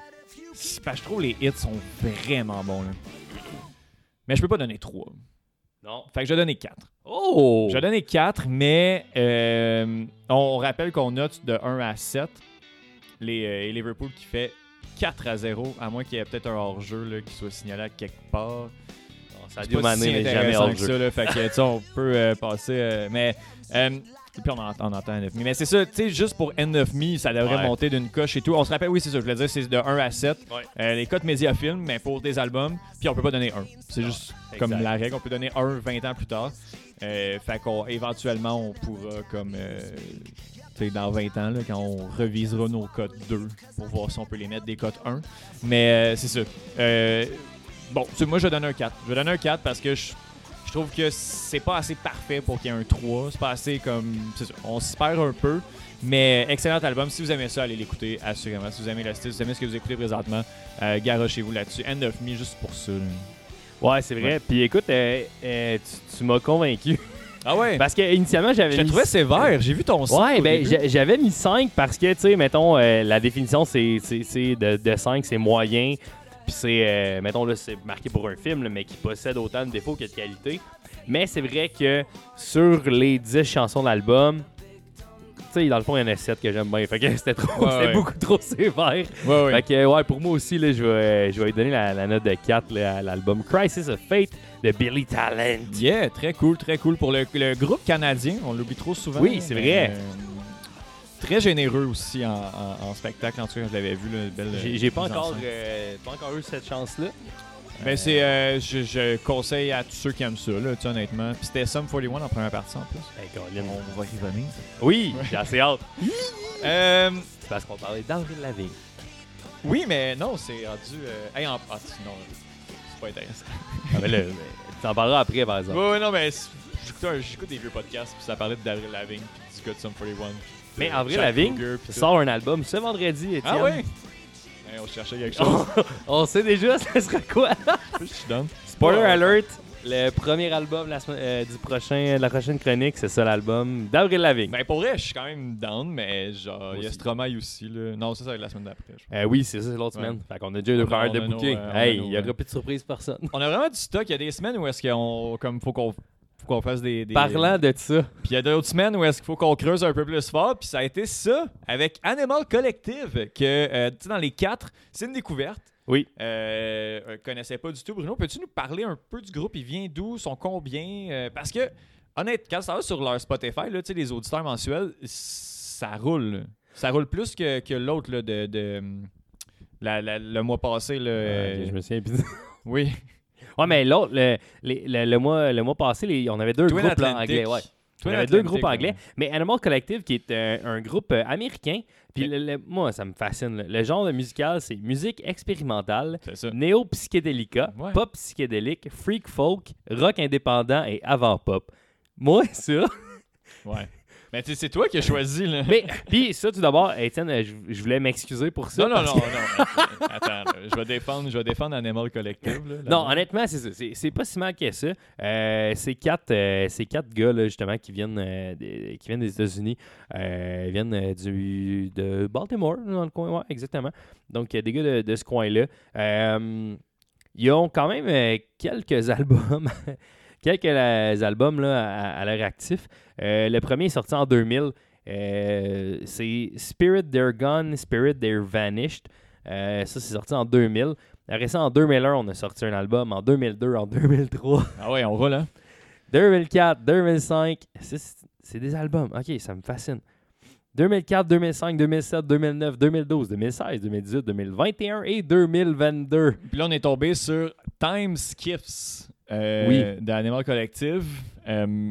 Parce que je trouve les hits sont vraiment bons. Là. Mais je peux pas donner trois. Non. Fait que je vais donner quatre. Oh! Je vais donner quatre, mais euh, on rappelle qu'on note de un à sept. Les, euh, Liverpool qui fait quatre à zéro, à moins qu'il y ait peut-être un hors-jeu là, qui soit signalé à quelque part. Sadio Mané n'est jamais hors-jeu. Ça, là, fait que, tu on peut euh, passer... Euh, mais... Euh, Et puis on, en, on entend End of Me. Mais c'est ça, tu sais, juste pour End of Me, ça devrait ouais. monter d'une coche et tout. On se rappelle, oui, c'est ça, je voulais dire, c'est de un à sept. Ouais. Euh, les cotes Mediafilm, mais pour des albums, puis on peut pas donner un. C'est juste exact. Comme la règle, on peut donner un vingt ans plus tard. Euh, fait qu'éventuellement, on pourra, comme, euh, tu sais, dans vingt ans, là, quand on revisera nos cotes deux, pour voir si on peut les mettre des cotes un. Mais euh, c'est ça. Euh, bon, moi, je vais donner un quatre. Je vais donner un quatre parce que je. Je trouve que c'est pas assez parfait pour qu'il y ait un trois. C'est pas assez comme... C'est ça, on s'y perd un peu. Mais excellent album. Si vous aimez ça, allez l'écouter, assurément. Si vous aimez le style, si vous aimez ce que vous écoutez présentement, euh, garochez-vous là-dessus. End of Me, juste pour ça. Là. Ouais, c'est vrai. Ouais. Puis écoute, euh, euh, tu, tu m'as convaincu. Ah ouais? Parce qu'initialement, j'avais Je mis... te trouvais sévère. J'ai vu ton site. Ouais, ben j'avais mis cinq parce que, tu sais, mettons, euh, la définition, c'est, c'est, c'est de, de cinq, c'est moyen. Puis c'est, euh, mettons là, c'est marqué pour un film, là, mais qui possède autant de défauts que de qualité. Mais c'est vrai que sur les dix chansons de l'album, tu sais, dans le fond, il y en a sept que j'aime bien. Fait que c'était, trop, ouais, c'était ouais. beaucoup trop sévère. Ouais, ouais. Fait que, ouais, pour moi aussi, là, je vais, je vais lui donner la, la note de quatre là, à l'album Crisis of Fate de Billy Talent. Yeah, très cool, très cool. Pour le, le groupe canadien, on l'oublie trop souvent. Oui, c'est vrai. Euh, Très généreux aussi en, en, en spectacle, en tout cas, je l'avais vu. Là, belle, j'ai, j'ai pas encore, euh, pas encore eu cette chance-là. Mais euh... c'est, euh, je, je conseille à tous ceux qui aiment ça, là, honnêtement. Puis c'était Sum quarante et un en première partie en plus. Hey, Colin, on va y revenir. Oui, j'ai assez hâte. euh, c'est parce qu'on parlait d'Avril Lavigne. Oui, mais non, c'est rendu. Euh... Hey, en... ah, non, c'est pas intéressant. Ah, mais là, mais, t'en parleras après, par exemple. Oui, ouais, non, mais j'écoute, un, j'écoute des vieux podcasts, puis ça parlait d'Avril Lavigne, puis du gars de Sum quarante et un. Mais Avril Lavigne sort un album ce vendredi, Étienne. Ah oui? Hey, on cherchait quelque chose. On sait déjà ce sera quoi. Je suis down. Spoiler alert, le premier album la semaine, euh, du prochain, de la prochaine chronique, c'est ça l'album d'Avril Lavigne. Ben pour vrai, je suis quand même down, mais genre, il y a Stromae aussi. Là. Non, ça, ça va être la semaine d'après. Euh, oui, c'est ça, c'est l'autre ouais. semaine. Fait qu'on a déjà deux premières de bouquet. Euh, hey, il y aura plus de surprise personne. On a vraiment du stock. Il y a des semaines où est-ce qu'on, comme, faut qu'on qu'on fasse des, des... Parlant de ça. Puis il y a d'autres semaines où est-ce qu'il faut qu'on creuse un peu plus fort. Puis ça a été ça avec Animal Collective, que, euh, tu sais, dans les quatre, c'est une découverte. Oui. Euh, je ne connaissais pas du tout. Bruno, peux-tu nous parler un peu du groupe? Il vient d'où? Sont combien? Euh, parce que, honnêtement, quand ça va sur leur Spotify, là, les auditeurs mensuels, ça roule. Ça roule plus que, que l'autre là, de, de la, la, le mois passé. Là, euh, je me souviens. Oui. Ouais, mais l'autre, le, le, le, le, mois, le mois passé, les, on avait deux Twin groupes là, anglais. Ouais. Twin on avait Atlantic, deux groupes anglais. Ouais. Mais Animal Collective, qui est euh, un groupe euh, américain, puis okay. le, le, moi, ça me fascine. Là. Le genre de musical, c'est musique expérimentale, néo-psychédélica, ouais. pop psychédélique, freak folk, rock indépendant et avant-pop. Moi, ça... Ouais. Mais c'est toi qui as choisi, là. Mais, puis ça, tout d'abord, Étienne, je, je voulais m'excuser pour ça. Non, non, non, que... non. Attends, là, je vais défendre, je vais défendre Animal Collective. Là, non, honnêtement, c'est ça. C'est, c'est pas si mal que ça. Euh, c'est quatre, euh, c'est quatre gars, là, justement, qui viennent, euh, des, qui viennent des États-Unis. Euh, ils viennent euh, du, de Baltimore, dans le coin. Ouais, exactement. Donc, il y a des gars de, de ce coin-là. Euh, ils ont quand même euh, quelques albums. Quelques euh, albums là, à, à leur actif. Euh, le premier est sorti en deux mille. Euh, c'est Spirit They're Gone, Spirit They're Vanished. Euh, ça, c'est sorti en deux mille. Après ça, en deux mille un, on a sorti un album. En deux mille deux, en deux mille trois. Ah ouais, on va là. deux mille quatre, deux mille cinq. C'est, c'est des albums. OK, ça me fascine. deux mille quatre, deux mille cinq, deux mille sept, deux mille neuf, deux mille douze, deux mille seize, deux mille dix-huit, deux mille vingt et un et deux mille vingt-deux. Puis là, on est tombé sur Time Skips. Euh, oui. d'Animal Collective. Euh,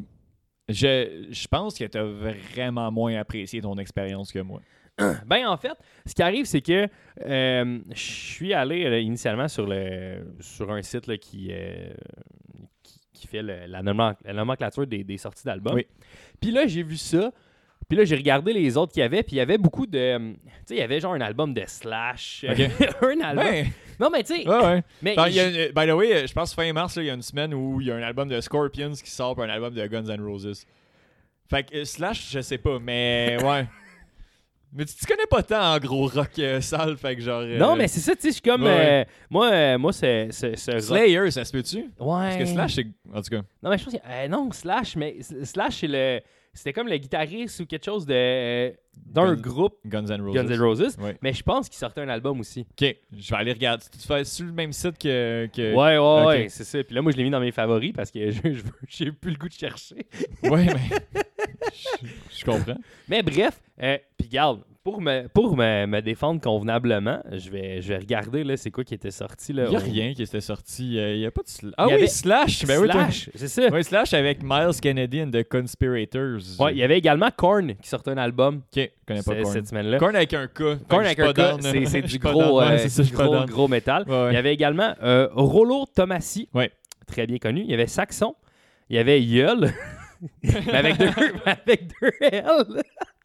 je, je pense que tu as vraiment moins apprécié ton expérience que moi. Ben, en fait, ce qui arrive, c'est que euh, je suis allé là, initialement sur, le, sur un site là, qui, euh, qui, qui fait le, la, nomencl- la nomenclature des, des sorties d'albums. Oui. Puis là, j'ai vu ça. Puis là, j'ai regardé les autres qu'il y avait, puis il y avait beaucoup de... Tu sais, il y avait genre un album de Slash. Okay. un album... Ben... Non, mais tu sais... Ouais, ouais. Mais ben, y a, by the way, je pense fin mars, il y a une semaine où il y a un album de Scorpions qui sort puis un album de Guns N' Roses. Fait que Slash, je sais pas, mais ouais. Mais tu te connais pas tant en gros rock euh, sale, fait que genre... Euh... Non, mais c'est ça, tu sais, je suis comme... Ouais. Euh, moi, euh, moi c'est... Slayer, rock... ça se peut-tu? Ouais. Parce que Slash, c'est... En tout cas... Non, mais je pense que... Euh, non, Slash, mais Slash, c'est le... C'était comme le guitariste ou quelque chose de euh, d'un Guns, groupe Guns N' Roses. Guns N' Roses. Ouais. Mais je pense qu'il sortait un album aussi. Ok, je vais aller regarder. Tu fais sur le même site que. que... Ouais, ouais, okay. ouais, c'est ça. Puis là, moi, je l'ai mis dans mes favoris parce que je, je, j'ai plus le goût de chercher. Ouais, mais. je, je comprends. Mais bref, euh, puis garde. Pour me, pour me, me défendre convenablement, je vais, je vais regarder là, c'est quoi qui était sorti. Il n'y a au... rien qui était sorti. Il n'y a pas de Slash. Ah oui, avait... Slash! Ben Slash, oui, c'est ça. Oui, Slash avec Miles Kennedy and the Conspirators. Ouais, il y avait également Korn qui sortait un album. Ok, je connais pas Korn. Cette semaine-là. Korn avec un K. Korn avec un K, c'est, c'est du gros, euh, c'est du gros, gros métal. Ouais, ouais. Il y avait également euh, Rollo Tomassi, ouais. très bien connu. Il y avait Saxon. Il y avait Yeul, mais avec deux, avec deux L.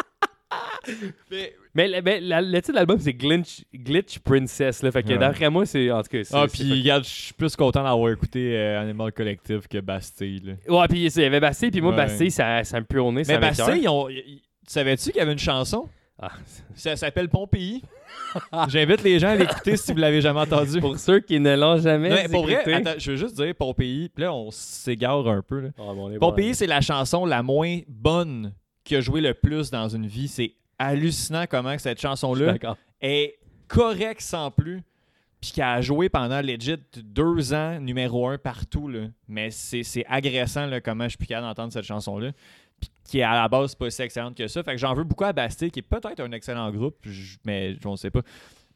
mais mais, la, mais la, le titre de l'album, c'est Glitch, Glitch Princess. Là, fait que ouais. D'après moi, c'est. En tout cas, c'est. Ah, puis regarde, je suis plus content d'avoir écouté euh, Animal Collective que Bastille. Là. Ouais, puis il y avait Bastille, puis moi, ouais. Bastille, ça, ça me pue au nez. Mais Bastille, ont, y, savais-tu qu'il y avait une chanson? Ah. Ça s'appelle Pompéi. J'invite les gens à l'écouter si vous l'avez jamais entendu. Pour ceux qui ne l'ont jamais non, pour vrai, attends, je veux juste dire Pompéi, puis là, on s'égare un peu. Là. Oh, bon, Pompéi, bon, c'est la chanson la moins bonne qui a joué le plus dans une vie. C'est hallucinant comment cette chanson-là est correcte sans plus, puis qu'elle a joué pendant legit deux ans numéro un partout. Là. Mais c'est, c'est agressant là, comment je suis plus capable d'entendre cette chanson-là, puis qui est à la base pas si excellente que ça. Fait que j'en veux beaucoup à Bastille, qui est peut-être un excellent groupe, mais je ne sais pas.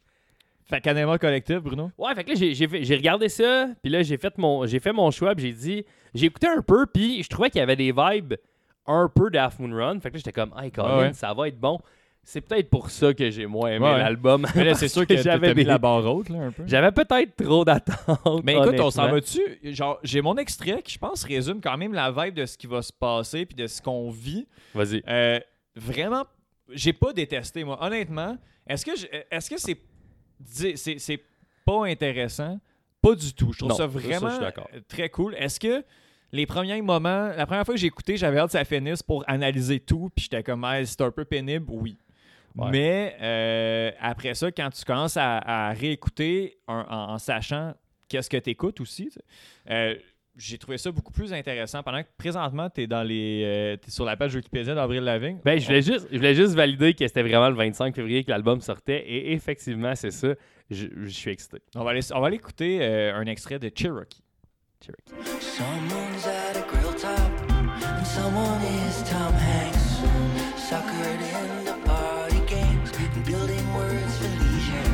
Fait qu'Animal Collective, Bruno? Ouais, fait que là, j'ai, j'ai, j'ai regardé ça, puis là, j'ai fait mon, j'ai fait mon choix, puis j'ai dit... J'ai écouté un peu, puis je trouvais qu'il y avait des vibes un peu de Half Moon Run. Fait que là, j'étais comme, hey, Colin, ouais. ça va être bon. C'est peut-être pour ça que j'ai moins aimé ouais. l'album. Mais là, c'est sûr que, que j'avais mis des... la barre haute, là, un peu. J'avais peut-être trop d'attentes. Mais écoute, on s'en va-tu? Genre, j'ai mon extrait qui, je pense, résume quand même la vibe de ce qui va se passer puis de ce qu'on vit. Vas-y. Euh, vraiment, j'ai pas détesté, moi. Honnêtement, est-ce que, je, est-ce que c'est, c'est, c'est pas intéressant? Pas du tout. Je trouve non, ça vraiment ça, très cool. Est-ce que les premiers moments, la première fois que j'ai écouté, j'avais hâte que ça finisse pour analyser tout, puis j'étais comme, ah, c'est un peu pénible, oui. Ouais. Mais euh, après ça, quand tu commences à, à réécouter en, en, en sachant qu'est-ce que tu écoutes aussi, euh, j'ai trouvé ça beaucoup plus intéressant. Pendant que présentement, tu es dans les, euh, t'es sur la page Wikipédia d'Avril Lavigne. Ben, je voulais juste, je voulais juste valider que c'était vraiment le vingt-cinq février que l'album sortait. Et effectivement, c'est ça. Je, je suis excité. On va aller, on va aller écouter euh, un extrait de Cherokee. Cherokee. Someone's at a grill top and someone is Tom Hanks, suckered in the party games and building words for leisure.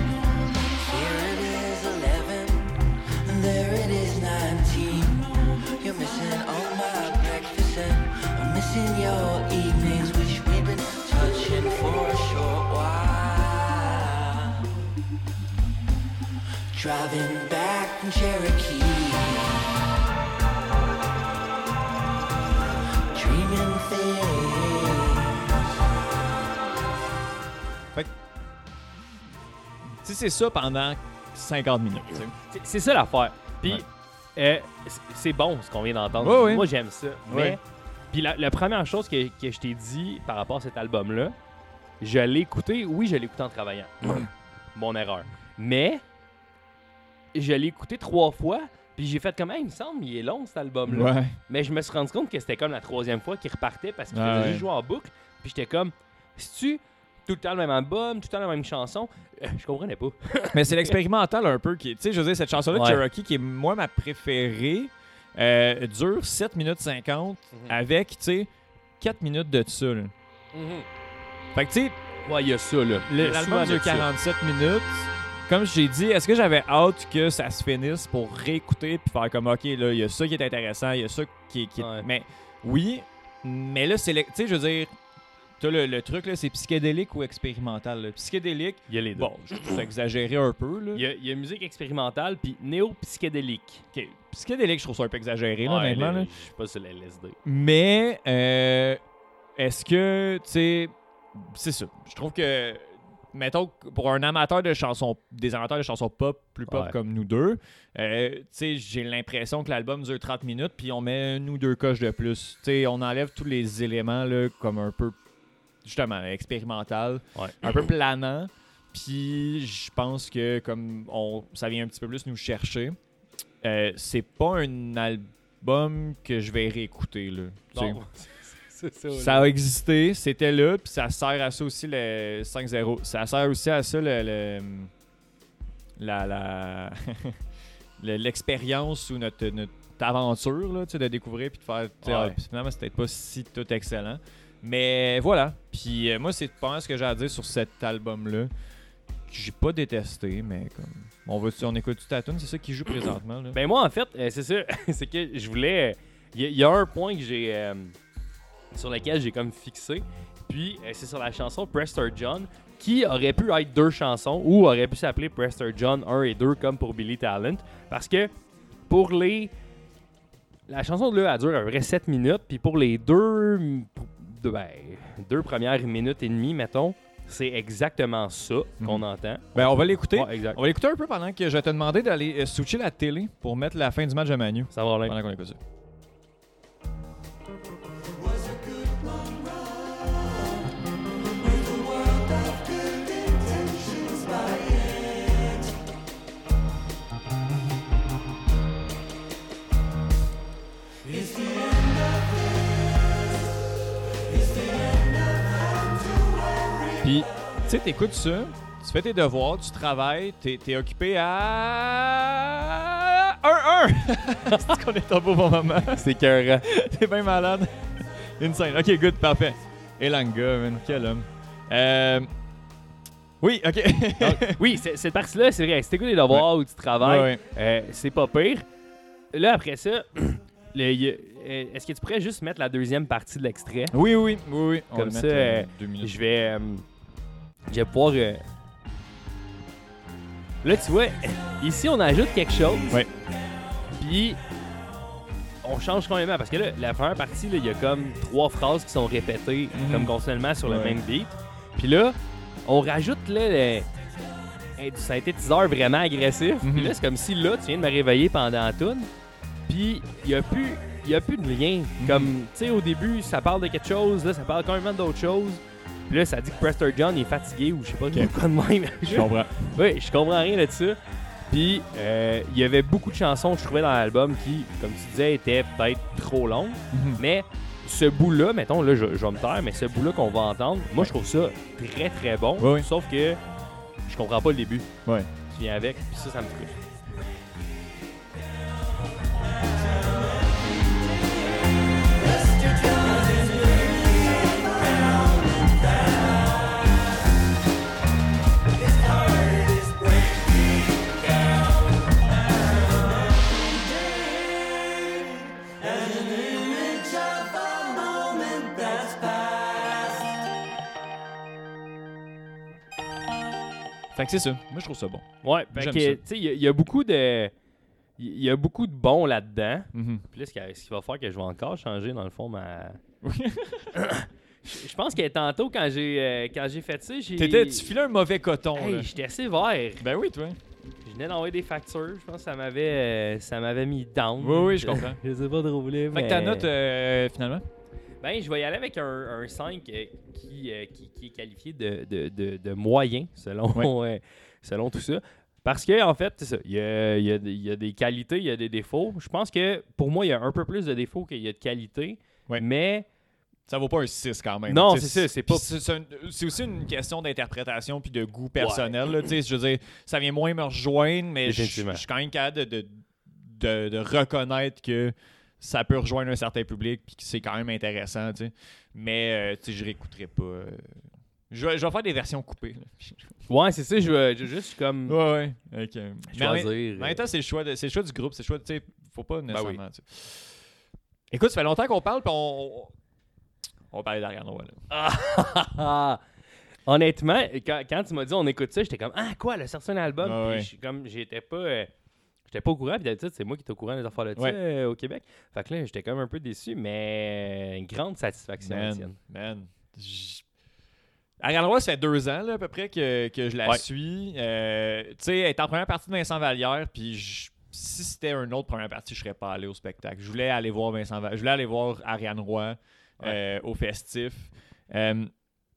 Here it is eleven and there it is nineteen. You're missing all my breakfast and I'm missing your evenings, which we've been touching for a short while. Driving back from Cherokee. Fait que, c'est ça pendant cinquante minutes. C'est, c'est ça l'affaire. Puis, ouais. euh, c'est bon ce qu'on vient d'entendre. Ouais, ouais. Moi, j'aime ça. Ouais. Mais, puis la, la première chose que, que je t'ai dit par rapport à cet album-là, je l'ai écouté, oui, je l'ai écouté en travaillant. Mon erreur. Mais, je l'ai écouté trois fois. Puis j'ai fait comme, hey, il me semble, il est long cet album-là. Ouais. Mais je me suis rendu compte que c'était comme la troisième fois qu'il repartait parce qu'il ah, faisait ouais. juste jouer en boucle. Puis j'étais comme, si tu tout le temps le même album, tout le temps la même chanson, euh, je comprenais pas. Mais c'est l'expérimental un peu qui, tu sais, je veux dire, cette chanson-là de ouais. Cherokee qui est moi ma préférée, euh, dure sept minutes cinquante mm-hmm. avec, tu sais, quatre minutes de ça. Là. Mm-hmm. Fait que, tu sais, ouais, il y a ça, là. Le, l'album dure quarante-sept minutes. Comme j'ai dit, est-ce que j'avais hâte que ça se finisse pour réécouter puis faire comme, OK, là, il y a ça qui est intéressant, il y a ça qui est... Qui est... Ouais. Mais oui, mais là, c'est... Tu sais, je veux dire, t'as le, le truc, là, c'est psychédélique ou expérimental. Là. Psychédélique, il y a les deux. Bon, je trouve ça exagéré un peu. Là. Il, y a, il y a musique expérimentale puis néo-psychédélique. OK, psychédélique, je trouve ça un peu exagéré, là, ouais, honnêtement. Je suis pas sur la L S D. Mais, euh, est-ce que, tu sais, c'est ça. Je trouve que... Mettons, pour un amateur de chansons, des amateurs de chansons pop, plus pop ouais. comme nous deux, euh, tu sais, j'ai l'impression que l'album dure trente minutes, puis on met une ou deux coches de plus. Tu sais, on enlève tous les éléments, là, comme un peu justement expérimental, ouais. un peu planant. Puis je pense que comme on, ça vient un petit peu plus nous chercher, euh, c'est pas un album que je vais réécouter. Là, non, c'est ça, ça a existé, c'était là, puis ça sert à ça aussi le cinq zéro. Ça sert aussi à ça le, le la, la l'expérience ou notre, notre aventure là, de découvrir puis de faire. Ouais. Ah, finalement, c'est peut-être pas si tout excellent. Mais voilà. Puis euh, moi, c'est pas mal ce que j'ai à dire sur cet album-là. Que j'ai pas détesté, mais comme. On, va, on écoute tout à tune, c'est ça qui joue présentement. Là. Ben moi, en fait, euh, c'est ça. C'est que je voulais. Il y, y a un point que j'ai. Euh, sur lequel j'ai comme fixé. Puis, euh, c'est sur la chanson Prester John, qui aurait pu être deux chansons ou aurait pu s'appeler Prester John un et deux comme pour Billy Talent. Parce que pour les. La chanson de là, elle dure un vrai sept minutes. Puis pour les deux. deux, ben, deux premières minutes et demie, mettons, c'est exactement ça mm-hmm. qu'on entend. Ben, on va l'écouter. Ouais, exact. On va l'écouter un peu pendant que je vais te demander d'aller euh, switcher la télé pour mettre la fin du match de Manu. Ça va aller. Pendant qu'on écoute ça. Puis, tu sais, t'écoutes ça, tu fais tes devoirs, tu travailles, t'es, t'es occupé à... un un! C'est qu'on est au beau moment. C'est écœurant. T'es bien malade. Insane. OK, good, parfait. Elanga, man, quel homme. Euh... Oui, OK. Donc, oui, c'est, cette partie-là, c'est vrai. Si t'écoutes des devoirs ouais. ou tu travailles, ouais, ouais. Euh, c'est pas pire. Là, après ça... Le, y a, euh, est-ce que tu pourrais juste mettre la deuxième partie de l'extrait? Oui, oui, oui, oui. Comme ça, euh, je vais, euh, je vais pouvoir... Euh... Là, tu vois, ici, on ajoute quelque chose. Oui. Puis, on change complètement. Parce que là, la première partie, il y a comme trois phrases qui sont répétées mm-hmm. comme continuellement sur ouais. le même beat. Puis là, on rajoute là, le, du synthétiseur vraiment agressif. Mm-hmm. Puis là, c'est comme si là, tu viens de me réveiller pendant la toune. Puis, il n'y a plus il y a plus de lien. Mm-hmm. Comme, tu sais, au début, ça parle de quelque chose, là, ça parle quand même d'autre chose. Puis là, ça dit que Prester John est fatigué ou je sais pas okay. quoi de même. Je comprends. Oui, je comprends rien de ça. Puis, euh, il y avait beaucoup de chansons que je trouvais dans l'album qui, comme tu disais, étaient peut-être trop longues. Mm-hmm. Mais ce bout-là, mettons, là, je, je vais me taire, mais ce bout-là qu'on va entendre, moi, je trouve ça très, très bon. Oui, oui. Sauf que je comprends pas le début. Oui. Tu viens avec, puis ça, ça me frustre. Fait que c'est ça. Moi, je trouve ça bon. Ouais, fait que, tu sais, il y, y a beaucoup de... Il y a beaucoup de bons là-dedans. Mm-hmm. Puis là, ce qui, ce qui va faire que je vais encore changer, dans le fond, ma... Je pense que tantôt, quand j'ai euh, quand j'ai fait ça, j'ai... T'étais, tu filais un mauvais coton, hey, là. J'étais assez vert. Ben oui, toi. Je venais d'envoyer des factures. Je pense que ça m'avait, euh, ça m'avait mis down. Oui, oui, je comprends. Je sais pas trop mais... Fait que ta note, euh, finalement? Ben, je vais y aller avec un, un cinq euh, qui, euh, qui, qui est qualifié de, de, de, de moyen, selon, ouais. euh, selon tout ça. Parce que, en fait, c'est ça. Il y a, il y a, il y a des qualités, il y a des défauts. Je pense que, pour moi, il y a un peu plus de défauts qu'il y a de qualités. Ouais. Mais... Ça vaut pas un six quand même. Non, c'est ça. C'est, pas... c'est, c'est, un, c'est aussi une question d'interprétation puis de goût personnel. Ouais. Là, je veux dire, ça vient moins me rejoindre, mais je suis quand même capable de, de, de, de reconnaître que ça peut rejoindre un certain public puis que c'est quand même intéressant. T'sais. Mais euh, je réécouterai pas. Euh... Je, vais, je vais faire des versions coupées. Là. Ouais, c'est ça. Je vais, je vais juste comme. Ouais, ouais. Okay. Choisir. Mais en même temps, c'est le choix, de, c'est le choix du groupe. C'est le choix. Tu sais, faut pas nécessairement. Ben oui. Écoute, ça fait longtemps qu'on parle, puis on. On va parler d'Ariane Roy. Ah, honnêtement, quand, quand tu m'as dit on écoute ça, j'étais comme ah quoi, elle a sorti un album. Ah, puis ouais. je, comme j'étais pas, euh, j'étais pas au courant. Puis d'habitude c'est moi qui étais au courant des affaires de ça ouais. euh, au Québec. Fait que là j'étais comme un peu déçu, mais une grande satisfaction. Man, man. J... Ariane Roy, ça fait deux ans là, à peu près que, que je la ouais. suis. Euh, tu sais, elle est en première partie de Vincent Vallière, puis je... si c'était une autre première partie, je serais pas allé au spectacle. Je voulais aller voir Vincent Vallière, je voulais aller voir Ariane Roy. Ouais. Euh, au festif. Euh,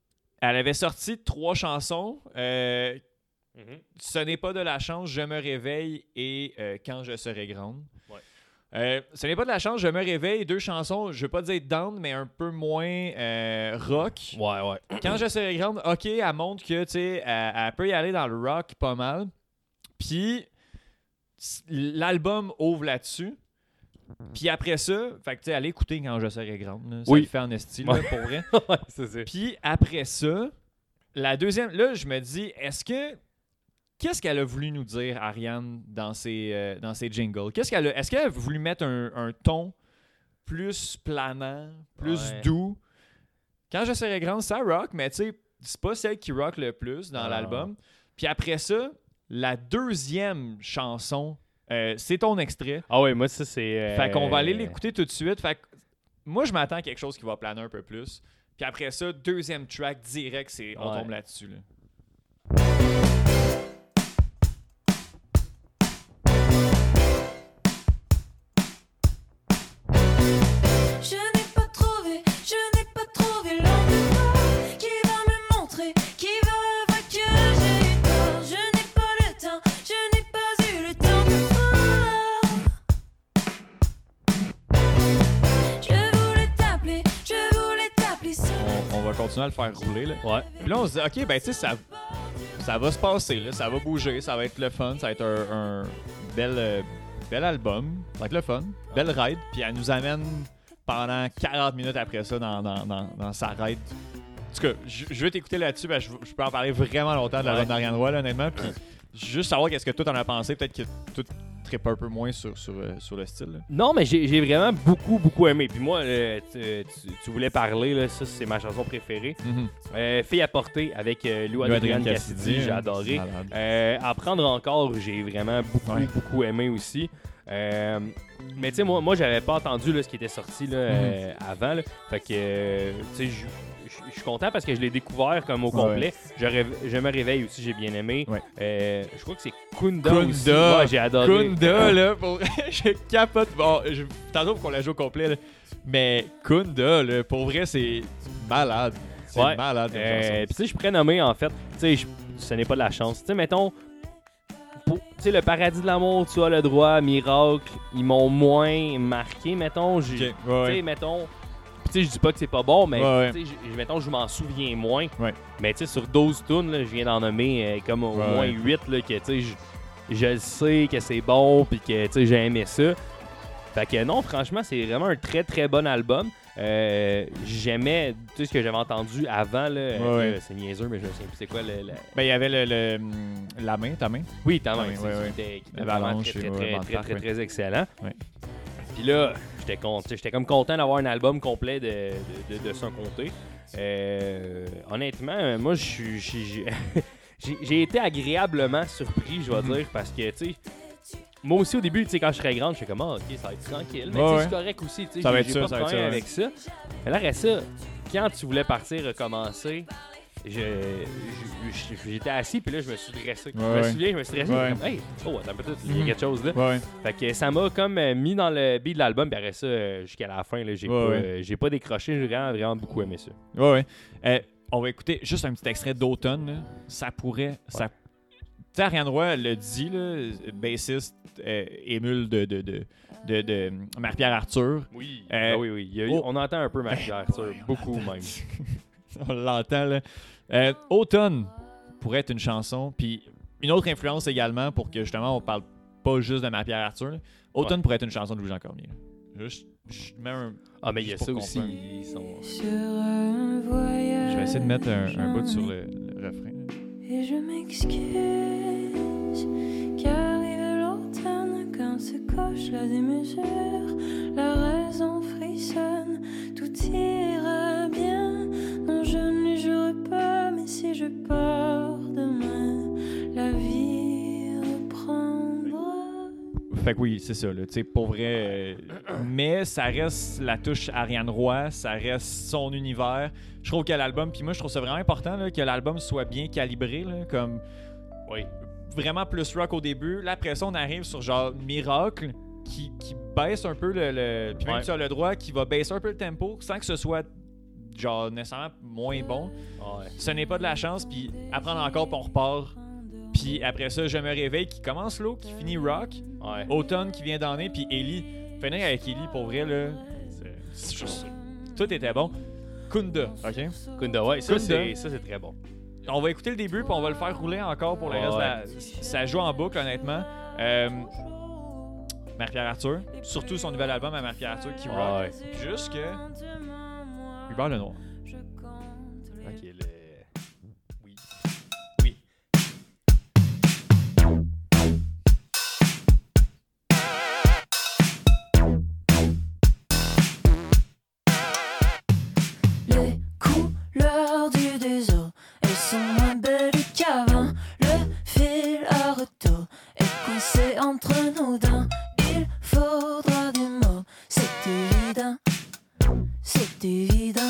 Elle avait sorti trois chansons. Euh, Mm-hmm. Ce n'est pas de la chance, je me réveille et euh, quand je serai grande. Ouais. Euh, ce n'est pas de la chance, je me réveille. Deux chansons, je ne veux pas dire down, mais un peu moins euh, rock. Ouais, ouais. Quand je serai grande, ok, elle montre que tu sais, elle, elle peut y aller dans le rock pas mal. Puis l'album ouvre là-dessus. Puis après ça, fait que tu sais, allez écouter quand je serai grande. Là. Ça oui. le fait en esti, là, ouais. pour vrai. ouais, c'est ça. Puis après ça, la deuxième, là, je me dis, est-ce que. Qu'est-ce qu'elle a voulu nous dire, Ariane, dans ses, euh, dans ses jingles? Qu'est-ce qu'elle a, est-ce qu'elle a voulu mettre un, un ton plus planant, plus ouais. doux? Quand je serai grande, ça rock, mais tu sais, c'est pas celle qui rock le plus dans ah. l'album. Puis après ça, la deuxième chanson, euh, c'est ton extrait. Ah ouais, moi, ça, c'est... Euh... Fait qu'on va aller l'écouter tout de suite. Fait que moi, je m'attends à quelque chose qui va planer un peu plus. Puis après ça, deuxième track direct, c'est on ouais. tombe là-dessus, là. Continuer à le faire rouler. Là. Ouais. Puis là, on se dit, OK, ben tu sais, ça, ça va se passer, là, ça va bouger, ça va être le fun, ça va être un, un bel, euh, bel album, ça va être le fun, belle ride. Puis elle nous amène pendant quarante minutes après ça dans, dans, dans, dans sa ride. En tout cas, je, je vais t'écouter là-dessus, ben, je, je peux en parler vraiment longtemps de la ouais. ride d'Ariane Roy, là, honnêtement. Puis juste savoir qu'est-ce que toi t'en as pensé, peut-être que tout trippe un peu moins sur, sur, euh, sur le style. Là. Non, mais j'ai, j'ai vraiment beaucoup, beaucoup aimé. Puis moi, euh, tu, tu, tu voulais parler, là, ça c'est ma chanson préférée. Mm-hmm. Euh, Fille à porter avec euh, Lou Adrienne Cassidy, j'ai adoré. Euh, Apprendre encore, j'ai vraiment beaucoup, ouais. beaucoup aimé aussi. Euh, mais tu sais, moi, moi j'avais pas entendu là, ce qui était sorti là, mm-hmm. euh, avant. Là. Fait que, euh, tu sais, je suis content parce que je l'ai découvert comme au complet. Ouais. Je, rêve, je me réveille aussi, j'ai bien aimé. Ouais. Euh, je crois que c'est Kunda, Kunda aussi. Ouais, j'ai adoré. Kunda, là, pour... je capote. Bon, je... tantôt qu'on la joue au complet, là. Mais Kunda, là, pour vrai, c'est malade. C'est ouais. malade. Euh, Puis tu sais, je pourrais nommer, en fait, tu sais, ce n'est pas de la chance. Tu sais, mettons, tu sais, le paradis de l'amour, tu as le droit, Miracle, ils m'ont moins marqué, mettons. Okay. Ouais, tu sais, ouais. mettons... Tu sais, je dis pas que c'est pas bon, mais ouais, tu sais, mettons, je m'en souviens moins. Ouais. Mais tu sais, sur douze tunes, là, je viens d'en nommer euh, comme au ouais, moins huit, là, que tu sais, je, je sais que c'est bon, puis que tu sais, j'ai aimé ça. Fait que non, franchement, c'est vraiment un très très bon album. Euh, j'aimais tu sais, ce que j'avais entendu avant, là. Ouais, euh, ouais. C'est niaiseux, mais je me souviens plus c'est quoi le. le... Ben, il y avait le, le, la main, ta main. Oui, ta main. Ouais, c'est, ouais, ouais. Qui était, qui était vraiment très, très, ouais, très, très, parc, très, ouais. très, très excellent. Ouais. Puis là, j'étais, con, j'étais comme content d'avoir un album complet de, de, de, de son côté. Euh, honnêtement, moi, je suis, j'ai, j'ai, j'ai été agréablement surpris, je vais mm-hmm. dire, parce que, tu sais, moi aussi, au début, tu sais, quand je serais grande, je suis comme, ah, ok, ça va être tranquille. Mais ouais, ouais. c'est correct aussi, tu sais, ça va j'ai, être j'ai ça, pas ça de va problème être avec ça. Mais là, après ça, quand tu voulais partir recommencer, je, je, je, j'étais assis, puis là, je me suis dressé. Ouais, je me ouais. souviens, je me suis dressé, ouais. comme, hey, oh, attends peut-être, il y a mm-hmm. quelque chose là. Ouais. Fait que ça m'a comme euh, mis dans le beat de l'album, puis après ça, euh, jusqu'à la fin, là, j'ai, ouais, pas, ouais. euh, j'ai pas décroché, j'ai vraiment, vraiment beaucoup aimé ça. Ouais, ouais. Euh, on va écouter juste un petit extrait d'Automne. Là. Ça pourrait. Ouais. Ça... Tu sais, Ariane Roy le dit, là, bassiste, euh, émule de, de, de, de, de Marie-Pierre Arthur. Oui, euh, ah oui, oui. Il y a eu, oh. On entend un peu Marie-Pierre Arthur, beaucoup même. On l'entend, là. Euh, Automne pourrait être une chanson, puis une autre influence également pour que justement on parle pas juste de Marie-Pierre Arthur. Là. Automne ouais. pourrait être une chanson de Louis-Jean Cormier. Juste, je mets un. Ah, mais il y a ça aussi. Ils sont... Je vais essayer de mettre un, un bout sur le, le refrain. Et je m'excuse, qu'arrive l'automne quand se coche la démesure, la raison frissonne, tout ira bien. Non, je ne jure pas, mais si je pars demain, la vie reprendra. Fait que oui, c'est ça, là, tu sais, pour vrai. Euh, mais ça reste la touche Ariane Roy, ça reste son univers. Je trouve que l'album, puis moi, je trouve ça vraiment important là, que l'album soit bien calibré, là, comme. Oui. Vraiment plus rock au début. Là, après ça, on arrive sur genre Miracle, qui, qui baisse un peu le. le puis même ouais. tu as le droit, qui va baisser un peu le tempo sans que ce soit genre nécessairement moins bon. Ouais. Ce n'est pas de la chance, puis apprendre encore, puis on repart. Puis après ça, Je me réveille, qui commence low, qui finit rock. Ouais. Automne qui vient d'en puis Ellie. Finir avec Ellie, pour vrai, là, c'est juste... Tout était bon. Kunda, OK? Kunda, ouais, ça, Kunda. c'est, ça c'est très bon. On va écouter le début, puis on va le faire rouler encore pour le Ouais. reste de la... Ça joue en boucle, honnêtement. Euh... Marie-Pierre Arthur, surtout son nouvel album à Marie-Pierre Arthur qui rock. Ouais. Jusque Hubert Lenoir. Ok, le... Oui. Oui. Les couleurs du désert, elles sont moins belles qu'avant. Le fil à retour est coincé entre nos dents. Il faudra des mots, c'est évident, c'est évident.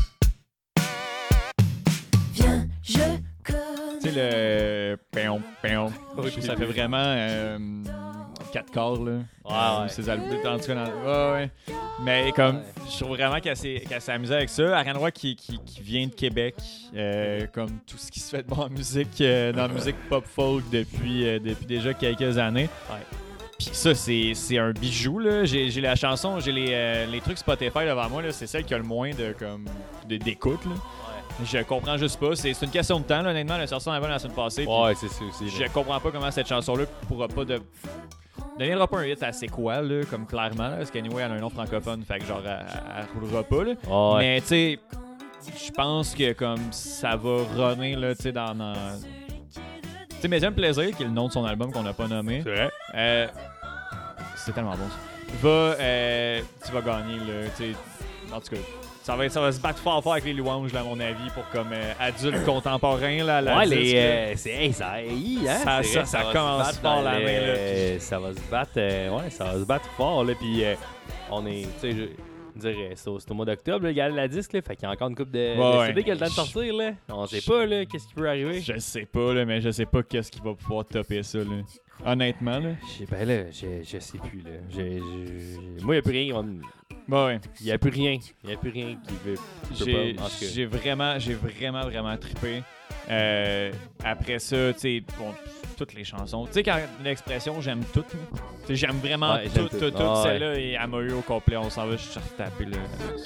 Viens, je connais. Tu sais, le... Péon, péon. Oui, Ça fait vraiment... Euh... quatre corps, là. Ouais, ouais. Ces albums, en tout cas, dans... ouais, ouais. Mais comme, je trouve vraiment qu'elle s'est, qu'elle s'est amusée avec ça. Ariane Roy qui, qui, qui vient de Québec, euh, comme tout ce qui se fait de bon en musique, euh, dans la musique pop-folk depuis, euh, depuis déjà quelques années. Ouais. Puis ça, c'est, c'est un bijou, là. J'ai, j'ai la chanson, j'ai les, euh, les trucs Spotify devant moi, là. C'est celle qui a le moins de, comme, de, d'écoute, là. Ouais. Je comprends juste pas. C'est, c'est une question de temps, là, honnêtement. Elle a sorti son album la semaine passée. puis Ouais, c'est ça aussi. je comprends pas comment cette chanson-là pourra pas de... donnera pas un hit à c'est quoi, là, comme clairement, là, parce qu'anyway, elle a un nom francophone, fait que genre, elle, elle roulera pas, là. Oh, ouais. Mais, tu sais, je pense que comme ça va runner, là, tu sais, dans... dans... Tu sais, Médium Plaisir, qui est le nom de son album qu'on n'a pas nommé. C'est vrai. Euh, c'est tellement bon, ça. Va, euh, tu vas gagner, là, tu sais, en tout cas... Ça va, ça va se battre fort fort avec les louanges, là, à mon avis, pour comme euh, adulte contemporain, là, la Ouais, disque, les, là. euh, c'est, hey, ça, hey, hein, Ça- c'est ça- vrai, ça va commence se battre fort dans la le- main, là, euh, ça va se battre, euh, ouais, ça va se battre fort, là, puis euh, on est, tu sais, je dirais, c'est au, c'est au mois d'octobre, là, le gars de la disque, là, fait qu'il y a encore une couple de, Ouais, de ouais. C D qui a le temps de sortir, là. On sait pas, là, qu'est-ce qui peut arriver. Je sais pas, là, mais je sais pas qu'est-ce qui va pouvoir topper ça, là. Honnêtement, là. Je sais, ben là, je, je sais plus, là. Je, je- moi, il n'y a plus rien, on- Bah ouais. il n'y a plus rien, il n'y a plus rien qui veut, qui peut J'ai, pas, en tout cas. j'ai vraiment, j'ai vraiment, vraiment trippé. Euh, après ça, tu sais, bon, toutes les chansons. Tu sais, quand l'expression j'aime toutes, là. Tu sais, j'aime vraiment Ouais, j'aime toutes, toutes. toutes, toutes. Ah, ouais. Celle-là, et elle m'a eu au complet. On s'en va, je suis retapé, là.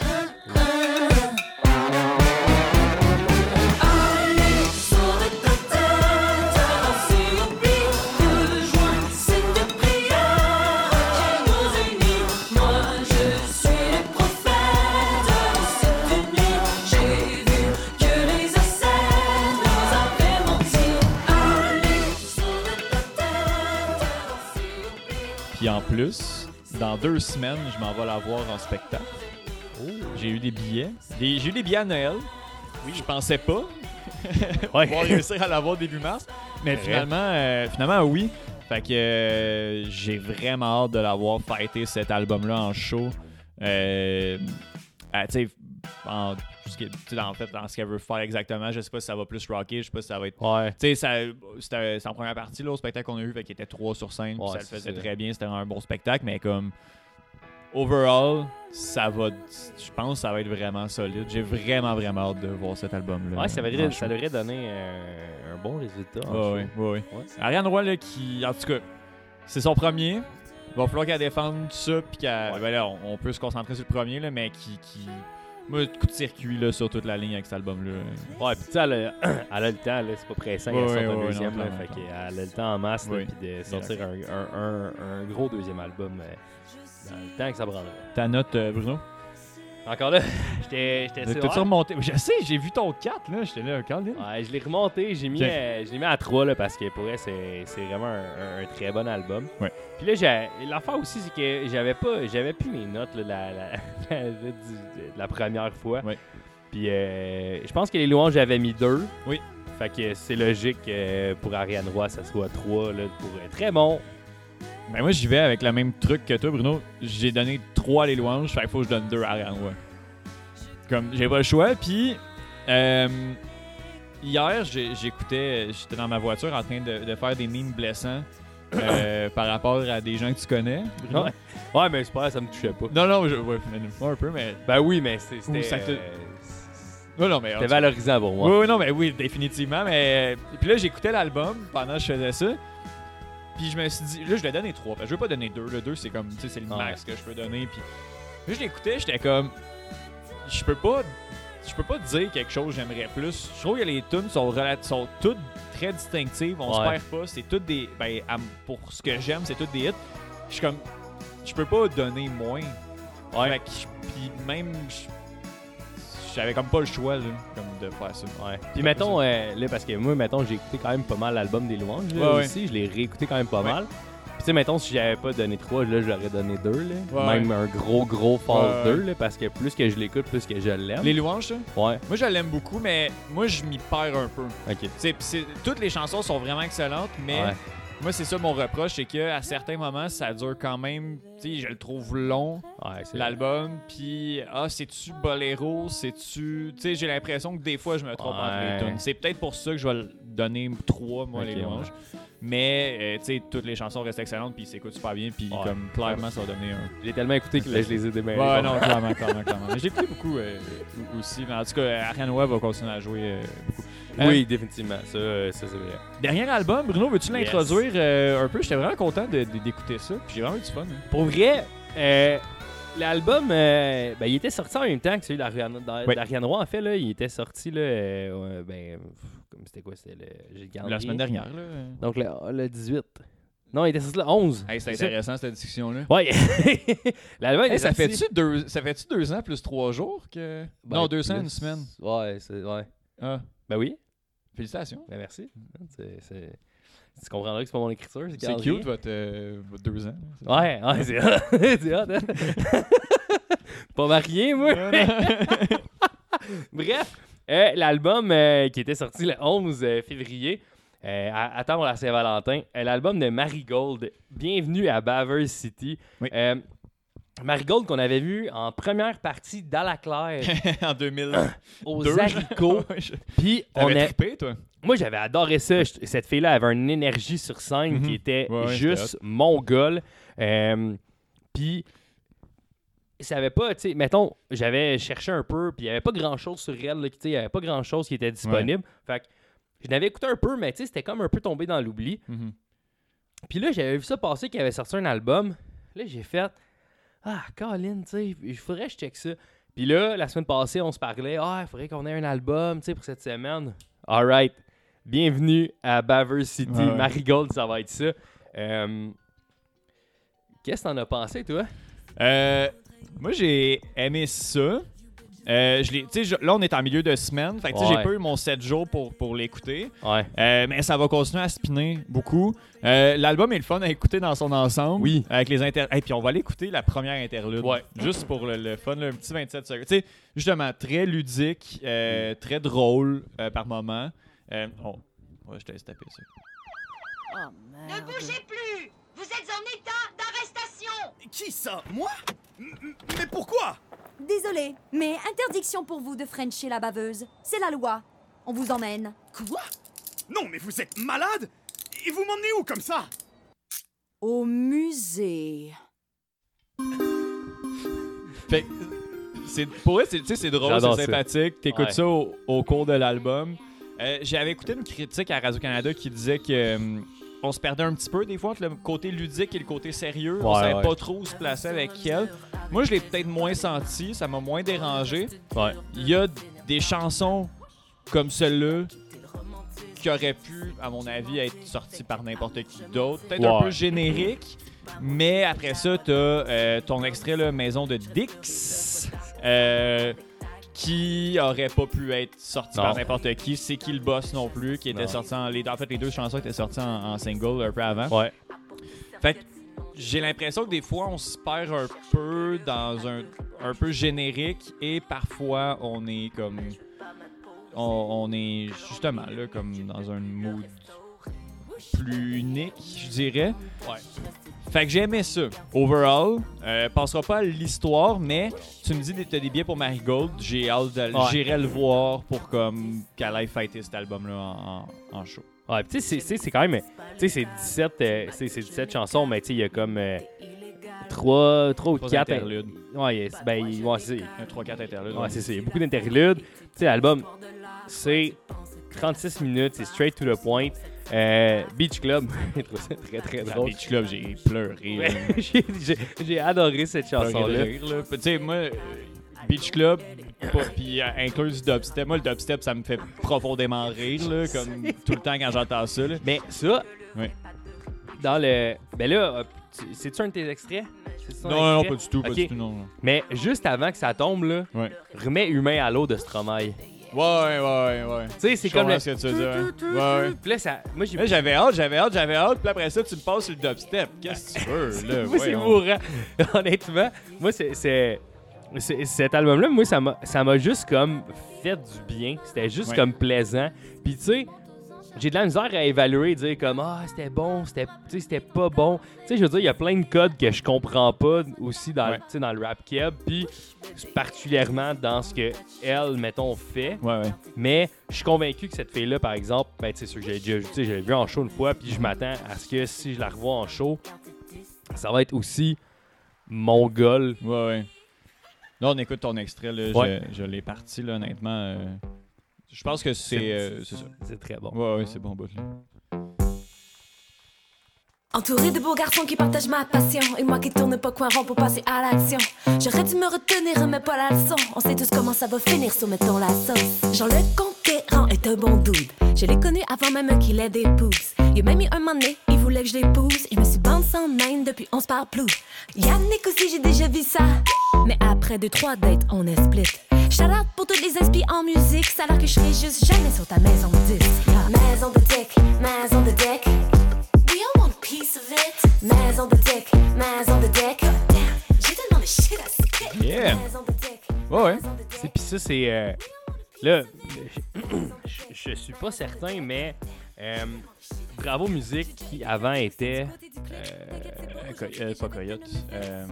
Allez, sauve ta tête, avancez au beat, rejoins cette prière qui nous unit. Moi, je suis le prophète de cette nuit. J'ai vu que les ascètes nous avaient menti. Allez, sauve ta tête, avancez au beat. Puis en plus, dans deux semaines, je m'en vais la voir en spectacle. J'ai eu des billets. Des- j'ai eu des billets à Noël. Oui, je pensais pas Ouais. pouvoir réussir à l'avoir début mars. Mais C'est finalement, euh, finalement, oui. Fait que euh, j'ai vraiment hâte de l'avoir fêté cet album-là en show. Euh, ah, tu sais, en, ce qui- tu sais, en fait, dans ce qu'elle veut faire exactement, je sais pas si ça va plus rocker, je sais pas si ça va être. Ouais. Tu sais, ça- c'était c'est en première partie, là, au spectacle qu'on a eu, fait qu'il était trois sur cinq, puis Ouais, ça le c'est faisait ça. très bien, c'était un bon spectacle, mais comme overall, ça va, je pense que ça va être vraiment solide. J'ai vraiment, vraiment hâte de voir cet album-là. Ouais, ça, en devrait, show. ça devrait donner euh, un bon résultat. en Ouais, show. ouais, ouais, ouais. Ouais. Ariane Roy, là, qui, en tout cas, c'est son premier. Il va falloir qu'elle défende tout ça, puis qu'elle. Ouais. Ben là, on, on peut se concentrer sur le premier, là, mais qui. qui... Moi, coup de circuit là, sur toute la ligne avec cet album-là. Ouais, puis tu sais, elle, a- elle a le temps, là, c'est pas pressant, Ouais, elle sort ouais, un ouais, deuxième, non, là, clairement, fait clairement. qu'elle a le temps en masse, là, Oui. puis de sortir un, un, un, un gros deuxième album euh, dans le temps que ça prendra. Ta note, euh, Bruno? Encore là, j'étais j'étais T'as-tu sur- remonté? Je sais, j'ai vu ton quatre, là. J'étais là, Colin. Ouais, je l'ai remonté, j'ai mis, Ok. euh, je l'ai mis à trois là, parce que pour elle, c'est c'est vraiment un, un- un très bon album. Ouais. Puis là, j'ai- l'affaire aussi, c'est que j'avais pas, j'avais plus mes notes là, la, la, la- du- de la première fois. Ouais. Puis euh, je pense que les louanges, j'avais mis deux. Oui. Fait que c'est logique euh, pour Ariane Roy, ça soit trois là, pour euh, très bon. Ben moi, j'y vais avec le même truc que toi, Bruno. J'ai donné trois à les louanges, fait qu'il faut que je donne deux à Ariane Roy. Comme, j'ai pas le choix. Puis, euh, hier, j'ai- j'écoutais, j'étais dans ma voiture en train de, de faire des mimes blessants euh, par rapport à des gens que tu connais, Bruno. Ouais. Ouais, mais c'est pas, ça me touchait pas. Non, non, je, ouais, moi un peu, mais Ben oui, mais c'est- c'était. Ou ça te- euh, Non, non, mais... C'était valorisant pour moi. Oui, oui, non, mais oui, définitivement. Mais... Puis là, j'écoutais l'album pendant que je faisais ça. Puis je me suis dit... Là, je lui ai donné trois. Je veux pas donner deux. Le deux, c'est comme... Tu sais, c'est le max ouais. que je peux donner. Puis là, je l'écoutais, j'étais comme... Je peux pas... Je peux pas dire quelque chose que j'aimerais plus. Je trouve que les tunes sont, relat- sont toutes très distinctives. On ouais. se perd pas. C'est toutes des... Ben, pour ce que j'aime, c'est toutes des hits. Je suis comme... Je peux pas donner moins. Ouais. Puis même... J'avais comme pas le choix là, comme de faire ça. Ouais. Puis mettons, euh, là, parce que moi, mettons, j'ai écouté quand même pas mal l'album des Louanges là, ouais, aussi. Ouais. Je l'ai réécouté quand même pas ouais. mal. Puis tu sais, mettons, si j'avais pas donné trois, là, j'aurais donné deux. Là. Ouais, même ouais. un gros, gros phase deux, là, parce que plus que je l'écoute, plus que je l'aime. Les Louanges, ça? Ouais. Moi, je l'aime beaucoup, mais moi, je m'y perds un peu. OK. C'est, c'est, toutes les chansons sont vraiment excellentes, mais ouais. moi, c'est ça mon reproche, c'est qu'à certains moments, ça dure quand même, tu sais, je le trouve long, ouais, l'album, puis ah, c'est-tu boléro, c'est-tu... Tu sais, j'ai l'impression que des fois, je me trompe ouais. entre les tunes. C'est peut-être pour ça que je vais le donner trois, moi, okay, les Louanges. Ouais. Mais, euh, tu sais, toutes les chansons restent excellentes, puis ils s'écoutent super bien, puis ouais. comme clairement, ça va donner un... J'ai tellement écouté que là, je les ai démêlés. Ouais, non, clairement, clairement, clairement. Mais j'ai écouté beaucoup euh, aussi, mais en tout cas, Ariane Roy va continuer à jouer euh, beaucoup. Oui, euh, définitivement, ça, ça c'est vrai. Dernier album, Bruno, veux-tu l'introduire yes. euh, un peu? J'étais vraiment content de, de, d'écouter ça, puis j'ai vraiment eu du fun. Hein. Pour vrai, euh, l'album, euh, ben, il était sorti en même temps que celui d'Ariane, oui. d'Ariane Roy, en fait, là, il était sorti, là, euh, ben... C'était quoi? C'était le... J'ai La semaine dernière, là. Donc, le, le dix-huit. Non, il était sorti le onze. Hey, c'est intéressant, cette discussion-là. Ouais. L'album, hey, ça fait-tu deux... ça fait-tu deux ans plus trois jours que... Ben, non, deux ans, plus... une semaine. Ouais, c'est... Ouais. Ah. Ben oui. Félicitations. Ben merci. C'est... c'est... Tu comprendras que c'est pas mon écriture. C'est, c'est cute, votre, euh, votre deux ans. Ouais, ouais, c'est hot. C'est hot, hein? Pas marié, moi. Bref. Euh, l'album euh, qui était sorti le onze février, euh, à, à temps la Saint-Valentin, euh, l'album de Marigold, Bienvenue à Baver City. Oui. Euh, Marigold qu'on avait vu en première partie d'À la Claire en deux mille aux haricots. Puis on a trippé, toi. Moi, j'avais adoré ça. Cette fille-là avait une énergie sur scène mm-hmm. qui était ouais, juste mongole. Euh, Puis ça avait pas, tu sais, mettons, j'avais cherché un peu, puis il n'y avait pas grand-chose sur elle, tu sais, il n'y avait pas grand-chose qui était disponible. Ouais. Fait que je l'avais écouté un peu, mais tu sais, c'était comme un peu tombé dans l'oubli. Mm-hmm. Puis là, j'avais vu ça passer qu'il avait sorti un album. Là, j'ai fait, ah, Colin, tu sais, il faudrait que je check ça. Puis là, la semaine passée, on se parlait, ah, il faudrait qu'on ait un album, tu sais, pour cette semaine. All right. Bienvenue à Baver City. Ouais, ouais. Marigold, ça va être ça. Euh... Qu'est-ce que t'en as pensé, toi? Euh... Moi, j'ai aimé ça. Euh, je l'ai, je, là, on est en milieu de semaine. Fait que ouais. j'ai pas eu mon sept jours pour, pour l'écouter. Ouais. Euh, mais ça va continuer à spinner beaucoup. Euh, l'album est le fun à écouter dans son ensemble. Oui. Avec les inter... Et hey, puis on va aller écouter la première interlude. Ouais. Juste pour le, le fun, là, un petit vingt-sept secondes. Tu sais, justement, très ludique, euh, très drôle euh, par moment. Euh, oh. Ouais, je te laisse taper ça. Oh, merde. Ne bougez plus! Vous êtes en état d'arrestation! Qui ça? Moi? Mais pourquoi? Désolé, mais interdiction pour vous de frencher la baveuse. C'est la loi. On vous emmène. Quoi? Non, mais vous êtes malade? Et vous m'emmenez où comme ça? Au musée. Fait c'est, pour eux, c'est, c'est drôle, J'adore c'est sympathique. Ça. T'écoutes ouais. ça au, au cours de l'album. Euh, j'avais écouté une critique à Radio-Canada qui disait que... Hum, on se perdait un petit peu des fois entre le côté ludique et le côté sérieux. Ouais, on savait ouais. pas trop où se placer avec elle. Moi, je l'ai peut-être moins senti, ça m'a moins dérangé. Ouais. Il y a des chansons comme celle-là qui auraient pu, à mon avis, être sorties par n'importe qui d'autre. Peut-être ouais. un peu générique, mais après ça, t'as euh, ton extrait là, Maison de Dix. Euh... qui aurait pas pu être sorti non. par n'importe qui. C'est qui le boss non plus, qui était non. sorti en... Les, en fait, les deux chansons étaient sorties en, en single un peu avant. Ouais. Fait que j'ai l'impression que des fois, on se perd un peu dans un, un peu générique et parfois, on est comme... On, on est justement là, comme dans un mood plus unique, je dirais. Ouais. Fait que j'ai aimé ça. Overall, euh, passera pas à l'histoire, mais tu me dis que t'as des billets pour Marigold, j'ai hâte de, ouais. j'irai le voir pour comme qu'elle aille fêter cet album-là en, en, en show. Ouais, tu sais, c'est, c'est quand même, tu sais, c'est dix-sept, euh, c'est, c'est dix-sept chansons, mais tu sais, il y a comme euh, trois ou quatre interludes. Ouais, ben, ouais, c'est trois quatre interludes. Ouais, c'est ça. Il y a beaucoup d'interludes. Tu sais, l'album, c'est trente-six minutes, c'est straight to the point. Euh, Beach Club, j'ai trouvé ça très très drôle. Beach Club, j'ai pleuré. Ouais, j'ai, j'ai, j'ai adoré cette chanson-là. Tu sais, moi, Beach Club, puis inclure du dubstep. Moi, le dubstep, ça me fait profondément rire, là, comme tout le temps quand j'entends ça. Là. Mais ça, oui. dans le. Ben là, c'est-tu un de tes extraits? Non, non, non, pas du tout, pas okay. du tout, non, non. Mais juste avant que ça tombe, là, ouais. remets Humain à l'eau de Stromae. Ouais, ouais, ouais, ouais. Tu sais, c'est comme le... ce que tu veux dire. Ouais, ouais. Puis là, ça... Moi, j'ai... Là, j'avais hâte, j'avais hâte, j'avais hâte. Puis après ça, tu me passes sur le dubstep. Qu'est-ce que tu veux, là? Moi, c'est mourant. Honnêtement, moi, c'est... c'est... c'est... Cet album-là, moi, ça m'a... ça m'a juste comme fait du bien. C'était juste ouais. comme plaisant. Puis tu sais... J'ai de la misère à évaluer, dire comme ah c'était bon, c'était, c'était pas bon. Tu sais, je veux dire, il y a plein de codes que je comprends pas aussi dans, ouais. dans le rap keb, puis particulièrement dans ce que elle, mettons, fait. Ouais, ouais. Mais je suis convaincu que cette fille-là, par exemple, ben c'est sûr que j'ai déjà vu, j'ai vu en show une fois, puis je m'attends à ce que si je la revois en show, ça va être aussi mongol. Ouais, ouais. Là, on écoute ton extrait, là, ouais. je, je l'ai parti, là, honnêtement. Euh... Je pense que c'est, c'est, euh, c'est ça. C'est très bon. Ouais, ouais, c'est bon, bout, là. Entouré de beaux garçons qui partagent ma passion et moi qui tourne pas coin rond pour passer à l'action. J'aurais dû me retenir, mais pas la leçon. On sait tous comment ça va finir, soumettons la sauce. Jean le Conquérant est un bon dude. Je l'ai connu avant même qu'il ait des pouces. Il a même eu un moment donné, il voulait que je l'épouse. Je me suis bande sans main depuis on se parle plus. Yannick aussi, j'ai déjà vu ça. Mais après deux, trois dates, on est split. Shout out pour toutes les inspi en musique. Ça a l'air que je serai juste jamais sur ta maison de disque. Maison de deck, maison de deck. We all want a piece of it. Maison de deck, maison de deck. Damn, j'ai tellement de shit à spit. Yeah. Ouais, ouais. C'est pis ça, c'est. Euh, là, je, je suis pas certain, mais. Euh, Bravo Musique, qui avant était. Euh, co- euh, pas Coyote. Euh,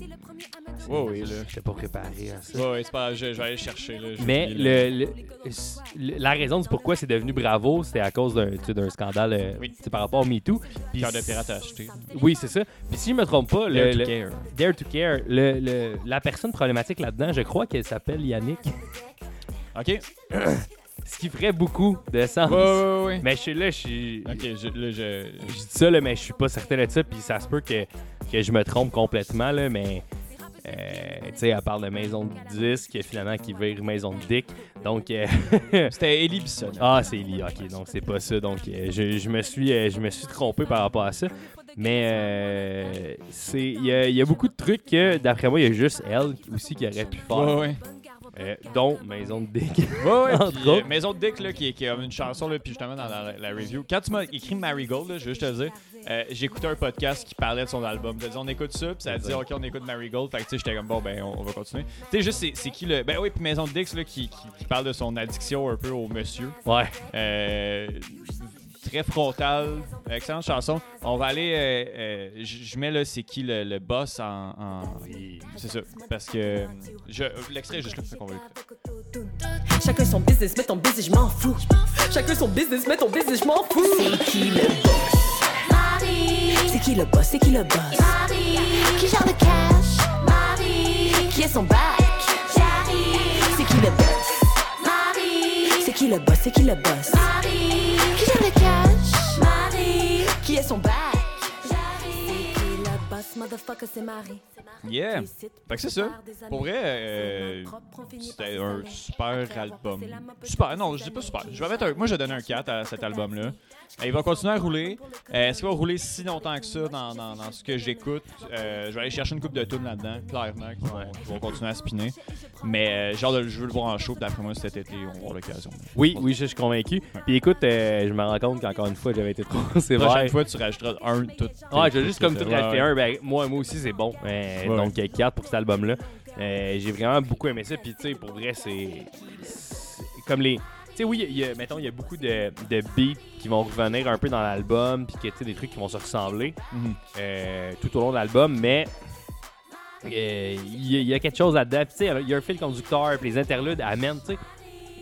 oui, oui, là. J'étais pas préparé à ça. Oui, oui, c'est pas. Je, je vais aller chercher. Là, mais le, le, le, la raison du pourquoi c'est devenu Bravo, c'était à cause d'un, d'un scandale euh, oui. par rapport au MeToo. Cœur de pirate à acheter. Oui, c'est ça. Puis si je me trompe pas, Dare le, to le, Care. Dare to Care, le, le, la personne problématique là-dedans, je crois qu'elle s'appelle Yannick. OK. Ce qui ferait beaucoup de sens. Oui, oui, oui. Mais je suis là, je suis. Ok, je, là, je. Je dis ça, là, mais je suis pas certain de ça. Puis ça se peut que, que je me trompe complètement, là, mais. Euh, tu sais, elle parle de maison de disque, finalement, qui vire maison de dick. Donc. Euh... C'était Élie Bisson. Ah, c'est Élie, ok, donc c'est pas ça. Donc, euh, je, je, me suis, euh, je me suis trompé par rapport à ça. Mais euh, il y a, y a beaucoup de trucs que, d'après moi, il y a juste elle aussi qui aurait pu faire. Ouais, ouais. Euh, dont Maison de Dick. Ouais, ouais. Puis, euh, Maison de Dick, là, qui, qui a une chanson, là, puis justement dans la, la review. Quand tu m'as écrit Marigold, là, je veux juste te dire, euh, j'ai écouté un podcast qui parlait de son album. Tu as dit, on écoute ça, puis ça a dit, ok, on écoute Marigold. Fait que tu sais, j'étais comme, bon, ben, on, on va continuer. Tu sais, juste, c'est, c'est qui le. Ben oui, puis Maison de Dick, là, qui, qui, qui parle de son addiction un peu au monsieur. Ouais. Euh. Très frontal, excellente chanson. On va aller, euh, euh, je mets là, c'est qui le, le boss en, en... Oui. C'est ça, parce que je, l'extrait est juste là, fait qu'on va l'écouter. Chacun son business, mais ton business, je m'en fous. Chacun son business, mais ton business, je m'en fous. C'est qui le boss? Marie. C'est qui le boss? C'est qui le boss? Marie. Qui gère le cash? Marie. Qui est son back? J'arrive. C'est qui le boss? Marie. C'est qui le boss? C'est qui le boss? Marie. Qui gère le cash? Marie. Qui est son back? J'arrive. C'est qui le boss? Motherfucker, c'est Marie. Yeah! Fait que c'est ça. Pour vrai, euh, c'était un super album. Super, non, je dis pas super. Je vais mettre un, moi, je vais donner un quatre à cet album-là. Euh, il va continuer à rouler. Euh, est-ce qu'il va rouler si longtemps que ça dans, dans, dans ce que j'écoute? Euh, je vais aller chercher une coupe de tunes là-dedans, clairement, qui vont, qui vont continuer à spinner. Mais euh, genre, je veux le voir en show, d'après moi, cet été, on va avoir l'occasion. Oui, oui, je suis convaincu. Ouais. Puis écoute, euh, je me rends compte qu'encore une fois, j'avais été trop sévère. La prochaine fois, tu rajouteras un tout. Ouais, je vais juste comme tout rajouter un. Ben, moi, moi aussi, c'est bon. Euh, ouais. Donc, quatre pour cet album-là. Euh, j'ai vraiment beaucoup aimé ça. Puis, tu sais, pour vrai, c'est, c'est comme les. Tu sais, oui, il y a, mettons, il y a beaucoup de, de beats qui vont revenir un peu dans l'album. Puis, tu sais, des trucs qui vont se ressembler mm-hmm. euh, tout au long de l'album. Mais il euh, y, y a quelque chose là-dedans. Puis, tu sais, il y a un fil conducteur. Puis, les interludes amènent, tu sais.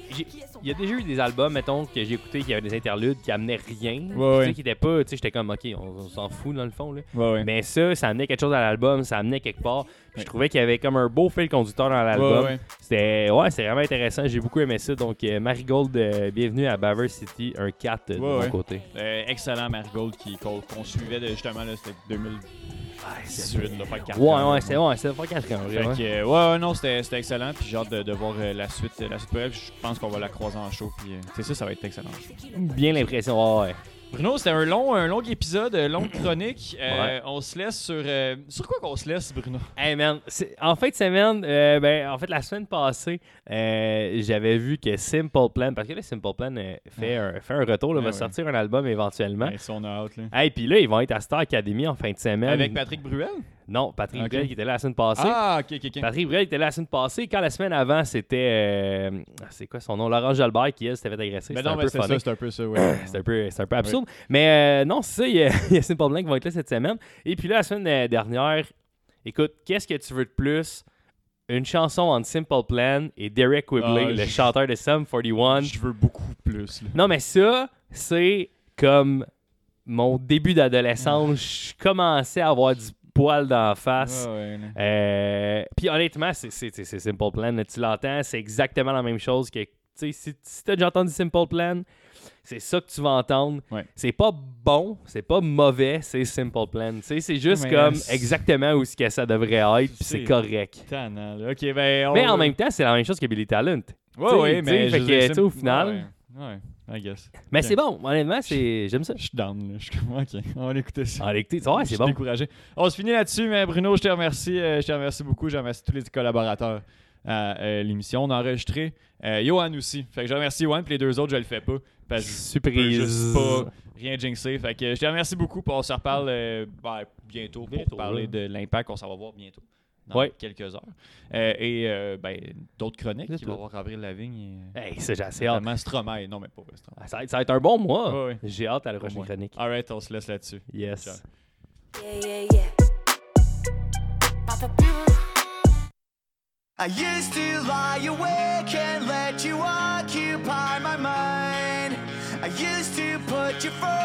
il y a déjà eu des albums, mettons, que j'ai écoutés qui avaient des interludes qui amenaient rien. Ouais, ouais. Qui étaient pas, tu sais, j'étais comme, ok, on, on s'en fout dans le fond. Là. Ouais, ouais. Mais ça, ça amenait quelque chose à l'album, ça amenait quelque part. Puis je trouvais qu'il y avait comme un beau fil conducteur dans l'album. Ouais, ouais. C'était, ouais, c'était vraiment intéressant. J'ai beaucoup aimé ça. Donc, euh, Marigold, euh, bienvenue à Baver City, un quatre euh, de ouais, mon ouais. côté. Euh, excellent Marigold qui, qu'on, qu'on suivait de, justement, là, c'était deux mille dix-huit, là, pas quatre Ouais, ans. ouais, c'est ouais, c'est pas quatre ans. Fait Ouais. que, euh, ouais, ouais, non, c'était, c'était excellent. Puis j'ai hâte de, de voir euh, la suite. La suite pour elle. Je pense qu'on va la croiser en show. Puis euh, c'est ça, ça va être excellent. Bien l'impression, ouais, ouais. Bruno, c'était un long, un long épisode, une longue chronique. Euh, Ouais. On se laisse sur. Euh, sur quoi qu'on se laisse, Bruno? Hey man, c'est- en fin de semaine, euh, ben, en fait, la semaine passée, euh, j'avais vu que Simple Plan, parce que là, Simple Plan euh, fait, un, fait un retour, là, Ouais, va ouais. sortir un album éventuellement. Ouais, ça, on a hâte, là. Hey, puis là, ils vont être à Star Academy en fin de semaine. Avec Patrick Bruel? Non, Patrick Ok. Bruel qui était là la semaine passée. Ah, ok, ok, ok. Patrick Bruel était là la semaine passée. Quand la semaine avant, c'était. euh, c'est quoi son nom? Laurent Jalbert qui, elle, s'était fait agresser. Mais C'était non, un mais peu c'est funny. ça, c'est un peu ça, ouais. C'est un peu, c'est un peu absurde. Mais euh, non, c'est ça, il y a, il y a Simple Plan qui vont être là cette semaine. Et puis là, la semaine euh, dernière, écoute, qu'est-ce que tu veux de plus? Une chanson entre Simple Plan et Derek Whibley, Ah, le je- chanteur de Sum quarante et un. Je veux beaucoup plus. Là. Non, mais ça, c'est comme mon début d'adolescence. Je commençais à avoir du poil d'en face. Ah, ouais, là. Euh, Puis honnêtement, c'est, c'est, c'est, c'est Simple Plan. Là, tu l'entends, c'est exactement la même chose que. Tu sais, si, si t'as déjà entendu Simple Plan, c'est ça que tu vas entendre. Ouais. C'est pas bon, c'est pas mauvais, c'est Simple Plan. Tu sais, c'est juste Mais comme c'est- exactement où ce que ça devrait être, puis c'est C'est correct. Tannant, là. Ok, ben. On... Mais en même temps, c'est la même chose que Billy Talent. Ouais, Tu sais, ouais, tu mais. sais, je fait veux que, dire, tu sais, c'est- au final. Ouais, ouais, I guess. Mais Ok. c'est bon, honnêtement, c'est... j'aime ça. Je suis down, là. Je suis comme, ok, on va l'écouter ça. En lecture, ouais, Je c'est suis bon. découragé. On se finit là-dessus, mais Bruno, je te remercie. euh, je te remercie beaucoup. Je remercie tous les collaborateurs à euh, l'émission. On a enregistré euh, Johan aussi. Fait que je remercie Johan, puis les deux autres, je le fais pas. Parce que je peux Surprise. juste pas rien jinxer. Fait que je te remercie beaucoup. Puis on se reparle euh, ben, bientôt pour Bientôt, parler là. de l'impact. On s'en va voir bientôt. Dans Ouais. quelques heures. Euh, et euh, ben, d'autres chroniques. C'est Il va y tout. avoir Avril Lavigne. Et, Hey, ça, j'ai assez hâte. notamment Stromae. Non, mais pas vrai, Stromae. Ah, Ça va, être, ça va être un bon mois. Ouais, ouais. J'ai hâte à la prochaine Bon mois. chronique. Alright, on se laisse là-dessus. Yes. Ciao. Yeah, yeah, yeah. Papa Puma. I used to lie awake and let you occupy my mind. I used to put you first.